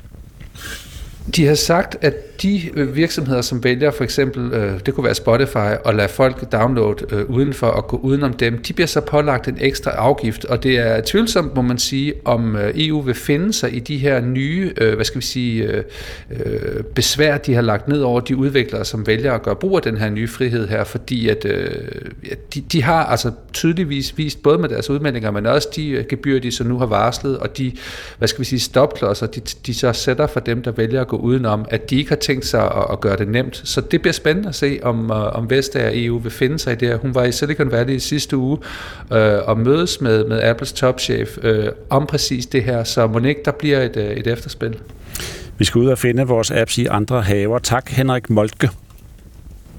Speaker 1: De har sagt, at de virksomheder, som vælger for eksempel, øh, det kunne være Spotify, og lade folk downloade øh, udenfor og gå udenom dem, de bliver så pålagt en ekstra afgift, og det er tvivlsomt, må man sige, om øh, E U vil finde sig i de her nye, øh, hvad skal vi sige, øh, øh, besvær, de har lagt ned over de udviklere, som vælger at gøre brug af den her nye frihed her, fordi at øh, de, de har altså tydeligvis vist, både med deres udmeldinger, men også de gebyrer, de så nu har varslet, og de, hvad skal vi sige, stopklodser, de, de så sætter for dem, der vælger at gå udenom, at de ikke har tænkt sig at, at gøre det nemt. Så det bliver spændende at se, om, om Vestager og E U vil finde sig i det her. Hun var i Silicon Valley i sidste uge øh, og mødes med, med Apples topchef øh, om præcis det her, så mon ikke der bliver et, et efterspil.
Speaker 2: Vi skal ud og finde vores apps i andre haver. Tak, Henrik Moltke.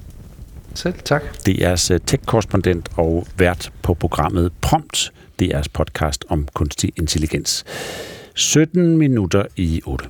Speaker 1: Selv tak.
Speaker 2: D R's tech-korrespondent og vært på programmet Prompt, D R's podcast om kunstig intelligens. sytten minutter i otte.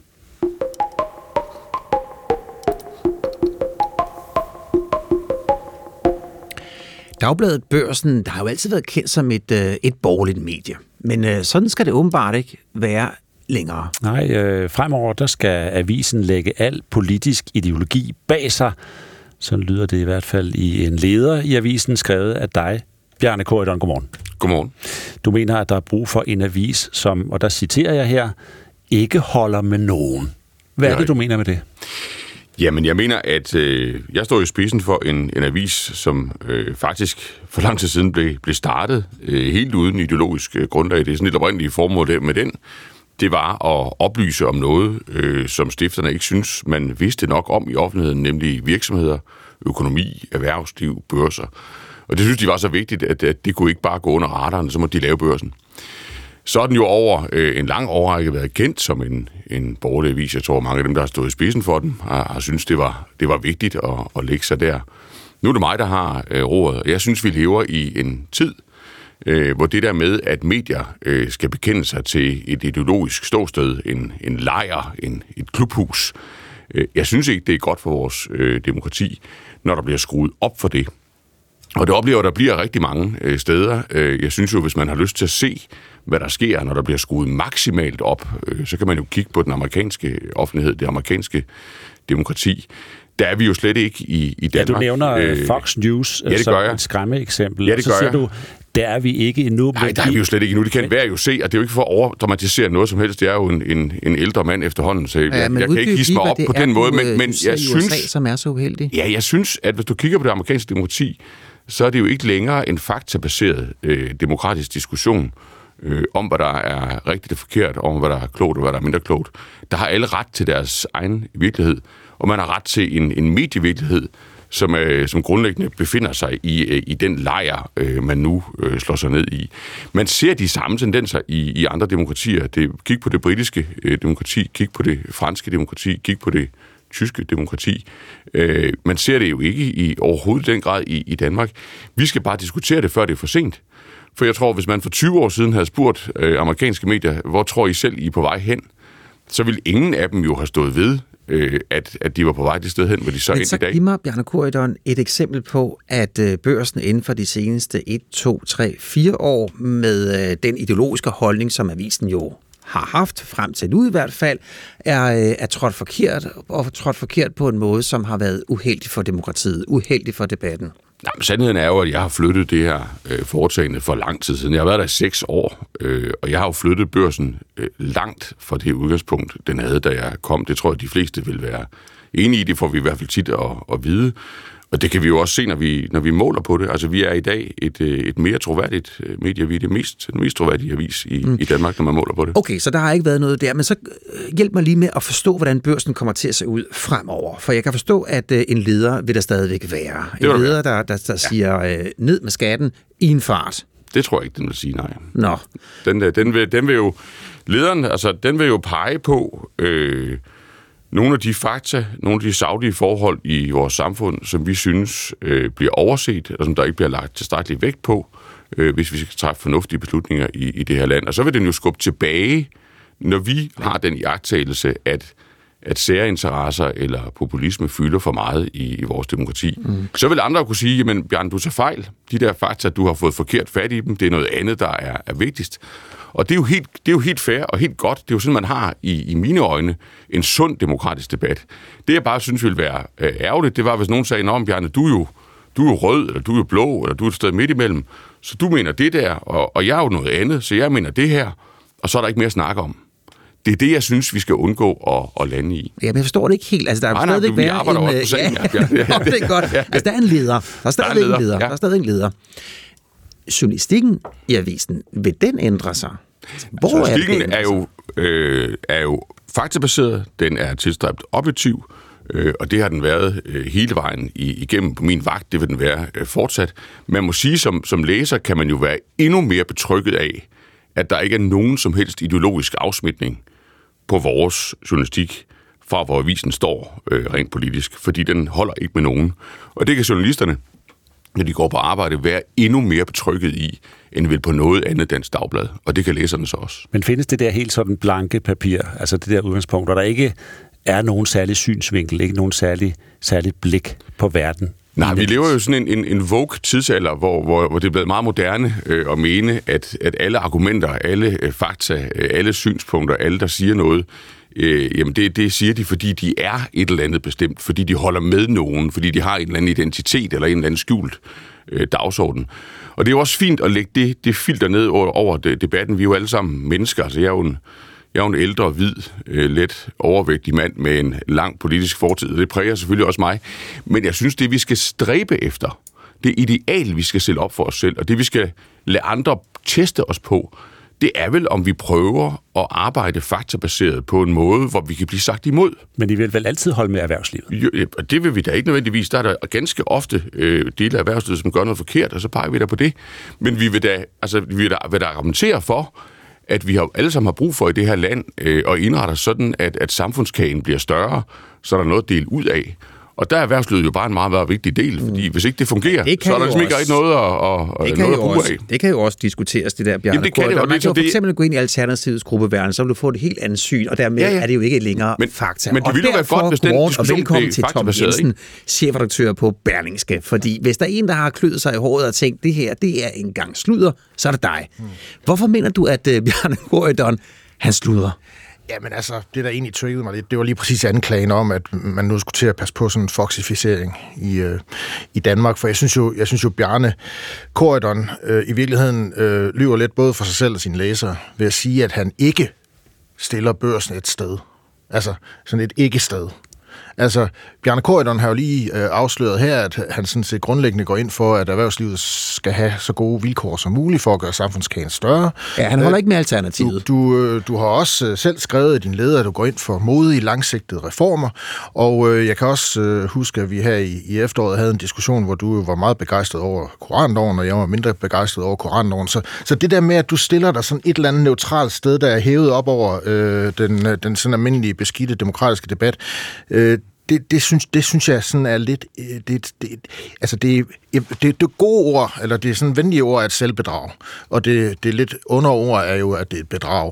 Speaker 3: Dagbladet Børsen, der har jo altid været kendt som et, øh, et borgerligt medie. Men øh, sådan skal det åbenbart ikke være længere.
Speaker 2: Nej, øh, fremover der skal avisen lægge al politisk ideologi bag sig. Sådan lyder det i hvert fald i en leder i avisen, skrevet af dig, Bjarne Corydon. Godmorgen.
Speaker 4: Godmorgen.
Speaker 2: Du mener, at der er brug for en avis, som, og der citerer jeg her, ikke holder med nogen. Hvad er det, du mener med det?
Speaker 4: Jamen, jeg mener, at øh, jeg står i spidsen for en, en avis, som øh, faktisk for lang tid siden blev, blev startet øh, helt uden ideologisk øh, grundlag. Det er sådan et oprindeligt formål med den. Det var at oplyse om noget, øh, som stifterne ikke synes, man vidste nok om i offentligheden, nemlig virksomheder, økonomi, erhvervsliv, børser. Og det synes de var så vigtigt, at, at det kunne ikke bare gå under radaren, så måtte de lave børsen. Så er den jo over øh, en lang årrække været kendt som en, en borgerlig avis. Jeg tror, mange af dem, der har stået i spidsen for den, har, har synes det var, det var vigtigt at, at lægge sig der. Nu er det mig, der har øh, rådet. Jeg synes, vi lever i en tid, øh, hvor det der med, at medier øh, skal bekende sig til et ideologisk ståsted, en, en lejr, en, et klubhus. Øh, jeg synes ikke, det er godt for vores øh, demokrati, når der bliver skruet op for det. Og det oplever, at der bliver rigtig mange øh, steder. Øh, jeg synes jo, hvis man har lyst til at se, hvad der sker, når der bliver skruet maksimalt op, øh, så kan man jo kigge på den amerikanske offentlighed, det amerikanske demokrati. Der er vi jo slet ikke i, i Danmark.
Speaker 2: Ja, du nævner øh, Fox News
Speaker 4: ja,
Speaker 2: som et skræmmeeksempel.
Speaker 4: Ja, det
Speaker 2: så
Speaker 4: gør
Speaker 2: siger
Speaker 4: jeg.
Speaker 2: du, der er vi ikke endnu.
Speaker 4: Nej, der er vi jo slet ikke endnu. Det kan være jo se, og det er jo ikke for at overdramatisere noget som helst. Det er jo en, en, en ældre mand efterhånden, så jeg, ja, jeg kan ikke hisse mig op på den måde. Men, men jeg synes,
Speaker 3: U S A, som er så uheldig.
Speaker 4: Ja, jeg synes, at hvis du kigger på det amerikanske demokrati, så er det jo ikke længere en faktabaseret øh, demokratisk diskussion øh, om, hvad der er rigtigt og forkert, om hvad der er klogt og hvad der er mindre klogt. Der har alle ret til deres egen virkelighed, og man har ret til en, en medievirkelighed, som, øh, som grundlæggende befinder sig i, øh, i den lejr, øh, man nu øh, slår sig ned i. Man ser de samme tendenser i, i andre demokratier. Det, kig på det britiske øh, demokrati, kig på det franske demokrati, kig på det tyske demokrati. Øh, man ser det jo ikke i overhovedet den grad i, i Danmark. Vi skal bare diskutere det, før det er for sent. For jeg tror, hvis man for tyve år siden havde spurgt øh, amerikanske medier, hvor tror I selv, I er på vej hen, så ville ingen af dem jo have stået ved, øh, at, at de var på vej det sted hen, hvor de så
Speaker 3: Men
Speaker 4: ind
Speaker 3: så
Speaker 4: i dag.
Speaker 3: giv mig, Bjarne Corydon, et eksempel på, at øh, børsen inden for de seneste et, to, tre, fire år med øh, den ideologiske holdning, som avisen jo har haft frem til nu i hvert fald, er, øh, er trådt forkert, og trådt forkert på en måde, som har været uheldig for demokratiet, uheldig for debatten.
Speaker 4: Jamen, sandheden er jo, at jeg har flyttet det her øh, foretagende for lang tid siden. Jeg har været der i seks år, øh, og jeg har jo flyttet børsen øh, langt fra det udgangspunkt, den havde, da jeg kom. Det tror jeg, de fleste vil være enige i. Det får vi i hvert fald tit at, at vide. Og det kan vi jo også se, når vi, når vi måler på det. Altså, vi er i dag et, et mere troværdigt medie. Vi er det mest, den mest troværdige avis i, mm. i Danmark, når man måler på det.
Speaker 3: Okay, så der har ikke været noget der. Men så hjælp mig lige med at forstå, hvordan børsen kommer til at se ud fremover. For jeg kan forstå, at en leder vil der stadigvæk være. En leder, der, der, der siger ja. ned med skatten i en fart.
Speaker 4: Det tror jeg ikke, den vil sige, nej.
Speaker 3: Nå.
Speaker 4: Den, den, vil, den vil jo... Lederen, altså, den vil jo pege på... Øh, nogle af de fakta, nogle af de saglige forhold i vores samfund, som vi synes øh, bliver overset, og som der ikke bliver lagt tilstrækkelig vægt på, øh, hvis vi skal træffe fornuftige beslutninger i, i det her land. Og så vil den jo skubbe tilbage, når vi har den iagttagelse, at, at særinteresser eller populisme fylder for meget i, i vores demokrati. Mm. Så vil andre kunne sige, jamen Bjarne, du tager fejl. De der fakta, du har fået forkert fat i dem, det er noget andet, der er, er vigtigst. Og det er, jo helt, det er jo helt fair og helt godt. Det er jo sådan, man har i, i mine øjne en sund demokratisk debat. Det, jeg bare synes ville være øh, ærgerligt, det var, hvis nogen sagde, nå, Bjarne, du er, jo, du er jo rød, eller du er jo blå, eller du er et sted midt imellem. Så du mener det der, og, og jeg er jo noget andet, så jeg mener det her, og så er der ikke mere at snakke om. Det er det, jeg synes, vi skal undgå at, at lande i.
Speaker 3: Ja, men jeg forstår det ikke helt. Altså, der er nej, stadig
Speaker 4: nej, være en... Også på sagen, ja, ja, ja, ja.
Speaker 3: Det er godt. Altså, der er en leder. Der er stadig der er en leder. leder. Ja. Der er stadig en leder. Journalistikken i avisen, vil den ændre sig?
Speaker 4: Hvor altså, er, er jo øh, er jo faktabaseret, den er tilstræbt objektiv, øh, og det har den været øh, hele vejen i, igennem på min vagt, det vil den være øh, fortsat. Man må sige, som, som læser kan man jo være endnu mere betrykket af, at der ikke er nogen som helst ideologisk afsmitning på vores journalistik, fra hvor avisen står øh, rent politisk, fordi den holder ikke med nogen. Og det kan journalisterne når de går på arbejde, være endnu mere betrykket i, end vel på noget andet dansk dagblad. Og det kan læserne så også.
Speaker 2: Men findes det der helt sådan blanke papir, altså det der udgangspunkt, hvor der ikke er nogen særlig synsvinkel, ikke nogen særlig, særlig blik på verden?
Speaker 4: Nej, vi lever jo sådan en, en, en woke tidsalder, hvor, hvor, hvor det er blevet meget moderne øh, at mene, at, at alle argumenter, alle øh, fakta, øh, alle synspunkter, alle der siger noget, øh, jamen det, det siger de, fordi de er et eller andet bestemt, fordi de holder med nogen, fordi de har en eller anden identitet eller en eller anden skjult øh, dagsorden. Og det er jo også fint at lægge det, det filter ned over, over debatten. Vi er jo alle sammen mennesker, altså jeg er jo en Jeg er jo en ældre, hvid, let overvægtig mand med en lang politisk fortid, og det præger selvfølgelig også mig. Men jeg synes, det vi skal stræbe efter, det ideal, vi skal sætte op for os selv, og det vi skal lade andre teste os på, det er vel, om vi prøver at arbejde faktabaseret på en måde, hvor vi kan blive sagt imod.
Speaker 2: Men I vil vel altid holde med erhvervslivet?
Speaker 4: Jo, og det vil vi da ikke nødvendigvis. Der er der ganske ofte øh, dele af erhvervslivet, som gør noget forkert, og så peger vi da på det. Men vi vil da, altså, vi vil da, vil da argumentere for, at vi har, alle sammen har brug for i det her land, øh, og indretter sådan, at, at samfundskagen bliver større, så er der noget at dele ud af. Og der er erhvervslivet jo bare en meget, meget vigtig del, fordi hvis ikke det fungerer, det så er der ligesom ikke rigtig noget at, at, noget at bruge
Speaker 3: også,
Speaker 4: af.
Speaker 3: Det kan jo også diskuteres, det der, Bjarne.
Speaker 4: Jamen, det kan det,
Speaker 3: man
Speaker 4: det,
Speaker 3: kan jo for
Speaker 4: det,
Speaker 3: eksempel gå ind i Alternativets gruppeverden, så vil du få et helt andet syn, og dermed ja, ja. er det jo ikke længere
Speaker 4: men,
Speaker 3: fakta.
Speaker 4: Men det ville jo være godt, hvis den diskussion
Speaker 3: og velkommen til Tom Jensen,
Speaker 4: ikke?
Speaker 3: chefredaktør på Berlingske. Fordi hvis der er en, der har kløet sig i håret og tænkt, det her, det er en gang sludder, så er det dig. Hmm. Hvorfor mener du, at uh, Bjarne Corydon, han sludrer?
Speaker 7: Jamen altså, det der egentlig triggede mig lidt, det var lige præcis anklagen om, at man nu skulle til at passe på sådan en foxificering i, øh, i Danmark. For jeg synes jo, jeg synes jo Bjarne Corydon øh, i virkeligheden øh, lyver lidt både for sig selv og sine læsere ved at sige, at han ikke stiller Børsen et sted. Altså sådan et ikke-sted. Altså, Bjarne Corydon har jo lige øh, afsløret her, at han sådan set grundlæggende går ind for, at erhvervslivet skal have så gode vilkår som muligt for at gøre samfundskagen større.
Speaker 3: Ja, han holder øh, ikke med alternativet.
Speaker 7: Du, du, øh, du har også øh, selv skrevet i din leder, at du går ind for modige, langsigtede reformer, og øh, jeg kan også øh, huske, at vi her i, i efteråret havde en diskussion, hvor du var meget begejstret over koranloven, og jeg var mindre begejstret over koranloven. Så, så det der med, at du stiller dig sådan et eller andet neutralt sted, der er hævet op over øh, den, den sådan almindelige beskidte demokratiske debat, øh, Det, det, synes, det synes jeg sådan er lidt... Det, det, altså det, det, det gode ord, eller det sådan venlige ord, er et selvbedrag. Og det, det lidt under ord er jo, at det er et bedrag.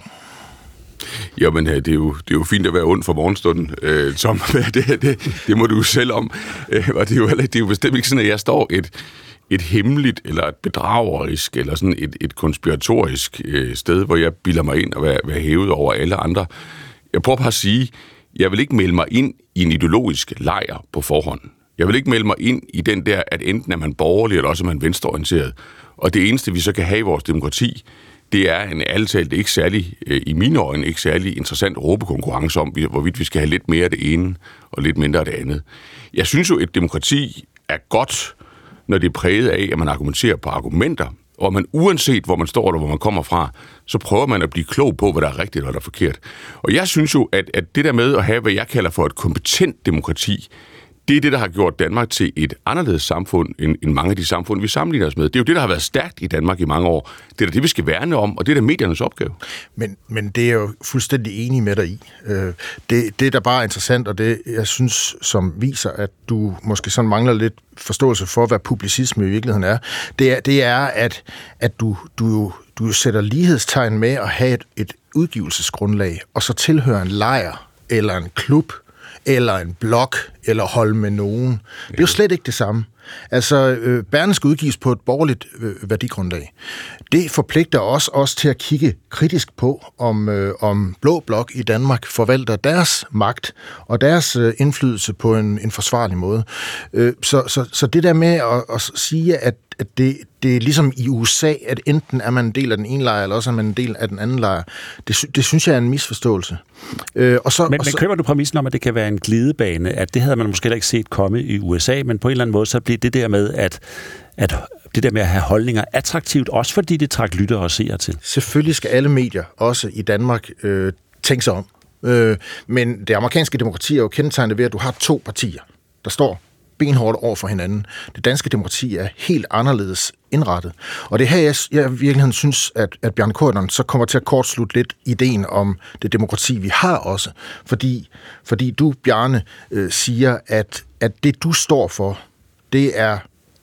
Speaker 4: Jamen, det er jo, det er jo fint at være ond for morgenstunden, øh, som det, det, det må du selv om. Øh, og det er, jo, det er jo bestemt ikke sådan, at jeg står et, et hemmeligt, eller et bedragerisk, eller sådan et, et konspiratorisk øh, sted, hvor jeg bilder mig ind og være, være hævet over alle andre. Jeg prøver bare at sige, jeg vil ikke melde mig ind i en ideologisk lejr på forhånd. Jeg vil ikke melde mig ind i den der, at enten er man borgerlig, eller også er man venstreorienteret. Og det eneste, vi så kan have i vores demokrati, det er en ærligt talt ikke særlig, i mine øjne, ikke særlig interessant råbekonkurrence om, hvorvidt vi skal have lidt mere af det ene, og lidt mindre af det andet. Jeg synes jo, at et demokrati er godt, når det er præget af, at man argumenterer på argumenter, og man uanset hvor man står eller hvor man kommer fra, så prøver man at blive klog på, hvad der er rigtigt og hvad der er forkert. Og jeg synes jo, at, at det der med at have, hvad jeg kalder for et kompetent demokrati, det er det, der har gjort Danmark til et anderledes samfund, end, end mange af de samfund, vi sammenligner os med. Det er jo det, der har været stærkt i Danmark i mange år. Det er da det, vi skal værne om, og det er da mediernes opgave.
Speaker 7: Men, men det er jo fuldstændig enig med dig i. Det, det, der bare er interessant, og det, jeg synes, som viser, at du måske sådan mangler lidt forståelse for, hvad publicisme i virkeligheden er, det er, det er at, at du, du, du sætter lighedstegn med at have et, et udgivelsesgrundlag, og så tilhøre en lejr eller en klub, eller en blog, eller holde med nogen. Det er jo slet ikke det samme. Altså, øh, Berlingske udgives på et borgerligt øh, værdigrundlag. Det forpligter os også til at kigge kritisk på, om, øh, om Blå Blok i Danmark forvalter deres magt og deres øh, indflydelse på en, en forsvarlig måde. Øh, så, så, så det der med at, at sige, at, at det, det er ligesom i U S A, at enten er man en del af den ene lejr, eller også er man en del af den anden lejr, det, det synes jeg er en misforståelse. Øh, og så,
Speaker 2: men,
Speaker 7: og så,
Speaker 2: men køber du præmissen om, at det kan være en glidebane, at det havde man måske ikke set komme i U S A, men på en eller anden måde, så bliver det der med, at, at det der med at have holdninger attraktivt, også fordi det trækker lyttere og seere til.
Speaker 7: Selvfølgelig skal alle medier, også i Danmark, øh, tænke sig om. Øh, men det amerikanske demokrati er jo kendetegnet ved, at du har to partier, der står benhårdt over for hinanden. Det danske demokrati er helt anderledes indrettet. Og det her, jeg, jeg virkelig synes, at, at Bjarne Corydon så kommer til at kortslutte lidt ideen om det demokrati, vi har også. Fordi, fordi du, Bjarne, øh, siger, at, at det, du står for, det er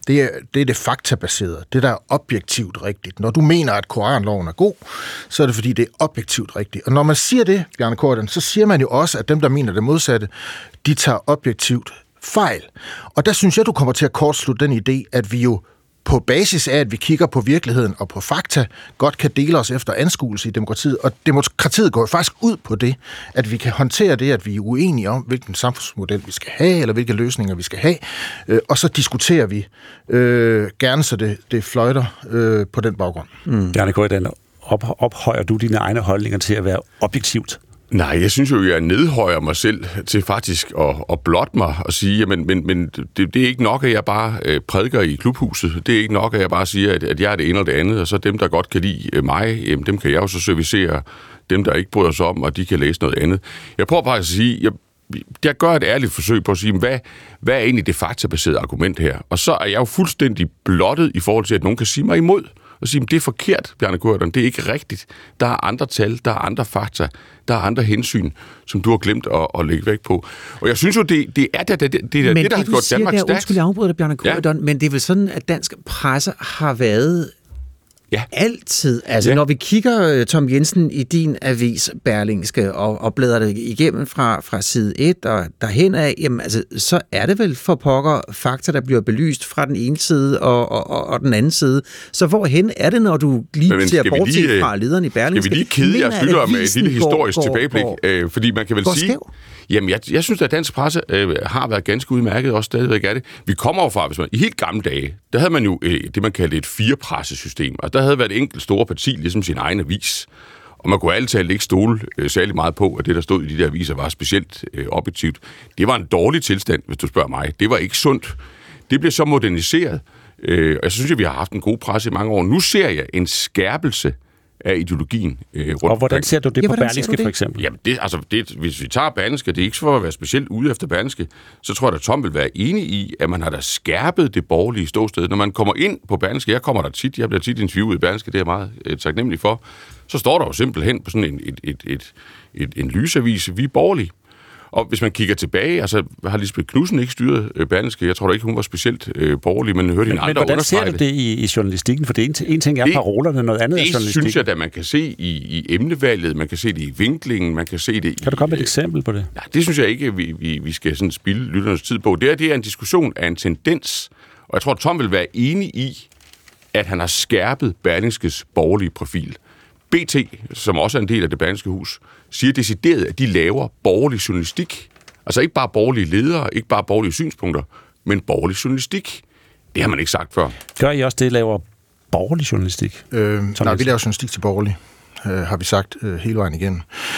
Speaker 7: Det er, det er det faktabaserede, det der er objektivt rigtigt. Når du mener, at koranloven er god, så er det fordi, det er objektivt rigtigt. Og når man siger det, Bjarne Corydon, så siger man jo også, at dem, der mener det modsatte, de tager objektivt fejl. Og der synes jeg, du kommer til at kortslutte den idé, at vi jo på basis af, at vi kigger på virkeligheden og på fakta, godt kan dele os efter anskuelse i demokratiet. Og demokratiet går faktisk ud på det, at vi kan håndtere det, at vi er uenige om, hvilken samfundsmodel vi skal have, eller hvilke løsninger vi skal have. Øh, og så diskuterer vi øh, gerne, så det, det fløjter øh, på den baggrund.
Speaker 2: Mm. Bjarne Corydon, op, ophøjer du dine egne holdninger til at være objektivt?
Speaker 4: Nej, jeg synes jo, jeg nedhøjer mig selv til faktisk at, at blotte mig og sige, jamen, men, men det, det er ikke nok, at jeg bare øh, prædiker i klubhuset. Det er ikke nok, at jeg bare siger, at, at jeg er det ene og det andet, og så dem, der godt kan lide mig, jamen, dem kan jeg jo så servicere. Dem, der ikke bryder sig om, og de kan læse noget andet. Jeg prøver bare at sige, jeg, jeg gør et ærligt forsøg på at sige, hvad, hvad er egentlig det faktabaserede argument her? Og så er jeg jo fuldstændig blottet i forhold til, at nogen kan sige mig imod. Og sige, det er forkert, Bjarne Corydon, det er ikke rigtigt. Der er andre tal, der er andre fakta, der er andre hensyn, som du har glemt at, at lægge væk på. Og jeg synes jo, det, det er det, det, det, det, det der har gjort Danmark stærkt.
Speaker 3: Undskyld, jeg afbryder dig, Bjarne Corydon, ja. Men det er vel sådan, at dansk presse har været ja. altid. Altså, ja. Når vi kigger, Tom Jensen, i din avis Berlingske, og, og bladrer det igennem fra, fra side et og derhen af, jamen, altså, så er det vel for pokker fakta, der bliver belyst fra den ene side og, og, og, og den anden side. Så hvorhen er det, når du lige men, ser bortset fra lederen i Berlingske?
Speaker 4: Skal vi lige kede jeres lyttere med et lille historisk går, tilbageblik? Går, øh, fordi man kan vel sige...
Speaker 3: Skæv.
Speaker 4: Jamen, jeg, jeg synes, at dansk presse øh, har været ganske udmærket, også stadigvæk er det. Vi kommer jo fra, hvis man, i helt gamle dage, der havde man jo øh, det, man kaldte et firepressesystem, og der havde været et enkelt store parti, ligesom sin egen avis. Og man kunne altid ikke stole øh, særlig meget på, at det, der stod i de der aviser, var specielt øh, objektivt. Det var en dårlig tilstand, hvis du spørger mig. Det var ikke sundt. Det blev så moderniseret, øh, og jeg synes, at vi har haft en god presse i mange år. Nu ser jeg en skærpelse af ideologien øh, rundt.
Speaker 2: Og hvordan ser du det ja, på Berlingske, for eksempel?
Speaker 4: Jamen, det, altså, det, hvis vi tager Berlingske, det er ikke for at være specielt ude efter Berlingske, så tror jeg, at Tom vil være enig i, at man har da skærpet det borgerlige ståsted. Når man kommer ind på Berlingske, jeg kommer der tit, jeg bliver tit interviewet i Berlingske, det er jeg meget øh, taknemmelig for, så står der jo simpelthen på sådan en, et, et, et, et, en lysavis, vi er borgerlige. Og hvis man kigger tilbage, altså har Lisbeth Knudsen ikke styret øh, Berlingske? Jeg tror da ikke, hun var specielt øh, borgerlig, men hørte hende andre
Speaker 2: understrege det. Hvordan ser du det i, i journalistikken? For det en, en ting er det, parolerne, noget andet er journalistikken.
Speaker 4: Det synes jeg, at man kan se i, i emnevalget, man kan se det i vinklingen, man kan se det i...
Speaker 2: Kan du komme med et eksempel på det?
Speaker 4: Nej, det synes jeg ikke, vi, vi, vi skal sådan spilde lytternes tid på. Det er, det er en diskussion af en tendens, og jeg tror, at Tom vil være enig i, at han har skærpet Berlingskes borgerlige profil. B T, som også er en del af det Berlingske Hus, siger decideret, at de laver borgerlig journalistik. Altså ikke bare borgerlige ledere, ikke bare borgerlige synspunkter, men borgerlig journalistik. Det har man ikke sagt før.
Speaker 2: Gør I også det, laver borgerlig journalistik?
Speaker 7: Øh, nej, vi laver journalistik til borgerlig, øh, har vi sagt øh, hele vejen igennem.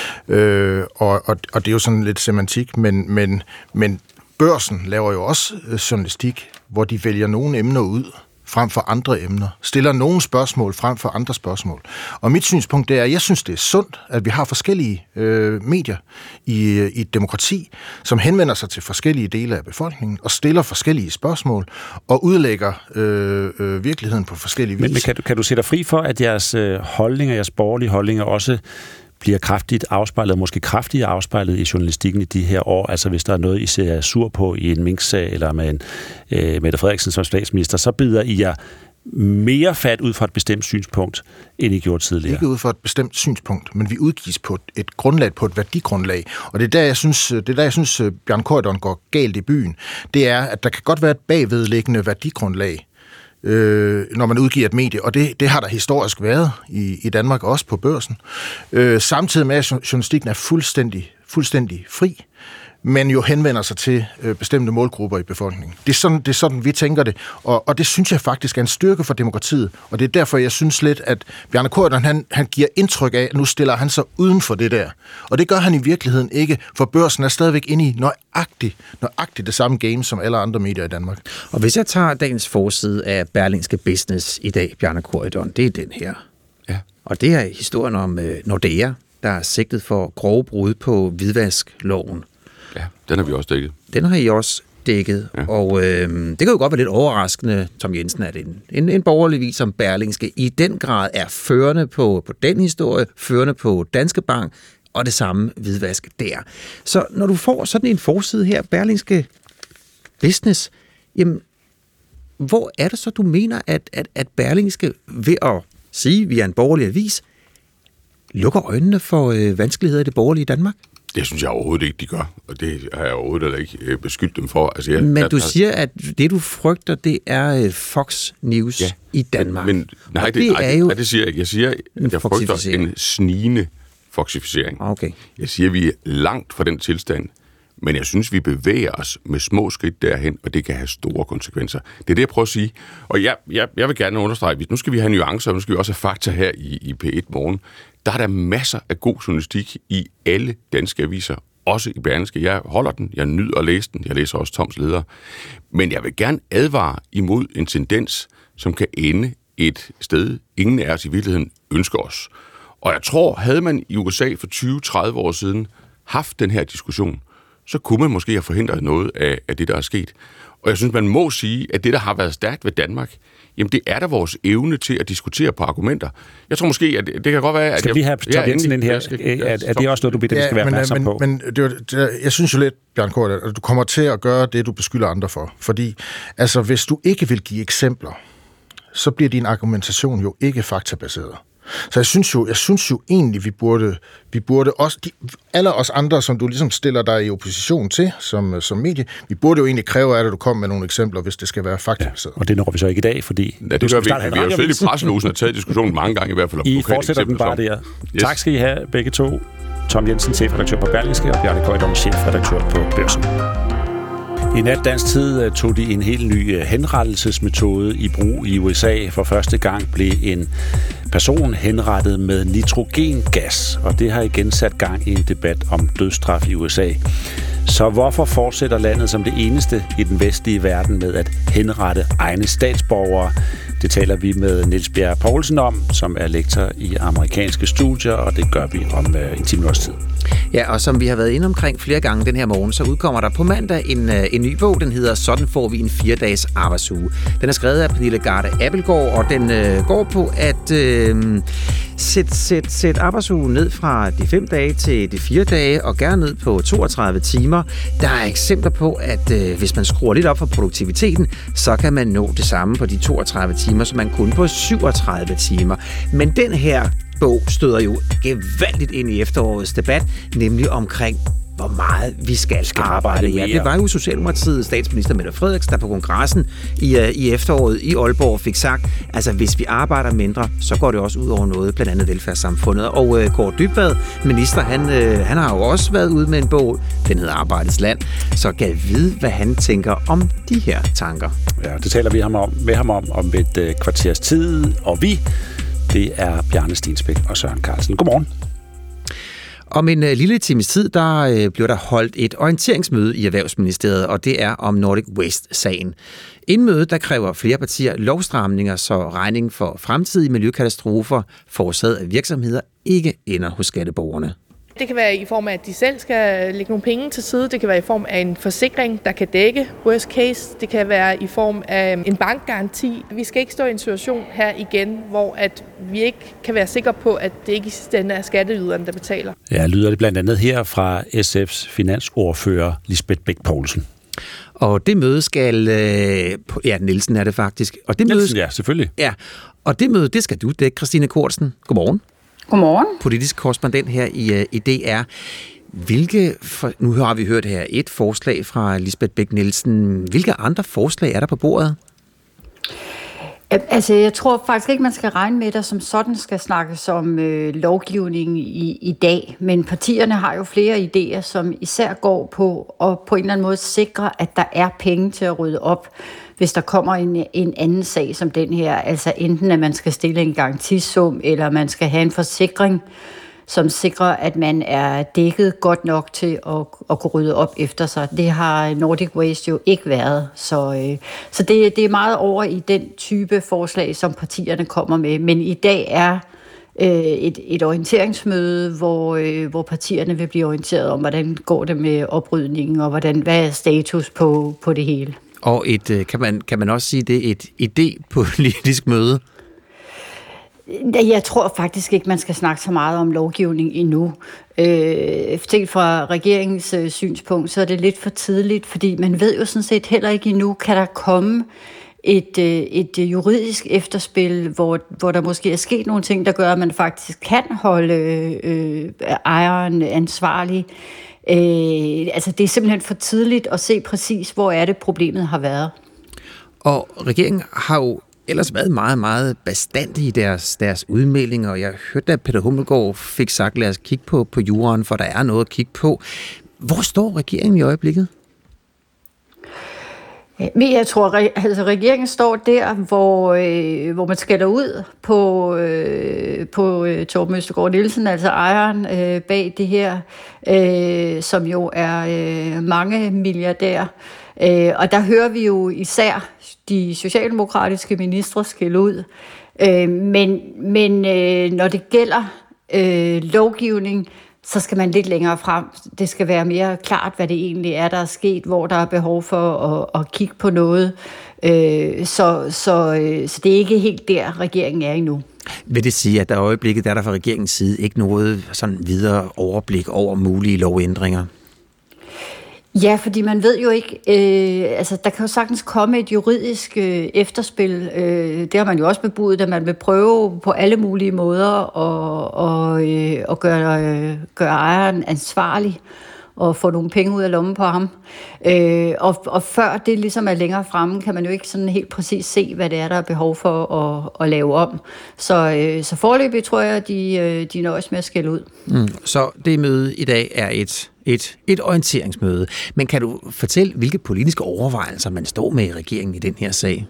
Speaker 7: Øh, og, og, og det er jo sådan lidt semantik, men, men, men Børsen laver jo også øh, journalistik, hvor de vælger nogle emner ud frem for andre emner, stiller nogle spørgsmål frem for andre spørgsmål. Og mit synspunkt det er, at jeg synes, det er sundt, at vi har forskellige øh, medier i, i et demokrati, som henvender sig til forskellige dele af befolkningen, og stiller forskellige spørgsmål, og udlægger øh, øh, virkeligheden på forskellige vis.
Speaker 2: Men, men kan, du, kan du se dig fri for, at jeres øh, holdninger, jeres borgerlige holdninger også bliver kraftigt afspejlet, måske kraftigt afspejlet i journalistikken i de her år. Altså hvis der er noget, I ser sur på i en Mink-sag, eller med en øh, Mette Frederiksen som statsminister, så bider I jer mere fat ud fra et bestemt synspunkt, end I gjorde tidligere.
Speaker 7: Ikke ud fra et bestemt synspunkt, men vi udgives på et grundlag, på et værdigrundlag. Og det er der, jeg synes, det er der, jeg synes Bjarne Corydon går galt i byen. Det er, at der kan godt være et bagvedliggende værdigrundlag, Øh, når man udgiver et medie, og det, det har der historisk været i, i Danmark, også på Børsen. Øh, samtidig med, at journalistikken er fuldstændig, fuldstændig fri, men jo henvender sig til øh, bestemte målgrupper i befolkningen. Det er sådan, det er sådan vi tænker det, og, og det synes jeg faktisk er en styrke for demokratiet, og det er derfor, jeg synes lidt, at Bjarne Corydon, han, han giver indtryk af, at nu stiller han sig uden for det der. Og det gør han i virkeligheden ikke, for Børsen er stadigvæk inde i nøjagtigt, nøjagtigt det samme game, som alle andre medier i Danmark.
Speaker 3: Og hvis jeg tager dagens forside af Berlingske Business i dag, Bjarne Corydon, det er den her.
Speaker 4: Ja.
Speaker 3: Og det er historien om øh, Nordea, der er sigtet for grove brud på hvidvaskloven.
Speaker 4: Ja, den har vi også dækket.
Speaker 3: Den har I også dækket, ja. Og øh, det kan jo godt være lidt overraskende, Tom Jensen, at en, en, en borgerlig vis som Berlingske i den grad er førende på, på den historie, førende på Danske Bank, og det samme hvidvask der. Så når du får sådan en forside her, Berlingske Business, jamen, hvor er det så, du mener, at, at, at Berlingske ved at sige, vi er en borgerlig avis, lukker øjnene for øh, vanskeligheder i det borgerlige Danmark?
Speaker 4: Det synes jeg overhovedet ikke, de gør, og det har jeg overhovedet ikke øh, beskyldt dem for. Altså, jeg,
Speaker 3: men
Speaker 4: jeg,
Speaker 3: du
Speaker 4: jeg,
Speaker 3: siger, at det, du frygter, det er Fox News ja, i Danmark.
Speaker 4: Men, nej, det, det, nej, er jo det, det siger jeg ikke. Jeg siger, at jeg frygter en snigende foxificering.
Speaker 3: Okay.
Speaker 4: Jeg siger, at vi er langt fra den tilstand, men jeg synes, vi bevæger os med små skridt derhen, og det kan have store konsekvenser. Det er det, jeg prøver at sige. Og jeg, jeg, jeg vil gerne understrege, at nu skal vi have nuancer, og nu skal vi også have fakta her i, i P et Morgen. Der er der masser af god journalistik i alle danske aviser, også i Berlingske. Jeg holder den, jeg nyder at læse den, jeg læser også Toms leder. Men jeg vil gerne advare imod en tendens, som kan ende et sted, ingen af os i virkeligheden ønsker os. Og jeg tror, havde man i U S A for tyve til tredive år siden haft den her diskussion, så kunne man måske have forhindret noget af, af det, der er sket. Og jeg synes, man må sige, at det, der har været stærkt ved Danmark, jamen det er da vores evne til at diskutere på argumenter. Jeg tror måske, at det kan godt være... At
Speaker 2: skal
Speaker 4: jeg,
Speaker 2: vi have Tom Jensen ind her? Skal, er, er det også noget, du beder, vi skal være opmærksom på?
Speaker 7: Men, men det, det, jeg synes jo lidt, Bjørn Kort, at du kommer til at gøre det, du beskylder andre for. Fordi altså, hvis du ikke vil give eksempler, så bliver din argumentation jo ikke faktabaseret. Så jeg synes jo, jeg synes jo egentlig, vi burde, vi burde også, de, alle os andre, som du ligesom stiller dig i opposition til, som, som medie, vi burde jo egentlig kræve af dig, at du kommer med nogle eksempler, hvis det skal være faktabaseret.
Speaker 2: Ja, og det når vi så ikke i dag, fordi...
Speaker 4: Ja, det gør vi. Vi har jo selv i presselosen og taget diskussionen mange gange i hvert fald.
Speaker 2: I fortsætter den bare der. Yes. Tak skal I have begge to. Tom Jensen, chefredaktør på Berlingske, og Bjarne Køjdom, chefredaktør på Børsen. I nat dansk tid tog de en helt ny henrettelsesmetode i brug i U S A. For første gang blev en person henrettet med nitrogengas, og det har igen sat gang i en debat om dødsstraf i U S A. Så hvorfor fortsætter landet som det eneste i den vestlige verden med at henrette egne statsborgere? Det taler vi med Niels Bjerre Poulsen om, som er lektor i amerikanske studier, og det gør vi om uh, en time års tid.
Speaker 3: Ja, og som vi har været inde omkring flere gange den her morgen, så udkommer der på mandag en, en ny bog. Den hedder Sådan får vi en fire-dages arbejdsuge. Den er skrevet af Pernille Garde Appelgaard, og den øh, går på at øh, sætte sæt, sæt arbejdsugen ned fra de fem dage til de fire dage, og gerne ned på toogtredive timer. Der er eksempler på, at øh, hvis man skruer lidt op for produktiviteten, så kan man nå det samme på de toogtredive timer, som man kunne på syvogtredive timer. Men den her bog støder jo gevaldigt ind i efterårets debat, nemlig omkring, hvor meget vi skal, skal arbejde. Ja, det var jo Socialdemokratiets statsminister Mette Frederiksen, der på kongressen i, uh, i efteråret i Aalborg fik sagt, altså hvis vi arbejder mindre, så går det også ud over noget, blandt andet velfærdssamfundet. Og uh, Kaare Dybvad, minister, han, uh, han har jo også været ude med en bog, den hedder Arbejdets Land, så kan vide, hvad han tænker om de her tanker.
Speaker 2: Ja, det taler vi ham om, med ham om om et uh, kvarters tid, og vi det er Bjarne Stensbæk og Søren Carlsen. Godmorgen.
Speaker 3: Om en uh, lille times tid, der uh, bliver der holdt et orienteringsmøde i Erhvervsministeriet, og det er om Nordic Waste-sagen. Inden mødet, der kræver flere partier lovstramninger, så regningen for fremtidige miljøkatastrofer forårsaget af virksomheder ikke ender hos skatteborgerne.
Speaker 8: Det kan være i form af, at de selv skal lægge nogle penge til side. Det kan være i form af en forsikring, der kan dække worst case. Det kan være i form af en bankgaranti. Vi skal ikke stå i en situation her igen, hvor at vi ikke kan være sikre på, at det ikke i sidste ende er skatteyderne, der betaler.
Speaker 2: Ja, lyder det blandt andet her fra S F's finansordfører Lisbeth Bech Poulsen.
Speaker 3: Og det møde skal... Øh, ja, Nielsen er det faktisk. Og det
Speaker 2: Nielsen,
Speaker 3: møde,
Speaker 2: ja, selvfølgelig.
Speaker 3: Ja, og det møde, det skal du dække, Christine Kortsen. Godmorgen.
Speaker 9: Godmorgen.
Speaker 3: Politisk korrespondent her i, i D R. Hvilke, for, nu har vi hørt her et forslag fra Lisbeth Bech Nielsen. Hvilke andre forslag er der på bordet?
Speaker 9: Altså, jeg tror faktisk ikke, man skal regne med, at der som sådan skal snakkes om øh, lovgivning i, i dag. Men partierne har jo flere idéer, som især går på at på en eller anden måde sikre, at der er penge til at rydde op, hvis der kommer en, en anden sag som den her. Altså enten, at man skal stille en garantisum, eller man skal have en forsikring, som sikrer, at man er dækket godt nok til at, at kunne rydde op efter sig. Det har Nordic Waste jo ikke været. Så, øh, så det, det er meget over i den type forslag, som partierne kommer med. Men i dag er øh, et, et orienteringsmøde, hvor, øh, hvor partierne vil blive orienteret om, hvordan går det med oprydningen, og hvordan, hvad er status på, på det hele.
Speaker 3: Og et, kan man, kan man også sige, det er et idépolitisk møde?
Speaker 9: Jeg tror faktisk ikke, man skal snakke så meget om lovgivning endnu. Øh, set fra regeringens øh, synspunkt, så er det lidt for tidligt, fordi man ved jo sådan set heller ikke endnu, kan der komme et, et juridisk efterspil, hvor, hvor der måske er sket nogle ting, der gør, at man faktisk kan holde øh, ejeren ansvarlig. Øh, altså det er simpelthen for tidligt at se præcis, hvor er det problemet har været.
Speaker 3: Og regeringen har jo ellers været meget, meget bastant i deres, deres udmeldinger, og jeg hørte, at Peter Hummelgaard fik sagt, lad os kigge på, på juraen, for der er noget at kigge på. Hvor står regeringen i øjeblikket?
Speaker 9: Men jeg tror, altså regeringen står der, hvor, øh, hvor man skælder ud på, øh, på øh, Torben Østergaard Nielsen, altså ejeren øh, bag det her, øh, som jo er øh, mange milliardær. Øh, og der hører vi jo især de socialdemokratiske ministre skælde ud. Øh, men men øh, når det gælder øh, lovgivning, så skal man lidt længere frem. Det skal være mere klart, hvad det egentlig er, der er sket, hvor der er behov for at, at kigge på noget. Øh, så, så, øh, så det er ikke helt der, regeringen er endnu.
Speaker 3: Vil det sige, at der i øjeblikket der er der fra regeringens side ikke noget sådan videre overblik over mulige lovændringer?
Speaker 9: Ja, fordi man ved jo ikke, øh, altså der kan jo sagtens komme et juridisk øh, efterspil. Øh, det har man jo også bebudet, at man vil prøve på alle mulige måder at, og, øh, at gøre, øh, gøre ejeren ansvarlig og få nogle penge ud af lommen på ham. Øh, og, og før det ligesom er længere fremme, kan man jo ikke sådan helt præcis se, hvad det er, der er behov for at, at lave om. Så, øh, så foreløbig tror jeg, at de, de nøjes med at skælde ud.
Speaker 3: Mm. Så det møde i dag er et, et, et orienteringsmøde. Men kan du fortælle, hvilke politiske overvejelser man står med i regeringen i den her sag?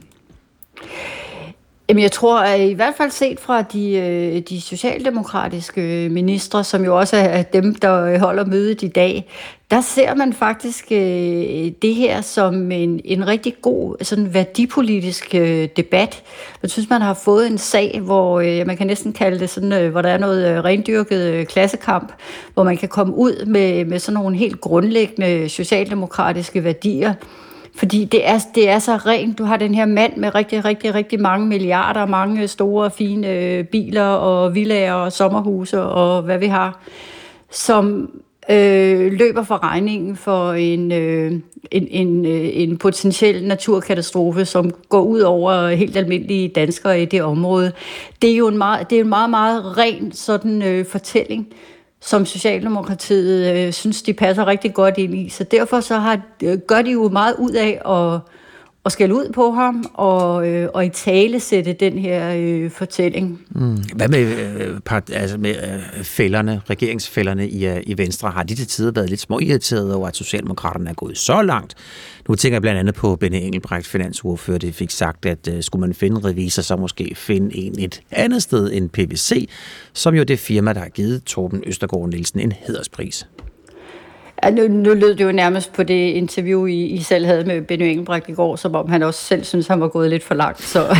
Speaker 9: Jamen, jeg tror, at i hvert fald set fra de, de socialdemokratiske ministre, som jo også er dem, der holder mødet i dag, der ser man faktisk det her som en, en rigtig god sådan værdipolitisk debat. Jeg synes, man har fået en sag, hvor ja, man kan næsten kalde det sådan, hvor der er noget rendyrket klassekamp, hvor man kan komme ud med, med sådan nogle helt grundlæggende socialdemokratiske værdier. Fordi det er, det er så rent. Du har den her mand med rigtig, rigtig, rigtig mange milliarder, mange store, fine biler og villaer og sommerhuse og hvad vi har, som øh, løber for regningen for en, øh, en, en, en potentiel naturkatastrofe, som går ud over helt almindelige danskere i det område. Det er jo en meget, det er en meget, meget ren sådan øh, fortælling, som Socialdemokratiet øh, synes, de passer rigtig godt ind i. Så derfor så har, øh, gør de jo meget ud af at, at skælde ud på ham og, øh, og i tale sætte den her øh, fortælling.
Speaker 3: Mm. Hvad med, øh, part, altså med øh, fælderne, regeringsfælderne i, øh, i Venstre? Har de til tider været lidt småirriterede over, at Socialdemokraterne er gået så langt? Nu tænker jeg blandt andet på Benny Engelbrecht, finansordfører, det fik sagt, at øh, skulle man finde en revisor, så måske finde en et andet sted end P V C, som jo det firma, der har givet Torben Østergaard Nielsen en hæderspris.
Speaker 9: Ja, nu, nu lød det jo nærmest på det interview, I, I selv havde med Benny Engelbrecht i går, som om han også selv synes, han var gået lidt for langt. Så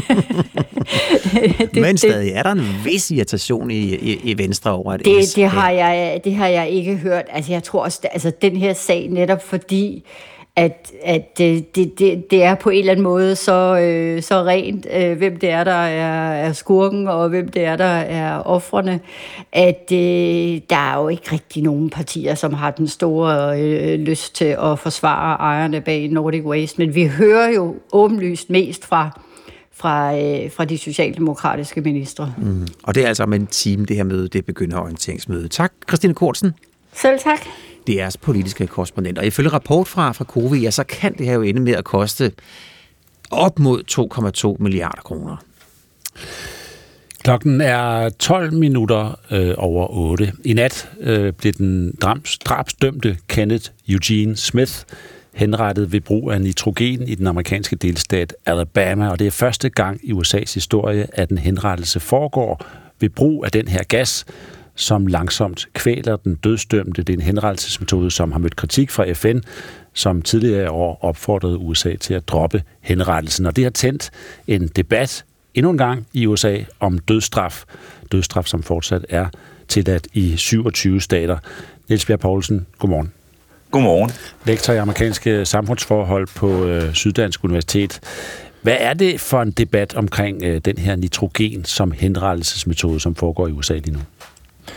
Speaker 3: det, Men stadig er der en vis irritation i, i, i Venstre over, at
Speaker 9: det, det, har jeg, det har jeg ikke hørt. Altså, jeg tror også, altså, den her sag netop fordi, at, at det, det, det er på en eller anden måde så, øh, så rent, øh, hvem det er, der er, er skurken, og hvem det er, der er ofrene, at øh, der er jo ikke rigtig nogen partier, som har den store øh, lyst til at forsvare ejerne bag Nordic Waste, men vi hører jo åbenlyst mest fra fra, øh, fra de socialdemokratiske ministre.
Speaker 3: Mm. Og det er altså om en time, det her møde, det begynder orienteringsmødet. Tak, Christine Kortsen.
Speaker 9: Selv tak.
Speaker 3: D R's politiske korrespondent. Og ifølge rapport fra, fra Cowi, så kan det her jo ende med at koste op mod to komma to milliarder kroner.
Speaker 2: Klokken er tolv minutter øh, over otte. I nat øh, blev den drabs, drabsdømte Kenneth Eugene Smith henrettet ved brug af nitrogen i den amerikanske delstat Alabama, og det er første gang i U S A's historie, at en henrettelse foregår ved brug af den her gas, som langsomt kvæler den dødsdømte. Det er en henrettelsesmetode, som har mødt kritik fra F N, som tidligere i år opfordrede U S A til at droppe henrettelsen. Og det har tændt en debat endnu en gang i U S A om dødsstraf. Dødsstraf, som fortsat er tilladt i syvogtyve stater. Niels Bjerg Poulsen, godmorgen.
Speaker 10: Godmorgen.
Speaker 2: Lektor i amerikanske samfundsforhold på øh, Syddansk Universitet. Hvad er det for en debat omkring øh, den her nitrogen som henrettelsesmetode, som foregår i U S A lige nu?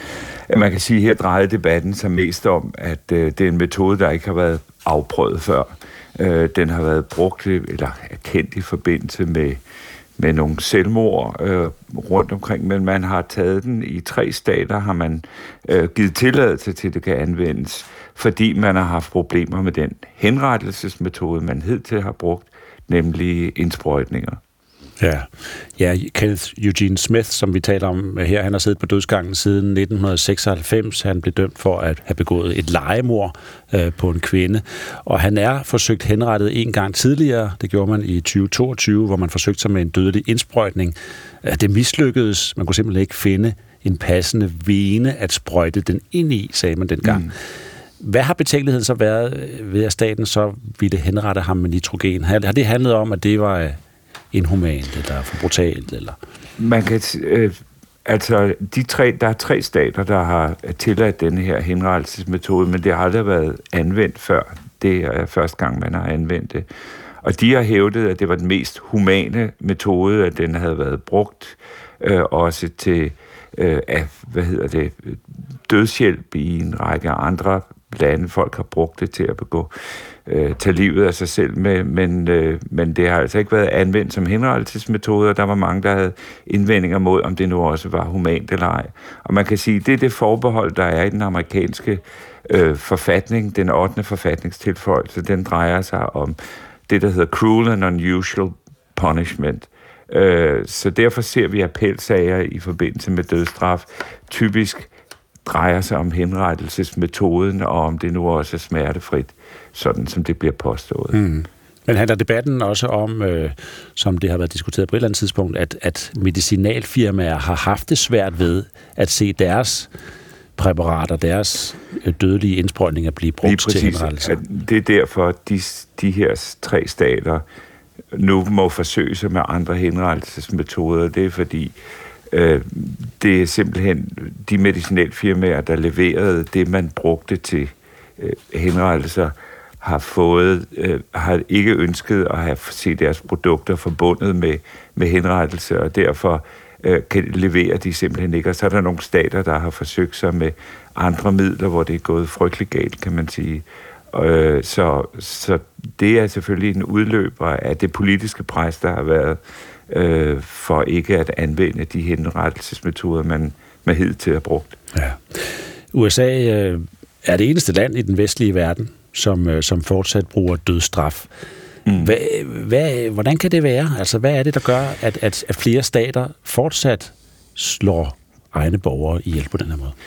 Speaker 10: Man kan sige, at her drejer debatten sig mest om, at øh, det er en metode, der ikke har været afprøvet før. Øh, den har været brugt, eller erkendt i forbindelse med, med nogle selvmord øh, rundt omkring, men man har taget den i tre stater, har man øh, givet tilladelse til, at det kan anvendes, fordi man har haft problemer med den henrettelsesmetode, man hidtil har brugt, nemlig indsprøjtninger.
Speaker 2: Ja. ja, Kenneth Eugene Smith, som vi taler om her, han har siddet på dødsgangen siden nitten seksoghalvfems. Han blev dømt for at have begået et legemord øh, på en kvinde, og han er forsøgt henrettet en gang tidligere. Det gjorde man i tyve toogtyve, hvor man forsøgte sig med en dødelig indsprøjtning. Det mislykkedes. Man kunne simpelthen ikke finde en passende vene at sprøjte den ind i, sagde man dengang. Mm. Hvad har betænkeligheden så været ved, at staten så ville henrette ham med nitrogen? Har det handlet om, at det var inhumant eller for brutalt? Eller?
Speaker 10: Man kan, øh, altså, de tre, der er tre stater, der har tilladt denne her henrettelsesmetode, men det har aldrig været anvendt før. Det er første gang, man har anvendt det. Og de har hævdet, at det var den mest humane metode, at den havde været brugt øh, også til øh, af, hvad hedder det, dødshjælp i en række andre lande. Folk har brugt det til at begå, øh, tage livet af sig selv med, men, øh, men det har altså ikke været anvendt som henrettelsesmetode, og der var mange, der havde indvendinger mod, om det nu også var humant eller ej. Og man kan sige, det er det forbehold, der er i den amerikanske øh, forfatning, den ottende forfatningstilføjelse, den drejer sig om det, der hedder cruel and unusual punishment. Øh, så derfor ser vi appelsager i forbindelse med dødsstraf typisk drejer sig om henrettelsesmetoden, og om det nu også er smertefrit, sådan som det bliver påstået.
Speaker 2: Mm. Men handler debatten også om, øh, som det har været diskuteret på et eller andet tidspunkt, at, at medicinalfirmaer har haft det svært ved at se deres præparater, deres dødelige indsprøjtninger blive brugt til henrettelse?
Speaker 10: Det er derfor, de, de her tre stater nu må forsøge sig med andre henrettelsesmetoder. Det er fordi, øh, det er simpelthen de medicinalfirmaer, der leverede det, man brugte til øh, henrettelser, har fået, øh, har ikke ønsket at have set deres produkter forbundet med, med henrettelse, og derfor øh, kan levere de simpelthen ikke. Og så er der nogle stater, der har forsøgt sig med andre midler, hvor det er gået frygtelig galt, kan man sige. Øh, så, så det er selvfølgelig en udløber af det politiske pres, der har været øh, for ikke at anvende de henrettelsesmetoder, man, man hidtil har brugt.
Speaker 2: Ja. U S A øh, er det eneste land i den vestlige verden, som, øh, som fortsat bruger dødsstraf. Mm. Hvad, hvad, hvordan kan det være? Altså, hvad er det, der gør, at, at, at flere stater fortsat slår egne borgere ihjel på den her måde?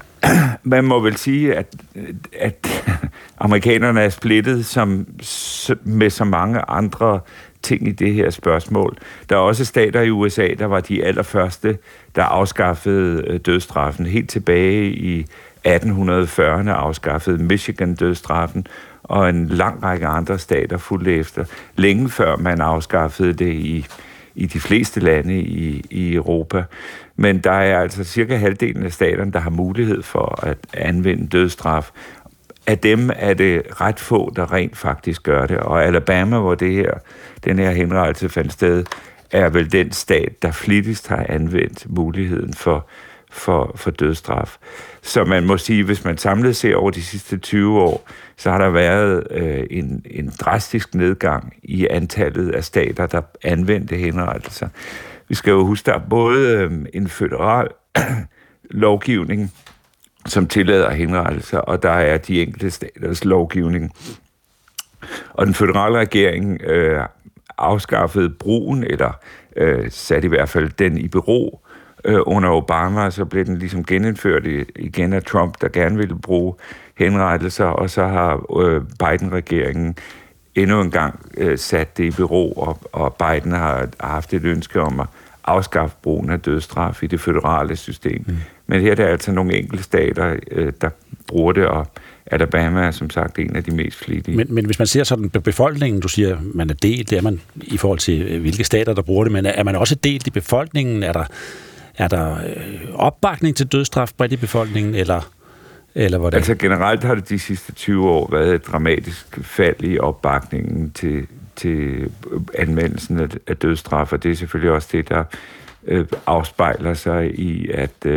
Speaker 10: Man må vel sige, at, at amerikanerne er splittet som, med så mange andre ting i det her spørgsmål. Der er også stater i U S A, der var de allerførste, der afskaffede dødsstraffen. Helt tilbage i atten fyrrerne afskaffede Michigan dødsstraffen, og en lang række andre stater fulgte efter, længe før man afskaffede det i, i de fleste lande i, i Europa. Men der er altså cirka halvdelen af staterne, der har mulighed for at anvende dødsstraf. Af dem er det ret få, der rent faktisk gør det. Og Alabama, hvor det her, den her henrettelse fandt sted, er vel den stat, der flittigst har anvendt muligheden for, for, for dødsstraf. Så man må sige, hvis man samlet ser over de sidste tyve år, så har der været øh, en, en drastisk nedgang i antallet af stater, der anvendte henrettelser. Vi skal jo huske, der er både øh, en føderal lovgivning, som tillader henrettelser, og der er de enkelte staters lovgivning. Og den føderale regering øh, afskaffede brugen, eller øh, satte i hvert fald den i bero øh, under Obama, og så blev den ligesom genindført igen af Trump, der gerne ville bruge henrettelser, og så har øh, Biden-regeringen endnu en gang øh, sat det i bero, og, og Biden har haft et ønske om at afskaffe brugen af dødsstraf i det føderale system. Mm. Men her er der altså nogle enkelte stater, øh, der bruger det, og Alabama er som sagt en af de mest flittige.
Speaker 2: Men, men hvis man ser sådan befolkningen, du siger, man er delt, det er man i forhold til, hvilke stater, der bruger det, men er man også delt i befolkningen? Er der, er der øh, opbakning til dødsstraf bredt i befolkningen, eller, eller hvordan?
Speaker 10: Altså generelt har det de sidste tyve år været et dramatisk fald i opbakningen til, til anvendelsen af, af dødsstraf, og det er selvfølgelig også det, der øh, afspejler sig i, at øh,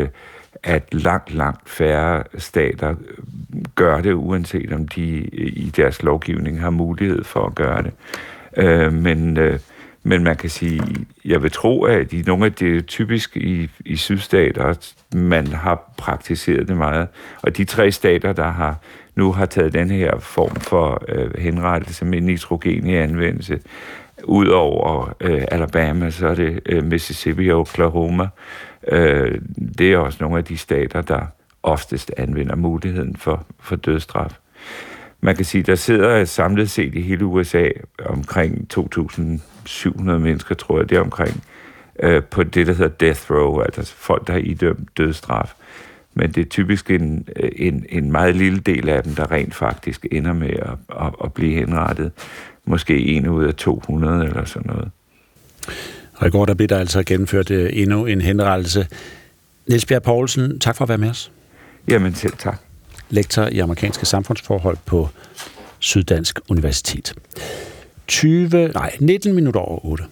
Speaker 10: at langt, langt færre stater gør det, uanset om de i deres lovgivning har mulighed for at gøre det. Øh, men, øh, men man kan sige, jeg vil tro, at i nogle af det typisk i, i sydstater, man har praktiseret det meget. Og de tre stater, der har nu har taget den her form for øh, henrettelse med nitrogen i anvendelse, udover øh, Alabama, så er det øh, Mississippi og Oklahoma. Øh, det er også nogle af de stater, der oftest anvender muligheden for, for dødsstraf. Man kan sige, der sidder samlet set i hele U S A omkring to tusind syv hundrede mennesker, tror jeg, det er omkring, øh, på det, der hedder death row, altså folk, der har idømt dødsstraf. Men det er typisk en, en, en meget lille del af dem, der rent faktisk ender med at, at, at blive henrettet. Måske en ud af to hundrede eller sådan noget.
Speaker 2: Og i går der blev der altså gennemført endnu en henrettelse. Niels Bjerg Poulsen, tak for at være med os.
Speaker 10: Jamen selv tak.
Speaker 2: Lektor i amerikanske samfundsforhold på Syddansk Universitet. tyve, nej, nitten minutter over otte.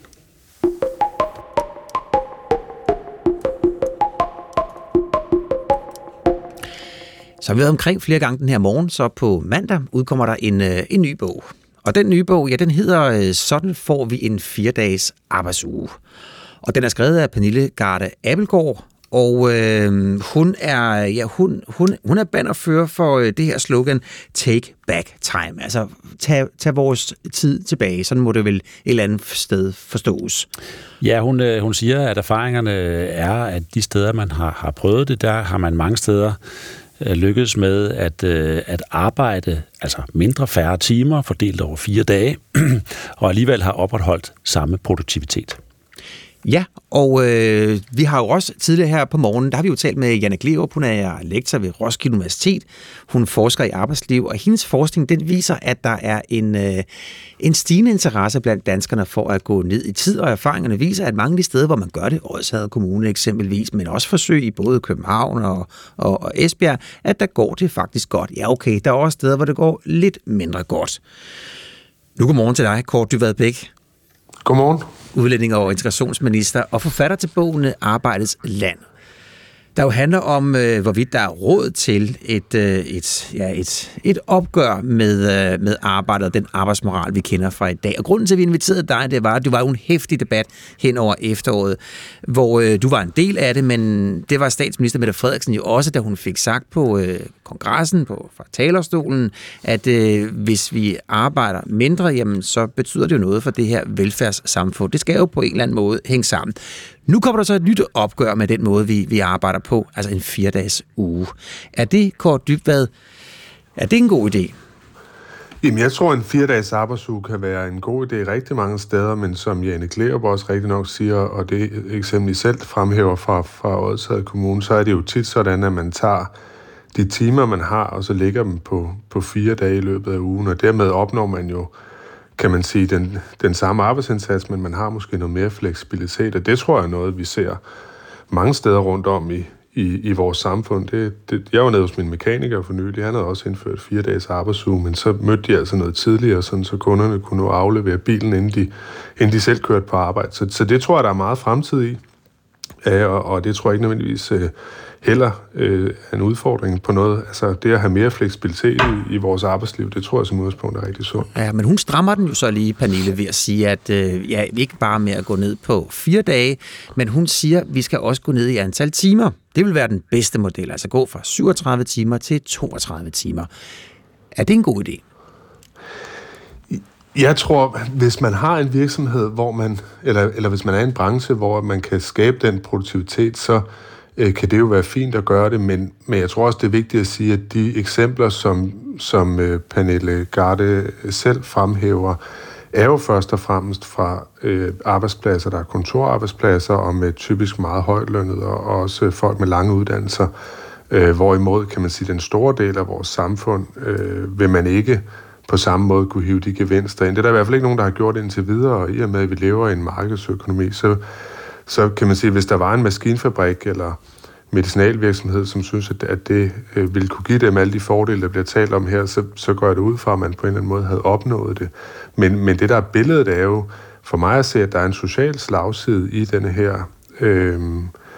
Speaker 3: Så har vi været omkring flere gange den her morgen, så på mandag udkommer der en, en ny bog. Og den nye bog, ja, den hedder Sådan får vi en fire-dages arbejdsuge. Og den er skrevet af Pernille Garde Abildgaard, og øh, hun er ja, hun, hun, hun er bannerfører for det her slogan Take Back Time. Altså, tag, tag vores tid tilbage. Sådan må det vel et eller andet sted forstås.
Speaker 2: Ja, hun, hun siger, at erfaringerne er, at de steder, man har, har prøvet det, der har man mange steder lykkedes med at, at arbejde, altså mindre færre timer, fordelt over fire dage, og alligevel har opretholdt samme produktivitet.
Speaker 3: Ja, og øh, vi har jo også tidligere her på morgenen, der har vi jo talt med Janne Gleerup, hun er lektor ved Roskilde Universitet, hun forsker i arbejdsliv, og hendes forskning, den viser, at der er en, øh, en stigende interesse blandt danskerne for at gå ned i tid, og erfaringerne viser, at mange af de steder, hvor man gør det, Odsherred Kommune eksempelvis, men også forsøg i både København og, og, og Esbjerg, at der går det faktisk godt. Ja, okay, der er også steder, hvor det går lidt mindre godt. Nu godmorgen til dig, Kaare Dybvad Bech.
Speaker 11: Godmorgen.
Speaker 3: Udlænding og integrationsminister og forfatter til bogen Arbejdets Land, der jo handler om, øh, hvorvidt der er råd til et, øh, et, ja, et, et opgør med, øh, med arbejdet og den arbejdsmoral, vi kender fra i dag. Og grunden til, at vi inviterede dig, det var, at det var jo en heftig debat hen over efteråret, hvor øh, du var en del af det, men det var statsminister Mette Frederiksen jo også, da hun fik sagt på øh, kongressen, på fra talerstolen, at øh, hvis vi arbejder mindre, jamen, så betyder det jo noget for det her velfærdssamfund. Det skal jo på en eller anden måde hænge sammen. Nu kommer der så et nyt opgør med den måde, vi, vi arbejder på, altså en fire-dages uge. Er det, Kaare Dybvad, er det en god idé?
Speaker 11: Jamen, jeg tror, en fire-dages arbejdsuge kan være en god idé rigtig mange steder, men som Janne Gleerup også rigtig nok siger, og det eksempelvis selv fremhæver fra, fra Odsherred Kommune, så er det jo tit sådan, at man tager de timer, man har, og så lægger dem på, på fire dage i løbet af ugen, og dermed opnår man jo, kan man sige, den, den samme arbejdsindsats, men man har måske noget mere fleksibilitet, og det tror jeg er noget, vi ser mange steder rundt om i, i, i vores samfund. Det, det, jeg var nede hos min mekaniker for nylig, han havde også indført fire dages arbejdsuge, men så mødte de altså noget tidligere, sådan, så kunderne kunne nu aflevere bilen, inden de, inden de selv kørte på arbejde. Så, så det tror jeg, der er meget fremtid i, og, og det tror jeg ikke nødvendigvis øh, heller øh, er en udfordring på noget. Altså det at have mere fleksibilitet i, i vores arbejdsliv, det tror jeg som udgangspunkt er rigtig sundt.
Speaker 3: Ja, men hun strammer den jo så lige, Pernille, ved at sige, at øh, ja, ikke bare med at gå ned på fire dage, men hun siger, at vi skal også gå ned i antal timer. Det vil være den bedste model, altså gå fra syvogtredive timer til toogtredive timer. Er det en god idé?
Speaker 11: Jeg tror, hvis man har en virksomhed, hvor man, eller, eller hvis man er i en branche, hvor man kan skabe den produktivitet, så øh, kan det jo være fint at gøre det, men, men jeg tror også, det er vigtigt at sige, at de eksempler, som, som øh, Pernille Garde selv fremhæver, er jo først og fremmest fra øh, arbejdspladser, der er kontorarbejdspladser, og med typisk meget højtlønnet, og også folk med lange uddannelser, øh, hvorimod, kan man sige, den store del af vores samfund, øh, vil man ikke på samme måde kunne hive de gevinster ind. Det er der i hvert fald ikke nogen, der har gjort indtil videre, og i og med, at vi lever i en markedsøkonomi, så, så kan man sige, at hvis der var en maskinfabrik eller medicinalvirksomhed, som synes, at, at det øh, ville kunne give dem alle de fordele, der bliver talt om her, så, så går det ud fra, at man på en eller anden måde havde opnået det. Men, men det der er billedet er jo, for mig at se, at der er en social slagside i denne her, øh,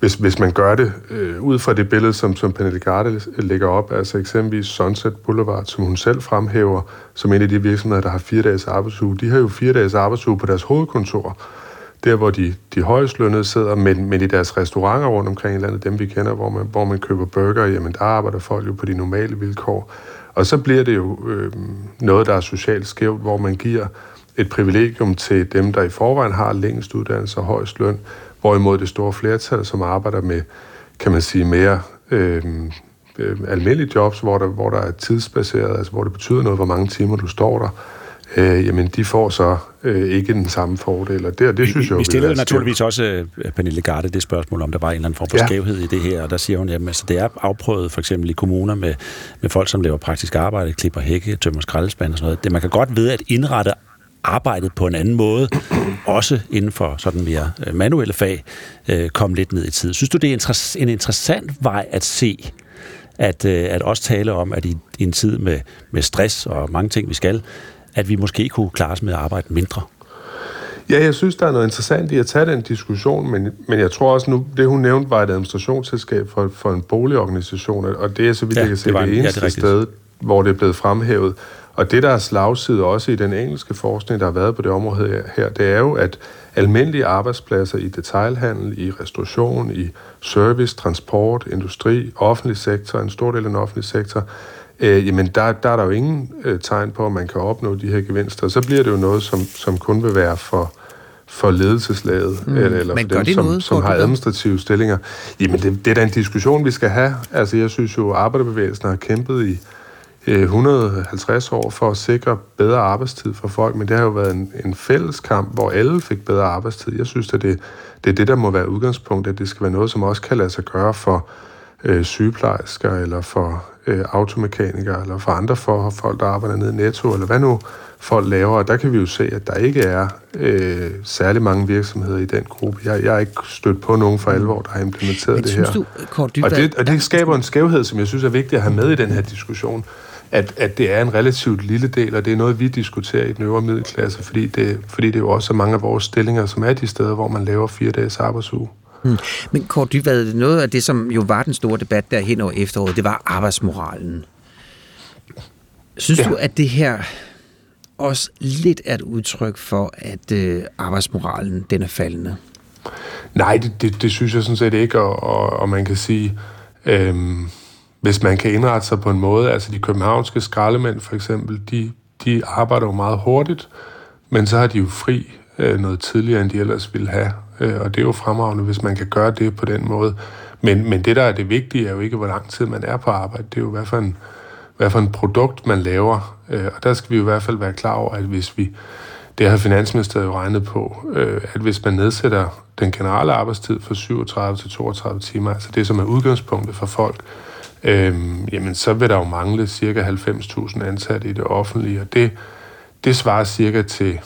Speaker 11: hvis, hvis man gør det øh, ud fra det billede, som, som Pernille Garde lægger op, altså eksempelvis Sunset Boulevard, som hun selv fremhæver, som en af de virksomheder, der har fire dages arbejdsuge, de har jo fire dages arbejdsuge på deres hovedkontor, der hvor de, de højst lønnede sidder, men, men i deres restauranter rundt omkring i landet, dem vi kender, hvor man, hvor man køber burger, jamen der arbejder folk jo på de normale vilkår. Og så bliver det jo øh, noget, der er socialt skævt, hvor man giver et privilegium til dem, der i forvejen har længst uddannelse og højst løn, hvorimod det store flertal, som arbejder med, kan man sige, mere øh, øh, almindelige jobs, hvor der, hvor der er tidsbaseret, altså hvor det betyder noget, hvor mange timer du står der, øh, jamen de får så øh, ikke den samme fordel, og det, det synes jeg jo...
Speaker 2: Vi stillede naturligvis også uh, Pernille Garde det spørgsmål, om der var en eller anden form for ja. skævhed i det her, og der siger hun, jamen altså det er afprøvet for eksempel i kommuner med, med folk, som laver praktisk arbejde, klipper hække, tømmer skraldespand og sådan noget. Det, man kan godt ved at indrette arbejdet på en anden måde, også inden for sådan mere manuelle fag, øh, komme lidt ned i tid. Synes du, det er en interessant vej at se, at, øh, at også tale om, at i, i en tid med, med stress og mange ting, vi skal, at vi måske kunne klare os med at arbejde mindre?
Speaker 11: Ja, jeg synes, der er noget interessant i at tage den diskussion, men, men jeg tror også nu, det hun nævnte, var et administrationsselskab for, for en boligorganisation, og det er, så vidt ja, jeg kan se, det, det eneste ja, det sted, hvor det er blevet fremhævet. Og det, der er slagside også i den engelske forskning, der har været på det område her, det er jo, at almindelige arbejdspladser i detailhandel, i restauration, i service, transport, industri, offentlig sektor, en stor del af den offentlige sektor, øh, jamen der, der er der jo ingen øh, tegn på, at man kan opnå de her gevinster. Så bliver det jo noget, som, som kun vil være for, for ledelseslaget, mm. eller, eller for dem, som, noget, som har administrative stillinger. Jamen det, det er da en diskussion, vi skal have. Altså jeg synes jo, at arbejderbevægelsen har kæmpet i et hundrede og halvtreds år for at sikre bedre arbejdstid for folk, men det har jo været en, en fælles kamp, hvor alle fik bedre arbejdstid. Jeg synes, at det, det er det, der må være udgangspunkt, at det skal være noget, som også kan lade sig gøre for øh, sygeplejersker, eller for øh, automekanikere, eller for andre for folk, der arbejder nede i Netto, eller hvad nu folk laver. Og der kan vi jo se, at der ikke er øh, særlig mange virksomheder i den gruppe. Jeg, jeg har ikke stødt på nogen for alvor, der har implementeret men det her. Du, Kort Dybvad, og, det, og det skaber en skævhed, som jeg synes er vigtigt at have med i den her diskussion. At, at det er en relativt lille del, og det er noget, vi diskuterer i den øvre middelklasse, fordi det, fordi det er jo også så mange af vores stillinger, som er de steder, hvor man laver fire dages arbejdsuge.
Speaker 3: Hmm. Men Kort Dybvad, noget af det, som jo var den store debat der hen over efteråret, det var arbejdsmoralen. Synes ja. du, at det her også lidt er et udtryk for, at øh, arbejdsmoralen den er faldende?
Speaker 11: Nej, det, det, det synes jeg sådan set ikke, og, og, og man kan sige... Øhm, Hvis man kan indrette sig på en måde, altså de københavnske skraldemænd for eksempel, de, de arbejder jo meget hurtigt, men så har de jo fri øh, noget tidligere, end de ellers ville have. Øh, og det er jo fremragende, hvis man kan gøre det på den måde. Men, men det, der er det vigtige, er jo ikke, hvor lang tid man er på arbejde. Det er jo, hvad for en, hvad for en produkt, man laver. Øh, og der skal vi jo i hvert fald være klar over, at hvis vi... Det har Finansministeriet jo regnet på, øh, at hvis man nedsætter den generelle arbejdstid fra syvogtredive til toogtredive timer, altså det, som er udgangspunktet for folk, Øhm, jamen så vil der jo mangle cirka halvfems tusind ansatte i det offentlige, og det, det svarer cirka til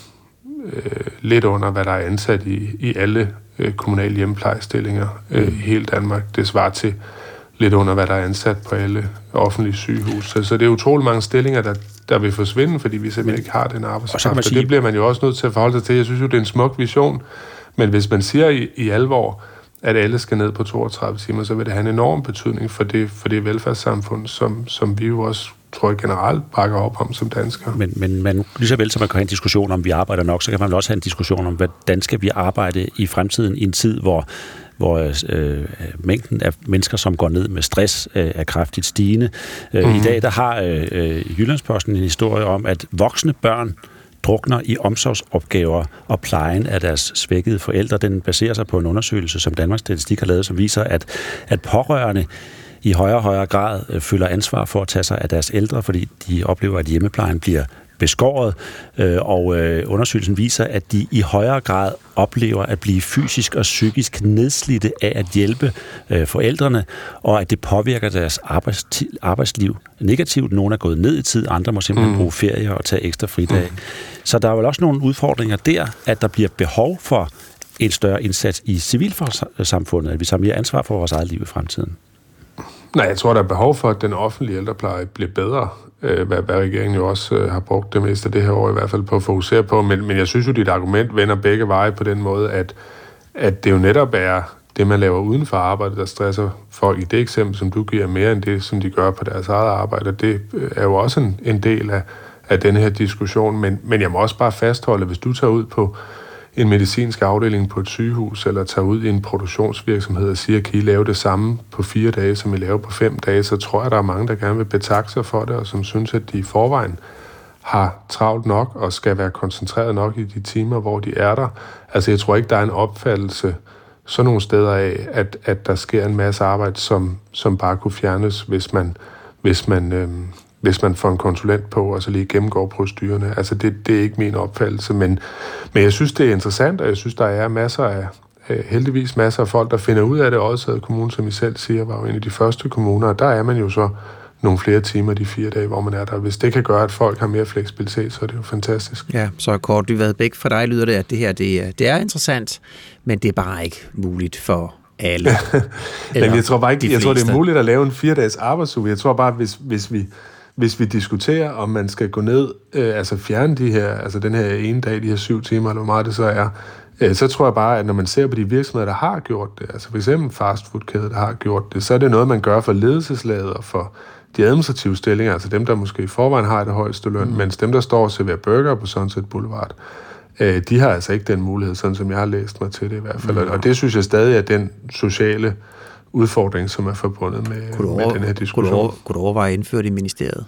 Speaker 11: øh, lidt under, hvad der er ansat i, i alle øh, kommunale hjemmeplejestillinger øh, i hele Danmark. Det svarer til lidt under, hvad der er ansat på alle offentlige sygehus. Så, så det er utrolig mange stillinger, der, der vil forsvinde, fordi vi simpelthen ikke har den arbejdskraft. Og, og det bliver man jo også nødt til at forholde sig til. Jeg synes jo, det er en smuk vision, men hvis man siger i, i alvor, at alle skal ned på toogtredive timer, så vil det have en enorm betydning for det, for det velfærdssamfund, som, som vi jo også, tror jeg, generelt bakker op om som danskere.
Speaker 2: Men, men man, lige så vel som man kan have en diskussion om, vi arbejder nok, så kan man også have en diskussion om, hvordan skal vi arbejde i fremtiden i en tid, hvor hvor øh, mængden af mennesker, som går ned med stress, øh, er kraftigt stigende. Øh, mm-hmm. I dag der har øh, Jyllandsposten en historie om, at voksne børn drukner i omsorgsopgaver og plejen af deres svækkede forældre. Den baserer sig på en undersøgelse, som Danmarks Statistik har lavet, som viser, at, at pårørende i højere og højere grad øh, føler ansvar for at tage sig af deres ældre, fordi de oplever, at hjemmeplejen bliver beskåret, øh, og øh, undersøgelsen viser, at de i højere grad oplever at blive fysisk og psykisk nedslidte af at hjælpe øh, forældrene, og at det påvirker deres arbejdsti- arbejdsliv negativt. Nogle er gået ned i tid, andre må simpelthen mm. bruge ferie og tage ekstra fridage. Mm. Så der er vel også nogle udfordringer der, at der bliver behov for en større indsats i civilsamfundet, at vi tager mere ansvar for vores eget liv i fremtiden.
Speaker 11: Nej, jeg tror, der er behov for, at den offentlige ældrepleje bliver bedre, hvad, hvad regeringen jo også øh, har brugt det meste af det her år, i hvert fald på at fokusere på. Men, men jeg synes jo, dit argument vender begge veje på den måde, at, at det jo netop er det, man laver uden for arbejde, der stresser folk i det eksempel, som du giver, mere end det, som de gør på deres eget arbejde. Det er jo også en, en del af, af denne her diskussion, men, men jeg må også bare fastholde, at hvis du tager ud på en medicinsk afdeling på et sygehus, eller tager ud i en produktionsvirksomhed og siger, kan I lave det samme på fire dage, som I laver på fem dage, så tror jeg, der er mange, der gerne vil betakke sig for det, og som synes, at de i forvejen har travlt nok og skal være koncentreret nok i de timer, hvor de er der. Altså, jeg tror ikke, der er en opfattelse sådan nogle steder af, at, at der sker en masse arbejde, som, som bare kunne fjernes, hvis man, hvis man, øhm, hvis man får en konsulent på, og så lige gennemgår procedurerne. Altså, det, det er ikke min opfattelse, men, men jeg synes, det er interessant, og jeg synes, der er masser af, heldigvis masser af folk, der finder ud af det. Odsherred Kommune, som I selv siger, var jo en af de første kommuner, og der er man jo så nogle flere timer de fire dage, hvor man er der. Hvis det kan gøre, at folk har mere fleksibilitet, så er det jo fantastisk.
Speaker 3: Ja, så Kåre Dybvad-Bæk, for dig lyder det, at det her det er, det er interessant, men det er bare ikke muligt for alle.
Speaker 11: Men jeg tror bare ikke, jeg tror, det er muligt at lave en fire-dages arbejdsuge. Jeg tror bare, hvis, hvis, vi, hvis vi diskuterer, om man skal gå ned, øh, altså fjerne de her, altså den her ene dag, de her syv timer, eller hvor meget det så er, øh, så tror jeg bare, at når man ser på de virksomheder, der har gjort det, altså for eksempel fastfoodkæde, der har gjort det, så er det noget, man gør for ledelseslaget og for de administrative stillinger, altså dem, der måske i forvejen har det højeste løn, mm. mens dem, der står og serverer burger på Sunset Boulevard, øh, de har altså ikke den mulighed, sådan som jeg har læst mig til det i hvert fald. Mm. Og det synes jeg stadig er den sociale udfordring, som er forbundet med, kunne over, med den her diskussion.
Speaker 3: Kunne du, over, kunne du overveje at indføre det i ministeriet?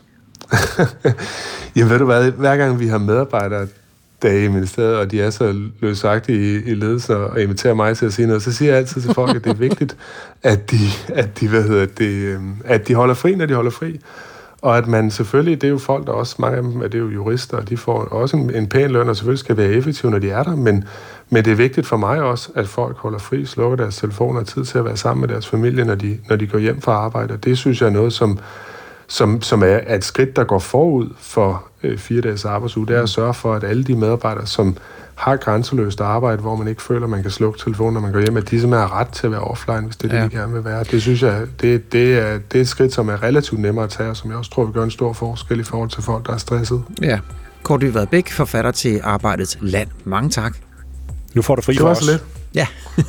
Speaker 11: Jamen ved du hvad, hver gang vi har medarbejdere dage i ministeriet, og de er så løsagtige i, i ledelse og inviterer mig til at sige noget, så siger jeg altid til folk, at det er vigtigt, at de, at de, hvad hedder det, at de holder fri, når de holder fri. Og at man selvfølgelig, det er jo folk, der også, mange af dem er det jo jurister, og de får også en, en pæn løn, og selvfølgelig skal være effektive, når de er der, men, men det er vigtigt for mig også, at folk holder fri, slukker deres telefoner og tid til at være sammen med deres familie, når de, når de går hjem fra arbejde. Og det synes jeg er noget, som Som, som er et skridt, der går forud for øh, fire dages arbejdsuge, det er at sørge for, at alle de medarbejdere, som har grænseløst arbejde, hvor man ikke føler, at man kan slukke telefonen, når man går hjem, at de simpelthen har ret til at være offline, hvis det er ja. det, de gerne vil være. Det synes jeg, det, det, er, det er et skridt, som er relativt nemmere at tage, og som jeg også tror, vil gøre en stor forskel i forhold til folk, der er stresset.
Speaker 3: Ja. Kåre Dybvad-Bæk, forfatter til Arbejdets Land. Mange tak.
Speaker 2: Nu får du fri for os.
Speaker 11: Lidt.
Speaker 3: Ja.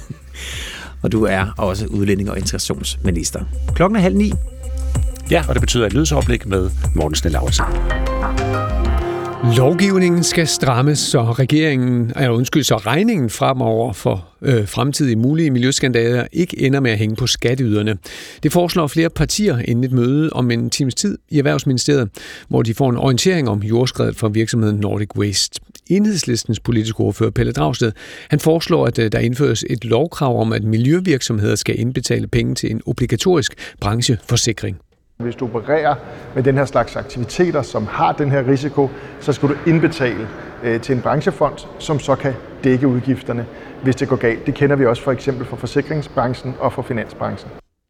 Speaker 3: Og du er også udlænding- og integrationsminister. Klokken er halv ni.
Speaker 2: Ja, og det betyder et nyhedsoverblik med Morten Snell-Lauritsen.
Speaker 6: Lovgivningen skal strammes, så regeringen, er undskyld, så regningen fremover for øh, fremtidige mulige miljøskandaler ikke ender med at hænge på skatteyderne. Det foreslår flere partier inden et møde om en times tid i Erhvervsministeriet, hvor de får en orientering om jordskredet fra virksomheden Nordic Waste. Enhedslistens politiske ordfører Pelle Dragsted, han foreslår, at der indføres et lovkrav om, at miljøvirksomheder skal indbetale penge til en obligatorisk brancheforsikring.
Speaker 12: Hvis du opererer med den her slags aktiviteter, som har den her risiko, så skal du indbetale øh, til en branchefond, som så kan dække udgifterne, hvis det går galt. Det kender vi også for eksempel fra forsikringsbranchen og fra finansbranchen.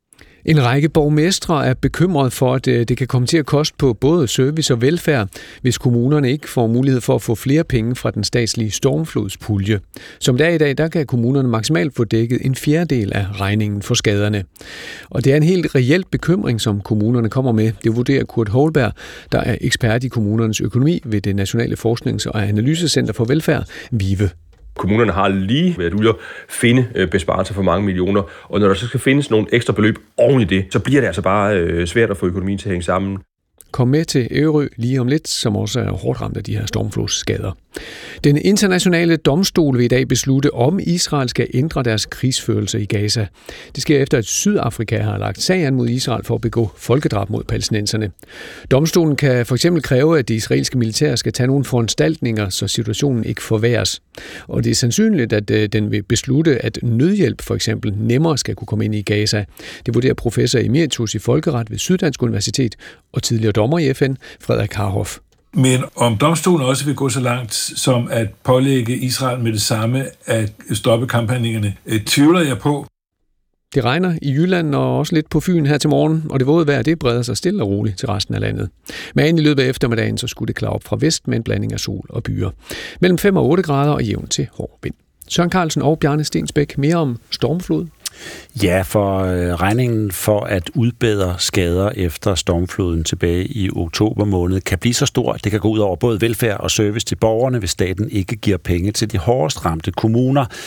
Speaker 6: En række borgmestre er bekymret for, at det kan komme til at koste på både service og velfærd, hvis kommunerne ikke får mulighed for at få flere penge fra den statslige stormflodspulje. Som det er i dag, der kan kommunerne maksimalt få dækket en fjerdedel af regningen for skaderne. Og det er en helt reelt bekymring, som kommunerne kommer med. Det vurderer Kurt Holberg, der er ekspert i kommunernes økonomi ved det Nationale Forsknings- og Analysecenter for Velfærd, VIVE.
Speaker 13: Kommunerne har lige været ude at finde besparelser for mange millioner, og når der så skal findes nogle ekstra beløb oven i det, så bliver det altså bare svært at få økonomien til at hænge sammen.
Speaker 6: Kom med til Ærø lige om lidt, som også er hårdt ramt af de her stormflodsskader. Den internationale domstol vil i dag beslutte, om Israel skal ændre deres krigsførelse i Gaza. Det sker efter, at Sydafrika har lagt sag an mod Israel for at begå folkedrab mod palæstinenserne. Domstolen kan for eksempel kræve, at det israelske militær skal tage nogle foranstaltninger, så situationen ikke forværres. Og det er sandsynligt, at den vil beslutte, at nødhjælp for eksempel nemmere skal kunne komme ind i Gaza. Det vurderer professor emeritus i folkeret ved Syddansk Universitet og tidligere dommer i F N, Frederik Harhoff.
Speaker 14: Men om domstolen også vil gå så langt som at pålægge Israel med det samme at stoppe kampagnerne, tvivler jeg på.
Speaker 6: Det regner i Jylland og også lidt på Fyn her til morgen, og det våde vejr, det breder sig stille og roligt til resten af landet. Men i løbet af eftermiddagen, så skulle det klare op fra vest med en blanding af sol og byer. Mellem fem og otte grader og jævn til hård vind. Søren Carlsen og Bjarne Stensbæk, mere om stormflod.
Speaker 2: Ja, for øh, regningen for at udbedre skader efter stormfloden tilbage i oktober måned kan blive så stor, at det kan gå ud over både velfærd og service til borgerne, hvis staten ikke giver penge til de hårdest ramte kommuner.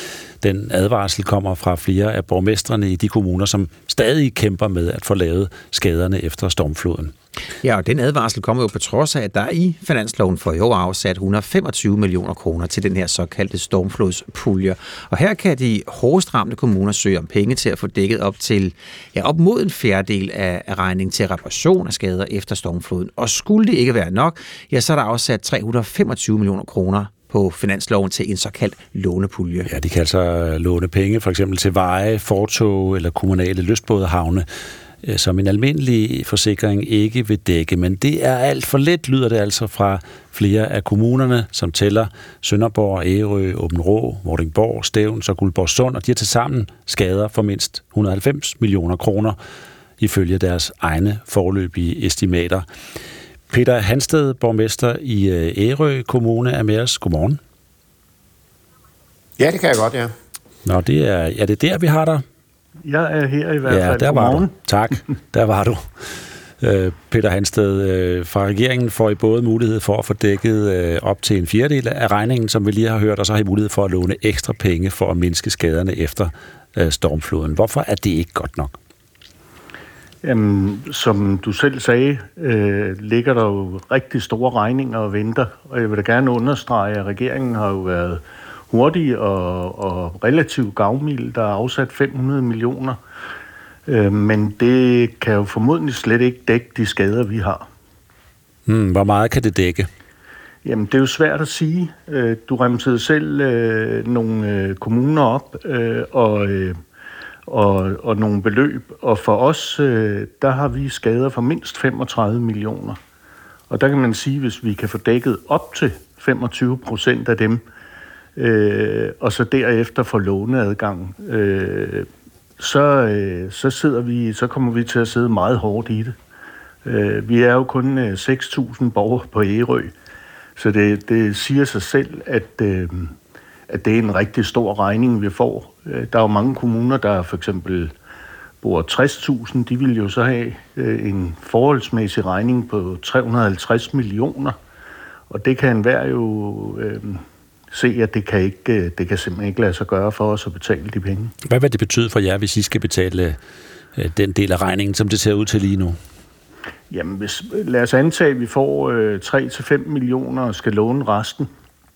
Speaker 2: den advarsel kommer fra flere af borgmestrene i de kommuner, som stadig kæmper med at få lavet skaderne efter stormfloden.
Speaker 3: Ja, og den advarsel kommer jo på trods af, at der i finansloven for i år afsat et hundrede og femogtyve millioner kroner til den her såkaldte stormflodspulje. Og her kan de hårdest ramte kommuner søge om penge til at få dækket op til ja, op mod en fjerdedel af, af regningen til reparation af skader efter stormfloden. Og skulle det ikke være nok, ja, så er der afsat tre hundrede og femogtyve millioner kroner på finansloven til en såkaldt lånepulje.
Speaker 2: Ja, de kan altså låne penge, for eksempel til veje, fortog eller kommunale lystbådehavne, som en almindelig forsikring ikke vil dække. Men det er alt for let, lyder det altså fra flere af kommunerne, som tæller Sønderborg, Ærø, Aabenraa, Vordingborg, Stevns og Guldborgsund, og de har tilsammen skader for mindst et hundrede og halvfems millioner kroner, ifølge deres egne foreløbige estimater. Peter Hansted, borgmester i Ærø Kommune, er med os. Godmorgen.
Speaker 5: Ja, det kan jeg godt, ja.
Speaker 2: Nå, det er, ja, det er der, vi har dig.
Speaker 20: Jeg er her i hvert fald.
Speaker 2: Ja, der var du. Tak, der var du. Peter Hansted, fra regeringen får I både mulighed for at få dækket op til en fjerdedel af regningen, som vi lige har hørt, og så har I mulighed for at låne ekstra penge for at mindske skaderne efter stormfloden. Hvorfor er det ikke godt nok?
Speaker 20: Jamen, som du selv sagde, øh, ligger der jo rigtig store regninger og venter, og jeg vil da gerne understrege, at regeringen har jo været hurtig og, og relativt gavmild. Der er afsat fem hundrede millioner, øh, men det kan jo formodentlig slet ikke dække de skader, vi har.
Speaker 2: Hmm, hvor meget kan det dække?
Speaker 20: Jamen, det er jo svært at sige. Du remsede selv øh, nogle øh, kommuner op, øh, og, øh, og, og nogle beløb, og for os, øh, der har vi skader for mindst femogtredive millioner. Og der kan man sige, hvis vi kan få dækket op til femogtyve procent af dem, Øh, og så derefter for låneadgang, øh, så, øh, så, sidder vi, så kommer vi til at sidde meget hårdt i det. Øh, vi er jo kun øh, seks tusind borgere på Ærø, så det, det siger sig selv, at, øh, at det er en rigtig stor regning, vi får. Øh, der er jo mange kommuner, der for eksempel bor tres tusind, de vil jo så have øh, en forholdsmæssig regning på tre hundrede og halvtreds millioner, og det kan enhver jo Øh, se, at det kan, ikke, det kan simpelthen ikke lade sig gøre for os at betale de penge.
Speaker 2: Hvad vil det betyde for jer, hvis I skal betale den del af regningen, som det ser ud til lige nu?
Speaker 20: Jamen, hvis, lad os antage, at vi får øh, tre til fem millioner og skal låne resten.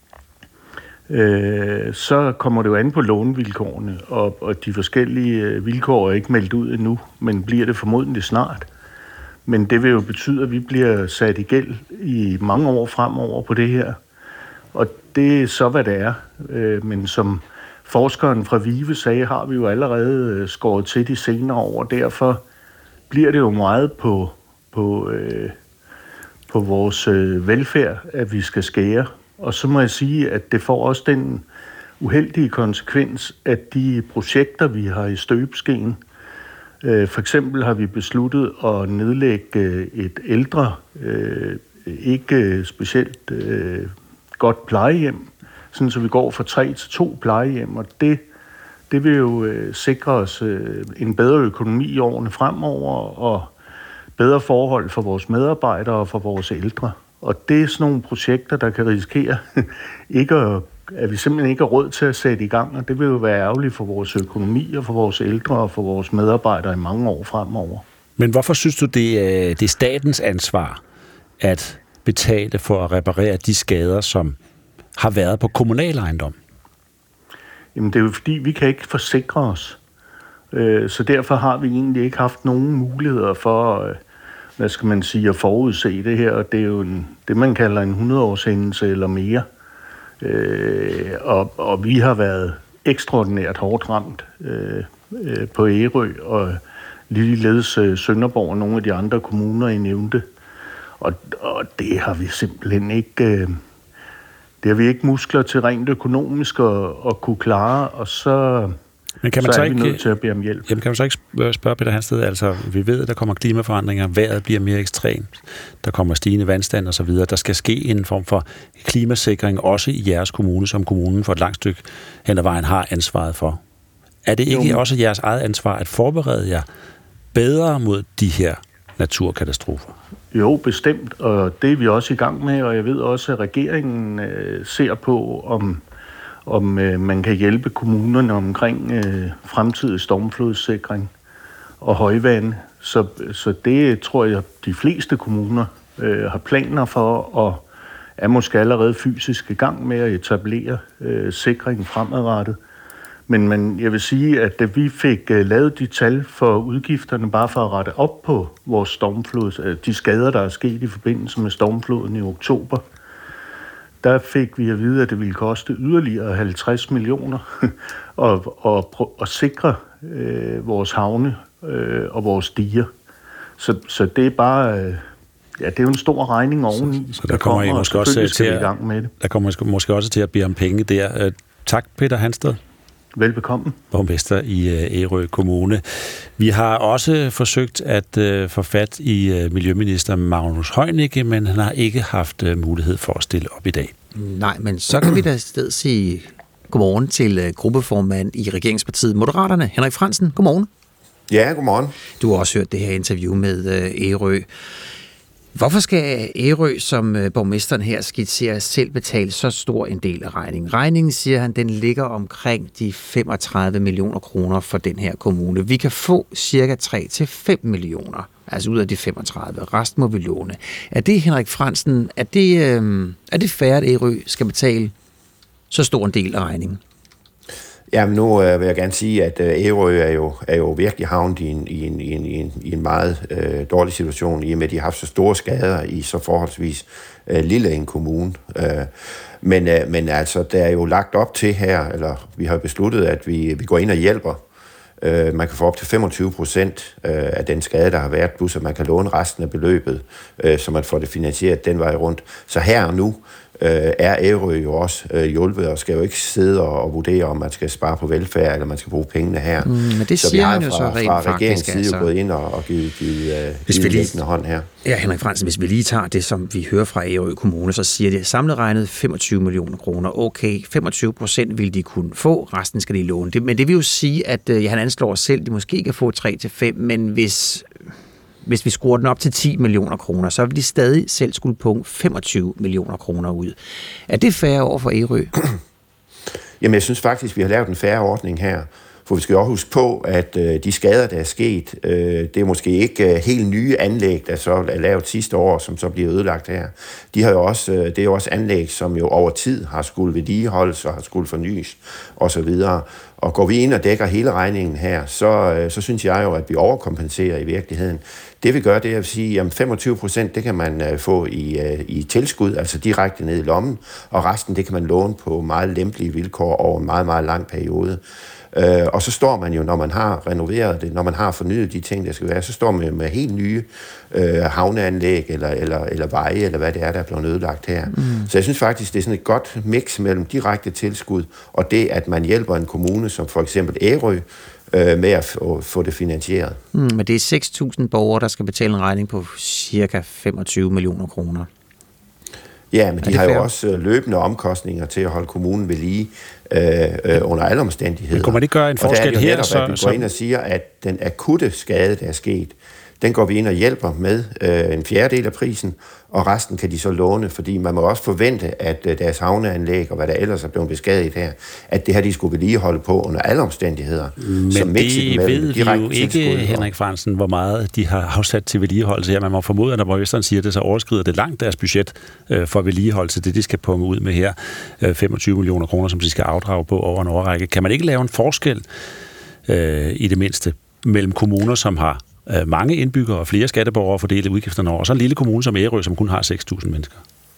Speaker 20: Øh, så kommer det jo an på lånevilkårene, og, og de forskellige vilkår er ikke meldt ud endnu, men bliver det formodentlig snart. Men det vil jo betyde, at vi bliver sat i gæld i mange år fremover på det her. Og det er så, hvad det er. Men som forskeren fra VIVE sagde, har vi jo allerede skåret til de senere år. Derfor bliver det jo meget på, på, øh, på vores velfærd, at vi skal skære. Og så må jeg sige, at det får også den uheldige konsekvens, at de projekter, vi har i støbeskeen, øh, for eksempel har vi besluttet at nedlægge et ældre, øh, ikke specielt øh, godt plejehjem, sådan så vi går fra tre til to plejehjem, og det, det vil jo øh, sikre os øh, en bedre økonomi i årene fremover, og bedre forhold for vores medarbejdere og for vores ældre. Og det er sådan nogle projekter, der kan risikere ikke at, at vi simpelthen ikke har råd til at sætte i gang, og det vil jo være ærgerligt for vores økonomi og for vores ældre og for vores medarbejdere i mange år fremover.
Speaker 2: Men hvorfor synes du, det er, det er statens ansvar at betale for at reparere de skader, som har været på kommunal ejendom?
Speaker 20: Jamen det er jo fordi, vi kan ikke forsikre os. Så derfor har vi egentlig ikke haft nogen muligheder for, hvad skal man sige, at forudse det her. Det er jo en, det, man kalder en hundrede-årshændelse eller mere. Og, og vi har været ekstraordinært hårdt ramt på Ærø, og ligeledes Sønderborg og nogle af de andre kommuner, I nævnte. Og, og det har vi simpelthen ikke, øh, det har vi ikke muskler til rent økonomisk at, at kunne klare, og så, Men kan man så, så er ikke, vi nødt til at bede om hjælp.
Speaker 2: Jamen kan man så ikke spørge Peter Hansted, altså vi ved, at der kommer klimaforandringer, vejret bliver mere ekstremt, der kommer stigende vandstand og så videre, der skal ske en form for klimasikring, også i jeres kommune, som kommunen for et langt stykke hen ad vejen har ansvaret for. Er det ikke jo. også jeres eget ansvar at forberede jer bedre mod de her naturkatastrofer?
Speaker 20: Jo, bestemt, og det er vi også i gang med, og jeg ved også, at regeringen øh, ser på, om, om øh, man kan hjælpe kommunerne omkring øh, fremtidig stormflodssikring og højvande. Så, så det tror jeg, de fleste kommuner øh, har planer for, og er måske allerede fysisk i gang med at etablere øh, sikring fremadrettet. Men, men jeg vil sige, at da vi fik øh, lavet de tal for udgifterne, bare for at rette op på vores stormflod, øh, de skader, der er sket i forbindelse med stormfloden i oktober, der fik vi at vide, at det ville koste yderligere halvtreds millioner at, at, at sikre øh, vores havne øh, og vores diger. Så, så det er bare... Øh, ja, det er jo en stor regning oveni.
Speaker 2: Så, så der, der kommer I måske også til at, gang med det. Der kommer I måske også til at bede om penge der. Uh, tak, Peter Hansted.
Speaker 20: Velbekomme.
Speaker 2: Borgmester i uh, Ærø Kommune. Vi har også forsøgt at uh, få fat i uh, miljøminister Magnus Heunicke, men han har ikke haft uh, mulighed for at stille op i dag.
Speaker 3: Nej, men så kan vi da i stedet sige godmorgen til uh, gruppeformand i regeringspartiet Moderaterne, Henrik Frandsen. Godmorgen.
Speaker 5: Ja, godmorgen.
Speaker 3: Du har også hørt det her interview med uh, Ærø. Hvorfor skal Ærø, som borgmesteren her skitserer, selv betale så stor en del af regningen? Regningen, siger han, den ligger omkring de femogtredive millioner kroner for den her kommune. Vi kan få cirka tre til fem millioner, altså ud af de femogtredive. Resten må vi låne. Er det, Henrik Frandsen, er det, øh, er det fair, at Ærø skal betale så stor en del af regningen?
Speaker 5: Jamen nu øh, vil jeg gerne sige, at øh, Ærø er jo, er jo virkelig havnet i en, i en, i en, i en, i en meget øh, dårlig situation, i og med, at de har haft så store skader i så forholdsvis øh, lille en kommune. Øh, men, øh, men altså, der er jo lagt op til her, eller vi har besluttet, at vi, vi går ind og hjælper. Øh, man kan få op til femogtyve procent øh, af den skade, der har været, plus at man kan låne resten af beløbet, øh, så man får det finansieret den vej rundt. Så her og nu, øh, er Ærø jo også øh, hjulpet, og skal jo ikke sidde og, og vurdere, om man skal spare på velfærd, eller man skal bruge pengene her. Mm, men det så vi har jo fra, så rent fra regeringens side altså gået ind og, og givet, givet, givet lige, hånd her.
Speaker 3: Ja, Henrik Frandsen, hvis vi lige tager det, som vi hører fra Ærø Kommune, så siger det samlet regnet femogtyve millioner kroner. Okay, femogtyve procent vil de kunne få, resten skal de låne. Det, men det vil jo sige, at ja, han anslår selv, de måske kan få tre til fem, men hvis... Hvis vi skruer den op til ti millioner kroner, så vil de stadig selv skulle punge femogtyve millioner kroner ud. Er det fair over for Ærø?
Speaker 5: Jamen, jeg synes faktisk, vi har lavet en fair ordning her. For vi skal jo også huske på, at øh, de skader, der er sket, øh, det er måske ikke øh, helt nye anlæg, der så er lavet sidste år, som så bliver ødelagt her. De har jo også, øh, det er jo også anlæg, som jo over tid har skulle vedligeholdes og har skulle fornyes osv. Og går vi ind og dækker hele regningen her, så, øh, så synes jeg jo, at vi overkompenserer i virkeligheden. Det vi gør, det er at sige, at femogtyve procent, det kan man øh, få i, øh, i tilskud, altså direkte ned i lommen, og resten, det kan man låne på meget lempelige vilkår over en meget, meget lang periode. Øh, og så står man jo, når man har renoveret det, når man har fornyet de ting, der skal være, så står man jo med helt nye øh, havneanlæg, eller, eller, eller veje, eller hvad det er, der er blevet ødelagt her. Mm. Så jeg synes faktisk, det er sådan et godt mix mellem direkte tilskud, og det, at man hjælper en kommune, som for eksempel Ærø, øh, med at få, få det finansieret.
Speaker 3: Mm, men det er seks tusind borgere, der skal betale en regning på cirka femogtyve millioner kroner.
Speaker 5: Ja, men de har fair? jo også løbende omkostninger til at holde kommunen ved lige øh, øh, under alle omstændigheder. Men
Speaker 2: kunne man ikke gøre en forskel her?
Speaker 5: Netop, så, at vi går ind og siger, at den akutte skade, der er sket, den går vi ind og hjælper med øh, en fjerdedel af prisen, og resten kan de så låne, fordi man må også forvente, at øh, deres havneanlæg og hvad der ellers er blevet beskadiget her, at det her de skulle vedligeholde på under alle omstændigheder.
Speaker 2: Men så det ved vi jo ikke, Henrik Frandsen, hvor meget de har afsat til vedligeholdelse her. Man må formode, at når borgmesteren siger det, så overskrider det langt deres budget øh, for vedligeholdelse. Det de skal punge ud med her, øh, femogtyve millioner kroner, som de skal afdrage på over en årrække. Kan man ikke lave en forskel øh, i det mindste mellem kommuner, som har mange indbyggere og flere skatteborgere fordelt udgifterne over, og så en lille kommune som Ærø, som kun har seks tusind mennesker?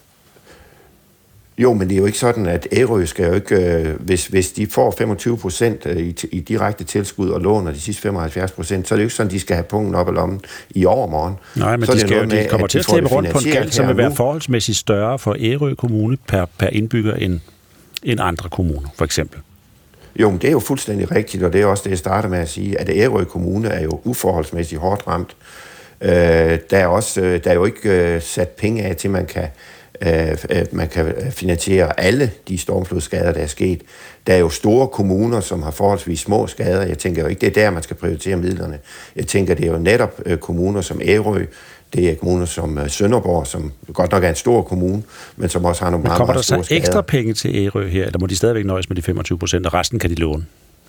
Speaker 5: Jo, men det er jo ikke sådan, at Ærø skal jo ikke, hvis, hvis de får femogtyve procent i, i direkte tilskud og låner de sidste femoghalvfjerds procent, så er det jo ikke sådan, at de skal have punkten op i lommen i overmorgen.
Speaker 2: Nej, men
Speaker 5: så
Speaker 2: de, skal jo, de kommer til at slæbe rundt på en gæld, som vil være forholdsmæssigt større for Ærø Kommune per, per indbygger end, end andre kommuner, for eksempel.
Speaker 5: Jo, men det er jo fuldstændig rigtigt, og det er også det, jeg starter med at sige, at Ærø Kommune er jo uforholdsmæssigt hårdt ramt. Øh, der, er også, der er jo ikke øh, sat penge af til, man kan at man kan finansiere alle de stormflodsskader, der er sket. Der er jo store kommuner, som har forholdsvis små skader. Jeg tænker jo ikke, det er der, man skal prioritere midlerne. Jeg tænker, det er jo netop kommuner som Ærø, det er kommuner som Sønderborg, som godt nok er en stor kommune, men som også har nogle meget, meget store skader.
Speaker 2: Kommer der så ekstra penge til Ærø her, eller må de stadigvæk nøjes med de femogtyve procent, og resten kan de låne?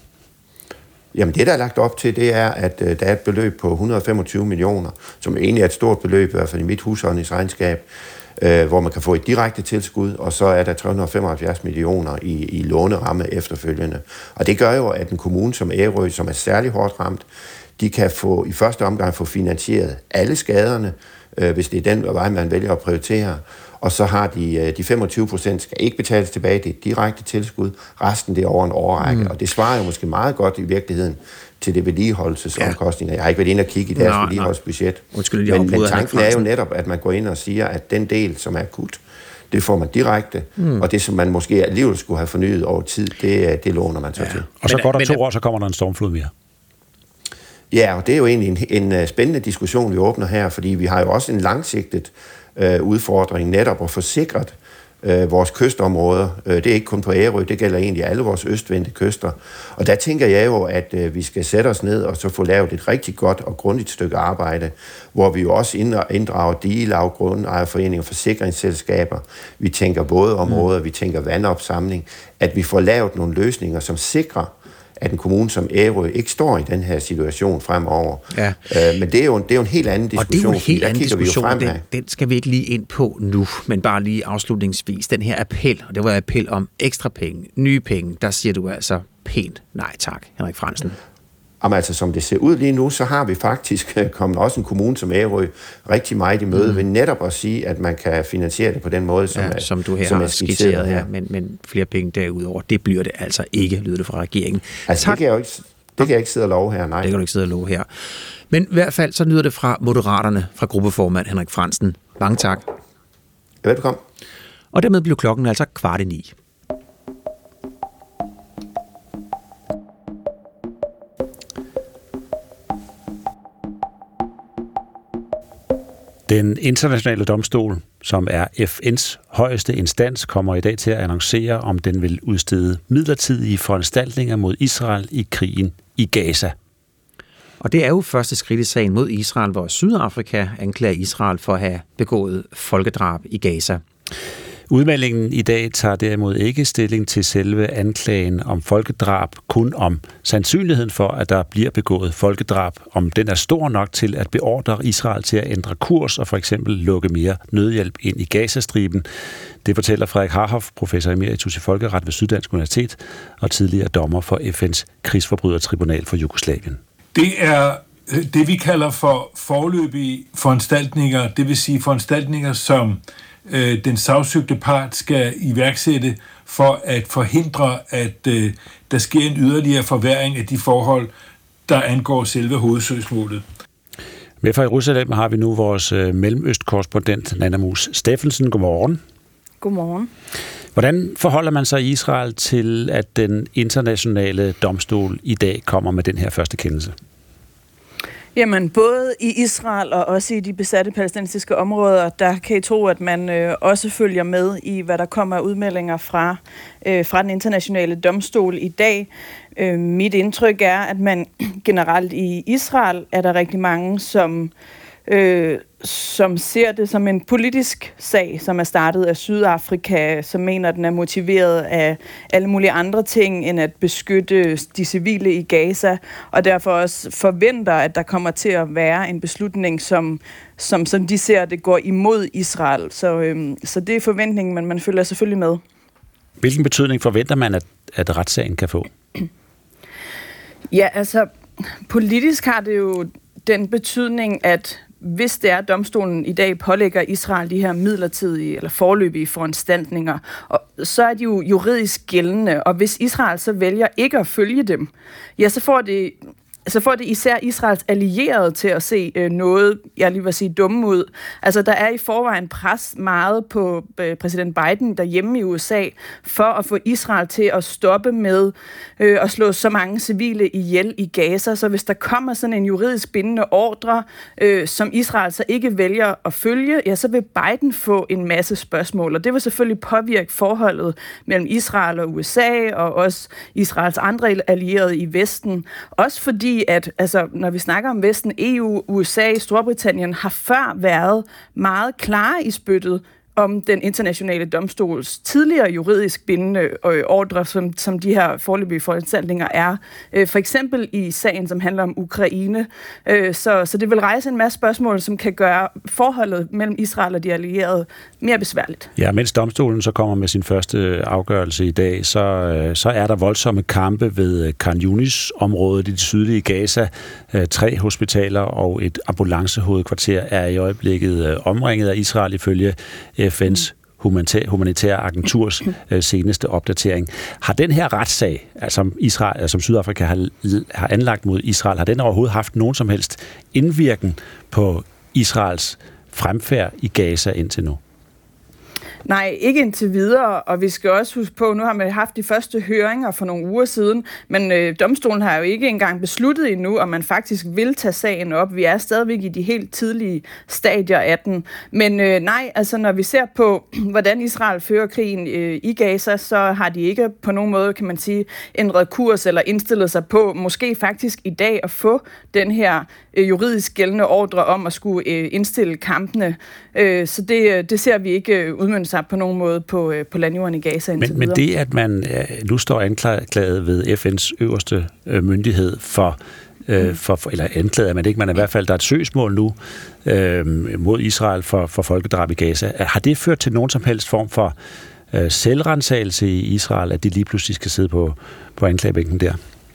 Speaker 5: Jamen det, der er lagt op til, det er, at øh, der er et beløb på et hundrede og femogtyve millioner, som egentlig er et stort beløb, i hvert fald i mit husholdningsregnskab, øh, hvor man kan få et direkte tilskud, og så er der tre hundrede og femoghalvfjerds millioner i, i låneramme efterfølgende. Og det gør jo, at en kommune som Ærø, som er særlig hårdt ramt, de kan få i første omgang få finansieret alle skaderne, øh, hvis det er den vej, man vælger at prioritere. Og så har de, de femogtyve procent skal ikke betales tilbage, det er et direkte tilskud, resten det er over en årrække. Mm. Og det svarer jo måske meget godt i virkeligheden til det vedligeholdelsesomkostninger. Jeg har ikke været inde og kigge i deres nå, vedligeholdelsesbudget.
Speaker 3: Undskyld,
Speaker 5: men, men tanken er jo netop, at man går ind og siger, at den del, som er akut, det får man direkte, mm. og det, som man måske alligevel skulle have fornyet over tid, det, det låner man så ja. til.
Speaker 2: Og så går der to år, så kommer der en stormflod mere.
Speaker 5: Ja, og det er jo egentlig en, en spændende diskussion, vi åbner her, fordi vi har jo også en langsigtet øh, udfordring netop at få sikret øh, vores kystområder. Øh, det er ikke kun på Ærø, det gælder egentlig alle vores østvendte kyster. Og der tænker jeg jo, at øh, vi skal sætte os ned og så få lavet et rigtig godt og grundigt stykke arbejde, hvor vi jo også inddrager digelag, grundejerforeninger, forsikringsselskaber. Vi tænker både områder, mm. vi tænker vandopsamling, at vi får lavet nogle løsninger, som sikrer, at en kommune som Ærø ikke står i den her situation fremover. Ja. Øh, men det er, jo en, det er jo en helt anden diskussion.
Speaker 3: Og det er jo en helt anden diskussion,
Speaker 5: den,
Speaker 3: den skal vi ikke lige ind på nu, men bare lige afslutningsvis. Den her appel, og det var appel om ekstra penge, nye penge, der siger du altså pænt nej tak, Henrik Frandsen.
Speaker 5: Jamen altså, som det ser ud lige nu, så har vi faktisk kommet også en kommune som Ærø rigtig meget i møde mm. ved netop at sige, at man kan finansiere det på den måde, som,
Speaker 3: ja,
Speaker 5: er,
Speaker 3: som du her
Speaker 5: som
Speaker 3: har
Speaker 5: er
Speaker 3: skitseret her, men, men flere penge derudover, det bliver det altså ikke, lyder det fra regeringen.
Speaker 5: Altså, tak. Det kan jeg jo ikke, det kan jeg ikke sidde og love her, nej.
Speaker 3: Det kan du ikke sidde og love her. Men i hvert fald, så lyder det fra Moderaterne, fra gruppeformand Henrik Frandsen. Mange tak.
Speaker 5: Ja, velbekomme.
Speaker 3: Og dermed blev klokken altså kvart i ni.
Speaker 2: Den internationale domstol, som er F N's højeste instans, kommer i dag til at annoncere, om den vil udstede midlertidige foranstaltninger mod Israel i krigen i Gaza.
Speaker 3: Og det er jo første skridt i sagen mod Israel, hvor Sydafrika anklager Israel for at have begået folkedrab i Gaza.
Speaker 2: Udmeldingen i dag tager derimod ikke stilling til selve anklagen om folkedrab, kun om sandsynligheden for, at der bliver begået folkedrab, om den er stor nok til at beordre Israel til at ændre kurs og for eksempel lukke mere nødhjælp ind i Gazastriben. Det fortæller Frederik Harhoff, professor emeritus i folkeret ved Syddansk Universitet og tidligere dommer for F N's krigsforbrydertribunal for Jugoslavien.
Speaker 14: Det er det, vi kalder for foreløbige foranstaltninger, det vil sige foranstaltninger, som øh, den sagsøgte part skal iværksætte for at forhindre, at øh, der sker en yderligere forværring af de forhold, der angår selve hovedsøgsmålet.
Speaker 2: Med fra Jerusalem har vi nu vores øh, mellemøstkorrespondent Nanna Mus Steffensen. Godmorgen.
Speaker 15: Godmorgen.
Speaker 2: Hvordan forholder man sig i Israel til, at den internationale domstol i dag kommer med den her første kendelse?
Speaker 15: Jamen, både i Israel og også i de besatte palæstinensiske områder, der kan I tro, at man øh, også følger med i, hvad der kommer af udmeldinger fra, øh, fra den internationale domstol i dag. Øh, mit indtryk er, at man generelt i Israel er der rigtig mange, som... Øh, som ser det som en politisk sag, som er startet af Sydafrika, som mener, at den er motiveret af alle mulige andre ting, end at beskytte de civile i Gaza, og derfor også forventer, at der kommer til at være en beslutning, som, som, som de ser, det går imod Israel. Så, øhm, så det er forventningen, men man følger selvfølgelig med.
Speaker 2: Hvilken betydning forventer man, at, at retssagen kan få?
Speaker 15: Ja, altså, politisk har det jo den betydning, at hvis det er, at domstolen i dag pålægger Israel de her midlertidige eller foreløbige foranstaltninger, og så er de jo juridisk gældende, og hvis Israel så vælger ikke at følge dem, ja, så får det så får det især Israels allierede til at se øh, noget, jeg lige vil sige, dumme ud. Altså, der er i forvejen pres meget på øh, præsident Biden derhjemme i U S A for at få Israel til at stoppe med øh, at slå så mange civile ihjel i Gaza. Så hvis der kommer sådan en juridisk bindende ordre, øh, som Israel så ikke vælger at følge, ja, så vil Biden få en masse spørgsmål. Og det vil selvfølgelig påvirke forholdet mellem Israel og U S A, og også Israels andre allierede i Vesten. Også fordi at altså, når vi snakker om Vesten, E U, U S A, Storbritannien har før været meget klare i spyttet om den internationale domstols tidligere juridisk bindende øh, ordre, som, som de her foreløbige foranstaltninger er. Øh, for eksempel i sagen, som handler om Ukraine. Øh, så, så det vil rejse en masse spørgsmål, som kan gøre forholdet mellem Israel og de allierede mere besværligt.
Speaker 2: Ja, mens domstolen så kommer med sin første afgørelse i dag, så, øh, så er der voldsomme kampe ved Khan Yunis-området i det sydlige Gaza. Øh, tre hospitaler og et ambulancehovedkvarter er i øjeblikket øh, omringet af Israel ifølge F N's humanitære agenturs øh, seneste opdatering. Har den her retssag, som, Israel, som Sydafrika har, har anlagt mod Israel, har den overhovedet haft nogen som helst indvirken på Israels fremfærd i Gaza indtil nu?
Speaker 15: Nej, ikke indtil videre, og vi skal også huske på, nu har man haft de første høringer for nogle uger siden, men øh, domstolen har jo ikke engang besluttet endnu, om man faktisk vil tage sagen op. Vi er stadigvæk i de helt tidlige stadier af den. Men øh, nej, altså når vi ser på, hvordan Israel fører krigen øh, i Gaza, så har de ikke på nogen måde, kan man sige, ændret kurs eller indstillet sig på, måske faktisk i dag at få den her øh, juridisk gældende ordre om at skulle øh, indstille kampene. Øh, så det, det ser vi ikke øh, udmønte sig på nogen måde på, på landjorden i Gaza indtil
Speaker 2: men,
Speaker 15: videre.
Speaker 2: Men det, at man nu står anklaget ved F N's øverste øh, myndighed for, øh, for, eller anklaget er man ikke, men i hvert fald, der er et søgsmål nu øh, mod Israel for, for folkedrab i Gaza. Har det ført til nogen som helst form for øh, selvrensagelse i Israel, at de lige pludselig skal sidde på, på anklagebænken der?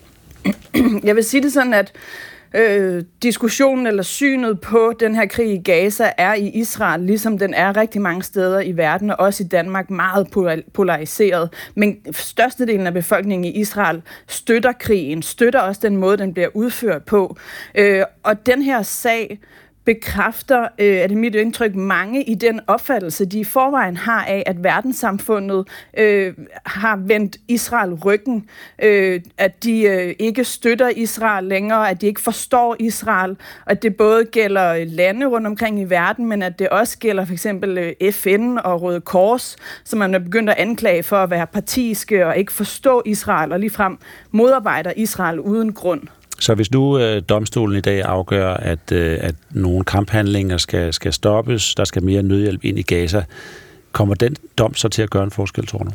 Speaker 15: Jeg vil sige det sådan, at Øh, diskussionen eller synet på den her krig i Gaza er i Israel, ligesom den er rigtig mange steder i verden, og også i Danmark, meget polariseret. Men størstedelen af befolkningen i Israel støtter krigen, støtter også den måde, den bliver udført på. Øh, og den her sag bekræfter, øh, er det mit indtryk, mange i den opfattelse, de i forvejen har af, at verdenssamfundet øh, har vendt Israel ryggen, øh, at de øh, ikke støtter Israel længere, at de ikke forstår Israel, at det både gælder lande rundt omkring i verden, men at det også gælder for eksempel øh, F N og Røde Kors, som man er begyndt at anklage for at være partiske og ikke forstå Israel, og ligefrem modarbejder Israel uden grund.
Speaker 2: Så hvis nu øh, domstolen i dag afgør, at, øh, at nogle kamphandlinger skal, skal stoppes, der skal mere nødhjælp ind i Gaza, kommer den dom så til at gøre en forskel, tror du?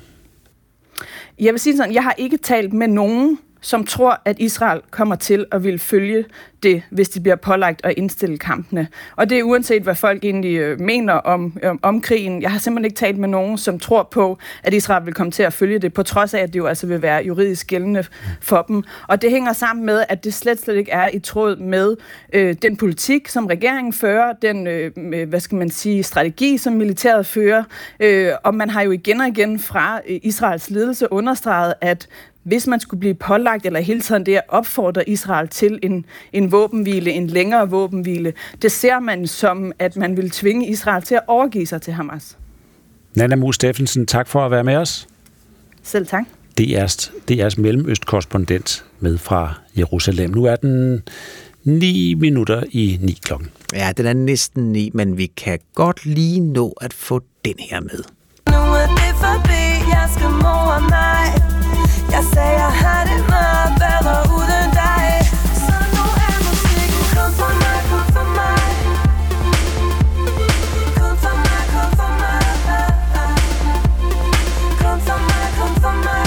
Speaker 15: Jeg vil sige sådan, jeg har ikke talt med nogen, som tror, at Israel kommer til at ville følge det, hvis de bliver pålagt at indstille kampene. Og det er uanset, hvad folk egentlig øh, mener om, øh, om krigen. Jeg har simpelthen ikke talt med nogen, som tror på, at Israel vil komme til at følge det, på trods af, at det jo altså vil være juridisk gældende for dem. Og det hænger sammen med, at det slet, slet ikke er i tråd med øh, den politik, som regeringen fører, den, øh, hvad skal man sige, strategi, som militæret fører. Øh, og man har jo igen og igen fra øh, Israels ledelse understreget, at hvis man skulle blive pålagt, eller hele tiden det at opfordre Israel til en, en våbenhvile, en længere våbenhvile, det ser man som, at man vil tvinge Israel til at overgive sig til Hamas.
Speaker 2: Nanna Mue Steffensen, tak for at være med os.
Speaker 15: Selv tak.
Speaker 2: D R's, D R's mellemøstkorrespondent med fra Jerusalem. Nu er den ni minutter i ni klokken.
Speaker 3: Ja, den er næsten ni, men vi kan godt lige nå at få den her med.
Speaker 16: Nu er det forbi, jeg skal more mig. Jeg sagde, jeg har det meget bedre uden dig. Så nu er musikken kun for mig, kun for mig. Kun for mig, kun for mig. Kun for mig, kun for mig.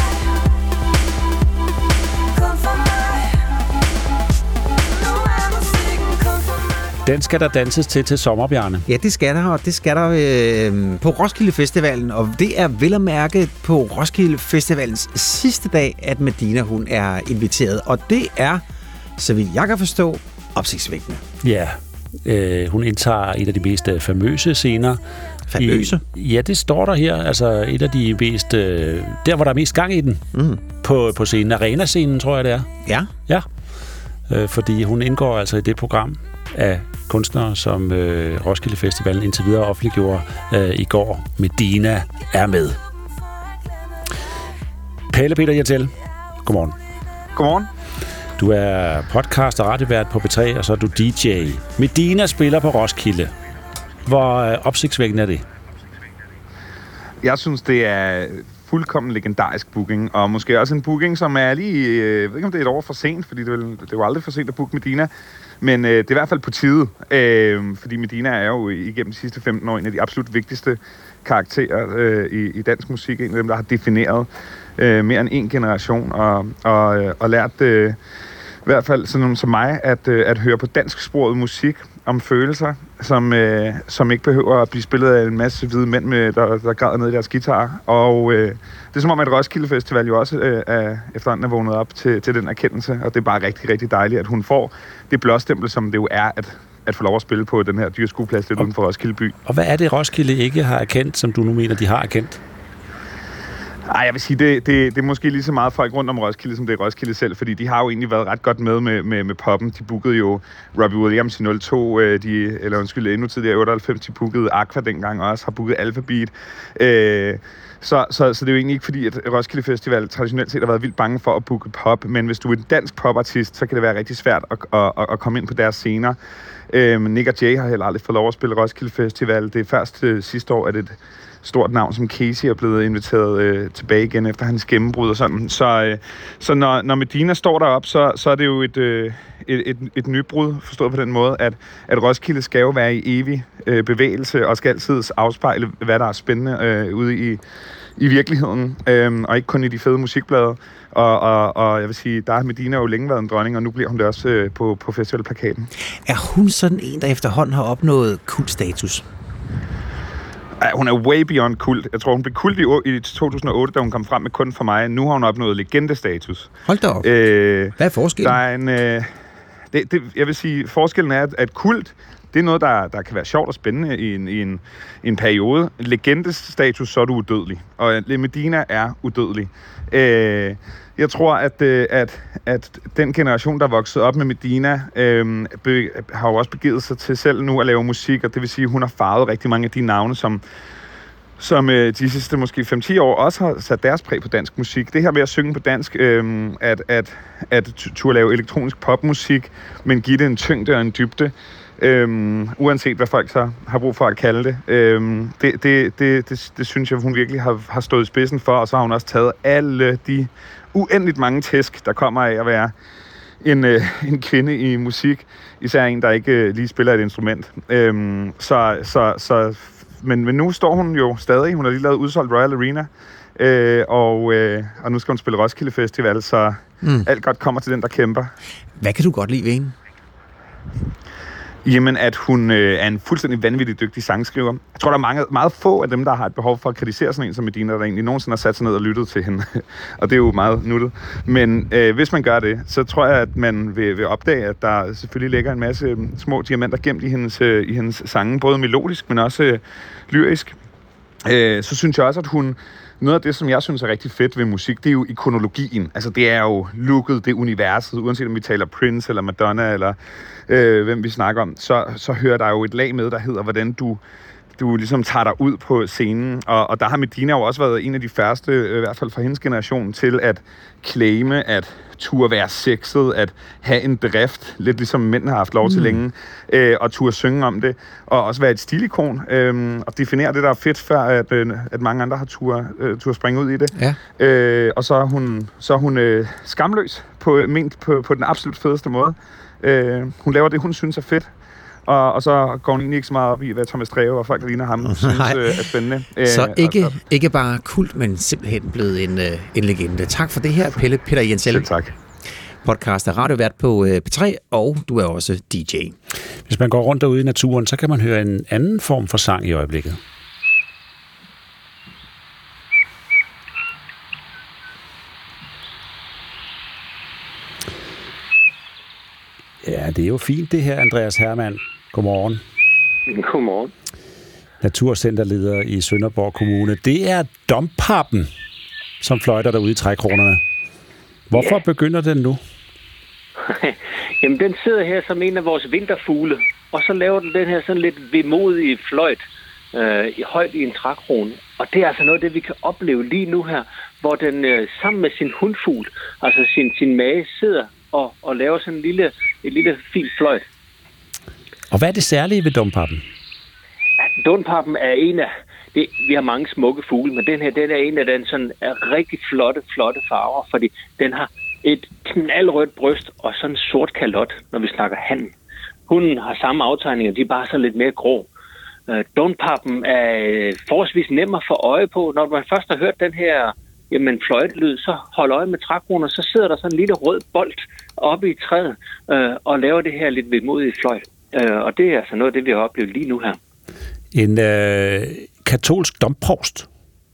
Speaker 16: Kun for mig. Nu er musikken kun for mig.
Speaker 2: Den skal der danses til til sommer, Bjarne.
Speaker 3: Ja, det skal der, og det skal der øh, på Roskilde Festivalen, og det er vel at mærke på Roskilde Festivalens sidste dag, at Medina, hun er inviteret, og det er, så vidt jeg kan forstå, opsigtsvækkende.
Speaker 2: Ja, øh, hun indtager et af de mest famøse scener.
Speaker 3: Famøse?
Speaker 2: I, ja, det står der her, altså et af de mest, øh, der hvor der er mest gang i den, mm. på, på scenen, Arena-scenen, tror jeg det er.
Speaker 3: Ja.
Speaker 2: Ja. øh, fordi hun indgår altså i det program af kunstnere, som øh, Roskilde Festivalen indtil videre offentliggjorde øh, i går. Medina er med. Pelle Peter Hjertel, godmorgen.
Speaker 17: Godmorgen.
Speaker 2: Du er podcast og radiovært på P tre, og så er du D J. Medina spiller på Roskilde. Hvor øh, opsigtsvækkende er det?
Speaker 17: Jeg synes, det er fuldkommen legendarisk booking, og måske også en booking, som er lige, øh, jeg ved ikke om det er et år for sent, fordi det er, det er jo aldrig for sent at booke Medina, men øh, det er i hvert fald på tide, øh, fordi Medina er jo igennem de sidste femten år en af de absolut vigtigste karakterer øh, i, i dansk musik, en af dem, der har defineret øh, mere end en generation, og, og, og lært øh, i hvert fald sådan nogen som mig, at, øh, at høre på dansksproget musik om følelser, som, øh, som ikke behøver at blive spillet af en masse hvide mænd, med, der, der græder ned i deres guitar. Og øh, det er som om, at Roskilde Festival jo også øh, er, efterhånden er vågnet op til, til den erkendelse, og det er bare rigtig, rigtig dejligt, at hun får det blåstempel, som det jo er, at, at få lov at spille på den her dyre skueplads lidt uden for Roskilde by.
Speaker 2: Og hvad er det, Roskilde ikke har erkendt, som du nu mener, de har erkendt?
Speaker 17: Ej, jeg vil sige, det, det, det er måske lige så meget folk rundt om Roskilde, som det er Roskilde selv, fordi de har jo egentlig været ret godt med med, med, med poppen. De bookede jo Robbie Williams i nul to, de, eller undskyld, endnu tidligere i otteoghalvfems, de bookede Aqua dengang også, har booket Alphabeat. Øh, så, så, så det er jo egentlig ikke fordi, at Roskilde Festival traditionelt set har været vildt bange for at booke pop, men hvis du er en dansk popartist, så kan det være rigtig svært at, at, at, at komme ind på deres scener. Øh, Nick og Jay har heller aldrig fået lov at spille Roskilde Festival. Det er først øh, sidste år, at et stort navn som Casey er blevet inviteret øh, tilbage igen efter hans gennembrud og sådan. Så, øh, så når, når Medina står deroppe, så, så er det jo et, øh, et, et, et nybrud, forstået på den måde, at, at Roskilde skal jo være i evig øh, bevægelse og skal altid afspejle, hvad der er spændende øh, ude i, i virkeligheden, øh, og ikke kun i de fede musikblade. Og, og, og jeg vil sige, der har Medina jo længe været en dronning, og nu bliver hun det også øh, på, på festivalplakaten.
Speaker 3: Er hun sådan en, der efterhånden har opnået kultstatus?
Speaker 17: Ja, hun er way beyond kult. Jeg tror, hun blev kult i, i to tusind og otte, da hun kom frem med Kun for mig. Nu har hun opnået legendestatus.
Speaker 3: Hold da op.
Speaker 17: Øh,
Speaker 3: Hvad er forskellen?
Speaker 17: Der er en, øh, det, det, jeg vil sige, forskellen er, at, at kult, det er noget, der, der kan være sjovt og spændende i en, i en, i en periode. Legendestatus, så er du udødelig. Og Medina er udødelig. Øh, Jeg tror, at, at, at den generation, der er vokset op med Medina, øh, be, har jo også begivet sig til selv nu at lave musik, og det vil sige, at hun har farvet rigtig mange af de navne, som, som øh, de sidste måske fem til ti år også har sat deres præg på dansk musik. Det her med at synge på dansk, øh, at, at, at turde lave elektronisk popmusik, men give det en tyngde og en dybde, Øhm, uanset hvad folk så har brug for at kalde det. Øhm, det, det, det, det, det synes jeg, hun virkelig har, har stået i spidsen for, og så har hun også taget alle de uendeligt mange tæsk, der kommer af at være en, øh, en kvinde i musik, især en, der ikke øh, lige spiller et instrument. Øhm, så, så, så, men, men nu står hun jo stadig, hun har lige lavet udsolgt Royal Arena, øh, og, øh, og nu skal hun spille Roskilde Festival, så mm. alt godt kommer til den, der kæmper.
Speaker 3: Hvad kan du godt lide ved hende?
Speaker 17: Jamen, at hun øh, er en fuldstændig vanvittig dygtig sangskriver. Jeg tror, der er mange, meget få af dem, der har et behov for at kritisere sådan en som Medina, der egentlig nogensinde har sat sig ned og lyttet til hende. Og det er jo meget nuttet. Men øh, hvis man gør det, så tror jeg, at man vil, vil opdage, at der selvfølgelig ligger en masse små diamanter gemt i hendes, øh, i hendes sange, både melodisk, men også øh, lyrisk. Øh, så synes jeg også, at hun... Noget af det, som jeg synes er rigtig fedt ved musik, det er jo ikonologien. Altså, det er jo looket, det er universet. Uanset om vi taler Prince eller Madonna eller øh, hvem vi snakker om, så, så hører der jo et lag med, der hedder, hvordan du, du ligesom tager dig ud på scenen. Og, og der har Medina jo også været en af de første, øh, i hvert fald fra hendes generation, til at claime, at turde være sexet, at have en drift, lidt ligesom mænd har haft lov til mm. længe, øh, og turde synge om det, og også være et stilikon, øh, og definere det, der er fedt, før at, øh, at mange andre har turde, øh, turde springe ud i det. Ja. Øh, og så er hun, så er hun øh, skamløs, på, ment på, på den absolut fedeste måde. Øh, hun laver det, hun synes er fedt, og, og så går hun egentlig ikke så meget op i, hvad Thomas Dreve og folk, der ligner ham, synes øh, er spændende.
Speaker 3: Så
Speaker 17: øh,
Speaker 3: ikke,
Speaker 17: og,
Speaker 3: ikke bare kult, men simpelthen blevet en, en legende. Tak for det her, Pelle Peter Hjertel.
Speaker 17: Tak.
Speaker 3: Podcast er radiovært på P tre, og du er også D J.
Speaker 2: Hvis man går rundt derude i naturen, så kan man høre en anden form for sang i øjeblikket. Ja, det er jo fint det her, Andreas Hermann. Godmorgen.
Speaker 18: Godmorgen.
Speaker 2: Naturcenterleder i Sønderborg Kommune. Det er Dompappen, som fløjter derude i trækronerne. Hvorfor ja. begynder den nu?
Speaker 18: Jamen, den sidder her som en af vores vinterfugle, og så laver den den her sådan lidt vemodige fløjt øh, højt i en trækrone. Og det er altså noget af det, vi kan opleve lige nu her, hvor den øh, sammen med sin hundfugl, altså sin, sin mage, sidder og, og laver sådan en lille, et lille fint fløjt.
Speaker 2: Og hvad er det særlige ved dompappen?
Speaker 18: Dompappen er en af... Det, vi har mange smukke fugle, men den her, den er en af den sådan er rigtig flotte, flotte farver, fordi den har et knaldrødt bryst og sådan en sort kalot, når vi snakker han. Hunden har samme aftegninger, de er bare så lidt mere grå. Uh, Dompappen er forholdsvis nem at få øje på. Når man først har hørt den her jamen, fløjtelyd, så hold øje med trækroner, så sidder der sådan en lille rød bold oppe i træet uh, og laver det her lidt vemodige fløjt. Uh, og det er altså noget af det, vi har oplevet lige nu her.
Speaker 2: En øh, katolsk domprovst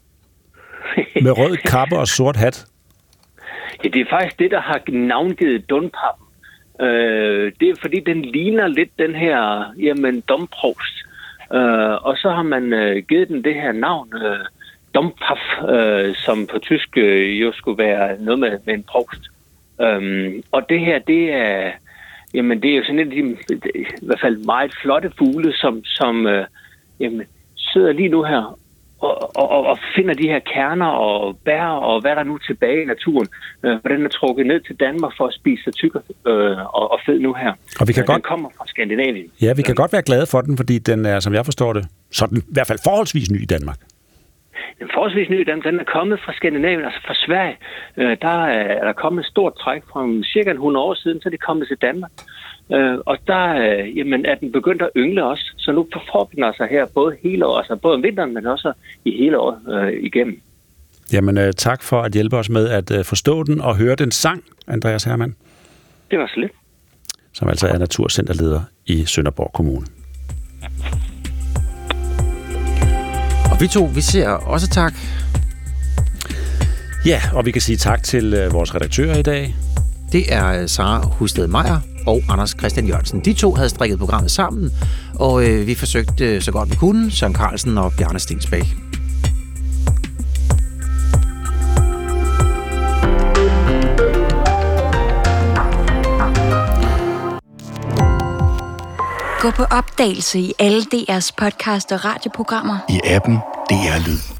Speaker 2: med rød kappe og sort hat.
Speaker 18: Ja, det er faktisk det, der har navngivet Dompappen. Øh, det er fordi, den ligner lidt den her, jamen, domprovst. Øh, og så har man øh, givet den det her navn, øh, Dompaf, øh, som på tysk øh, jo skulle være noget med, med en provst. Øh, og det her, det er, jamen, det er jo sådan en af de, i hvert fald meget flotte fugle, som, som øh, jamen, sidder lige nu her og, og, og finder de her kerner og bær og hvad der er nu tilbage i naturen. Øh, hvor den er trukket ned til Danmark for at spise sig tyk øh, og, og fed nu her.
Speaker 2: Og vi kan
Speaker 18: den
Speaker 2: godt...
Speaker 18: kommer fra Skandinavien.
Speaker 2: Ja, vi kan godt være glade for den, fordi den er, som jeg forstår det, sådan i hvert fald forholdsvis ny i Danmark.
Speaker 18: Den er forholdsvis ny, den, den er kommet fra Skandinavien, altså fra Sverige. Øh, der er der kommet et stort træk fra cirka hundrede år siden, så er det kommet til Danmark. Øh, og der øh, jamen, er den begyndt at yngle også, så nu får den altså her både hele året, altså både om vinteren, men også i hele året øh, igennem.
Speaker 2: Jamen øh, tak for at hjælpe os med at øh, forstå den og høre den sang, Andreas Hermann.
Speaker 18: Det var så lidt.
Speaker 2: Som altså er naturcenterleder i Sønderborg Kommune.
Speaker 3: Og vi to, vi siger også tak.
Speaker 2: Ja, og vi kan sige tak til øh, vores redaktører i dag.
Speaker 3: Det er Sara Husted Meyer og Anders Christian Jørgensen. De to havde strikket programmet sammen, og øh, vi forsøgte øh, så godt vi kunne, Søren Carlsen og Bjarne Stensbæk.
Speaker 19: Gå på opdagelse i alle D R's podcast og radioprogrammer.
Speaker 21: I appen D R Lyd.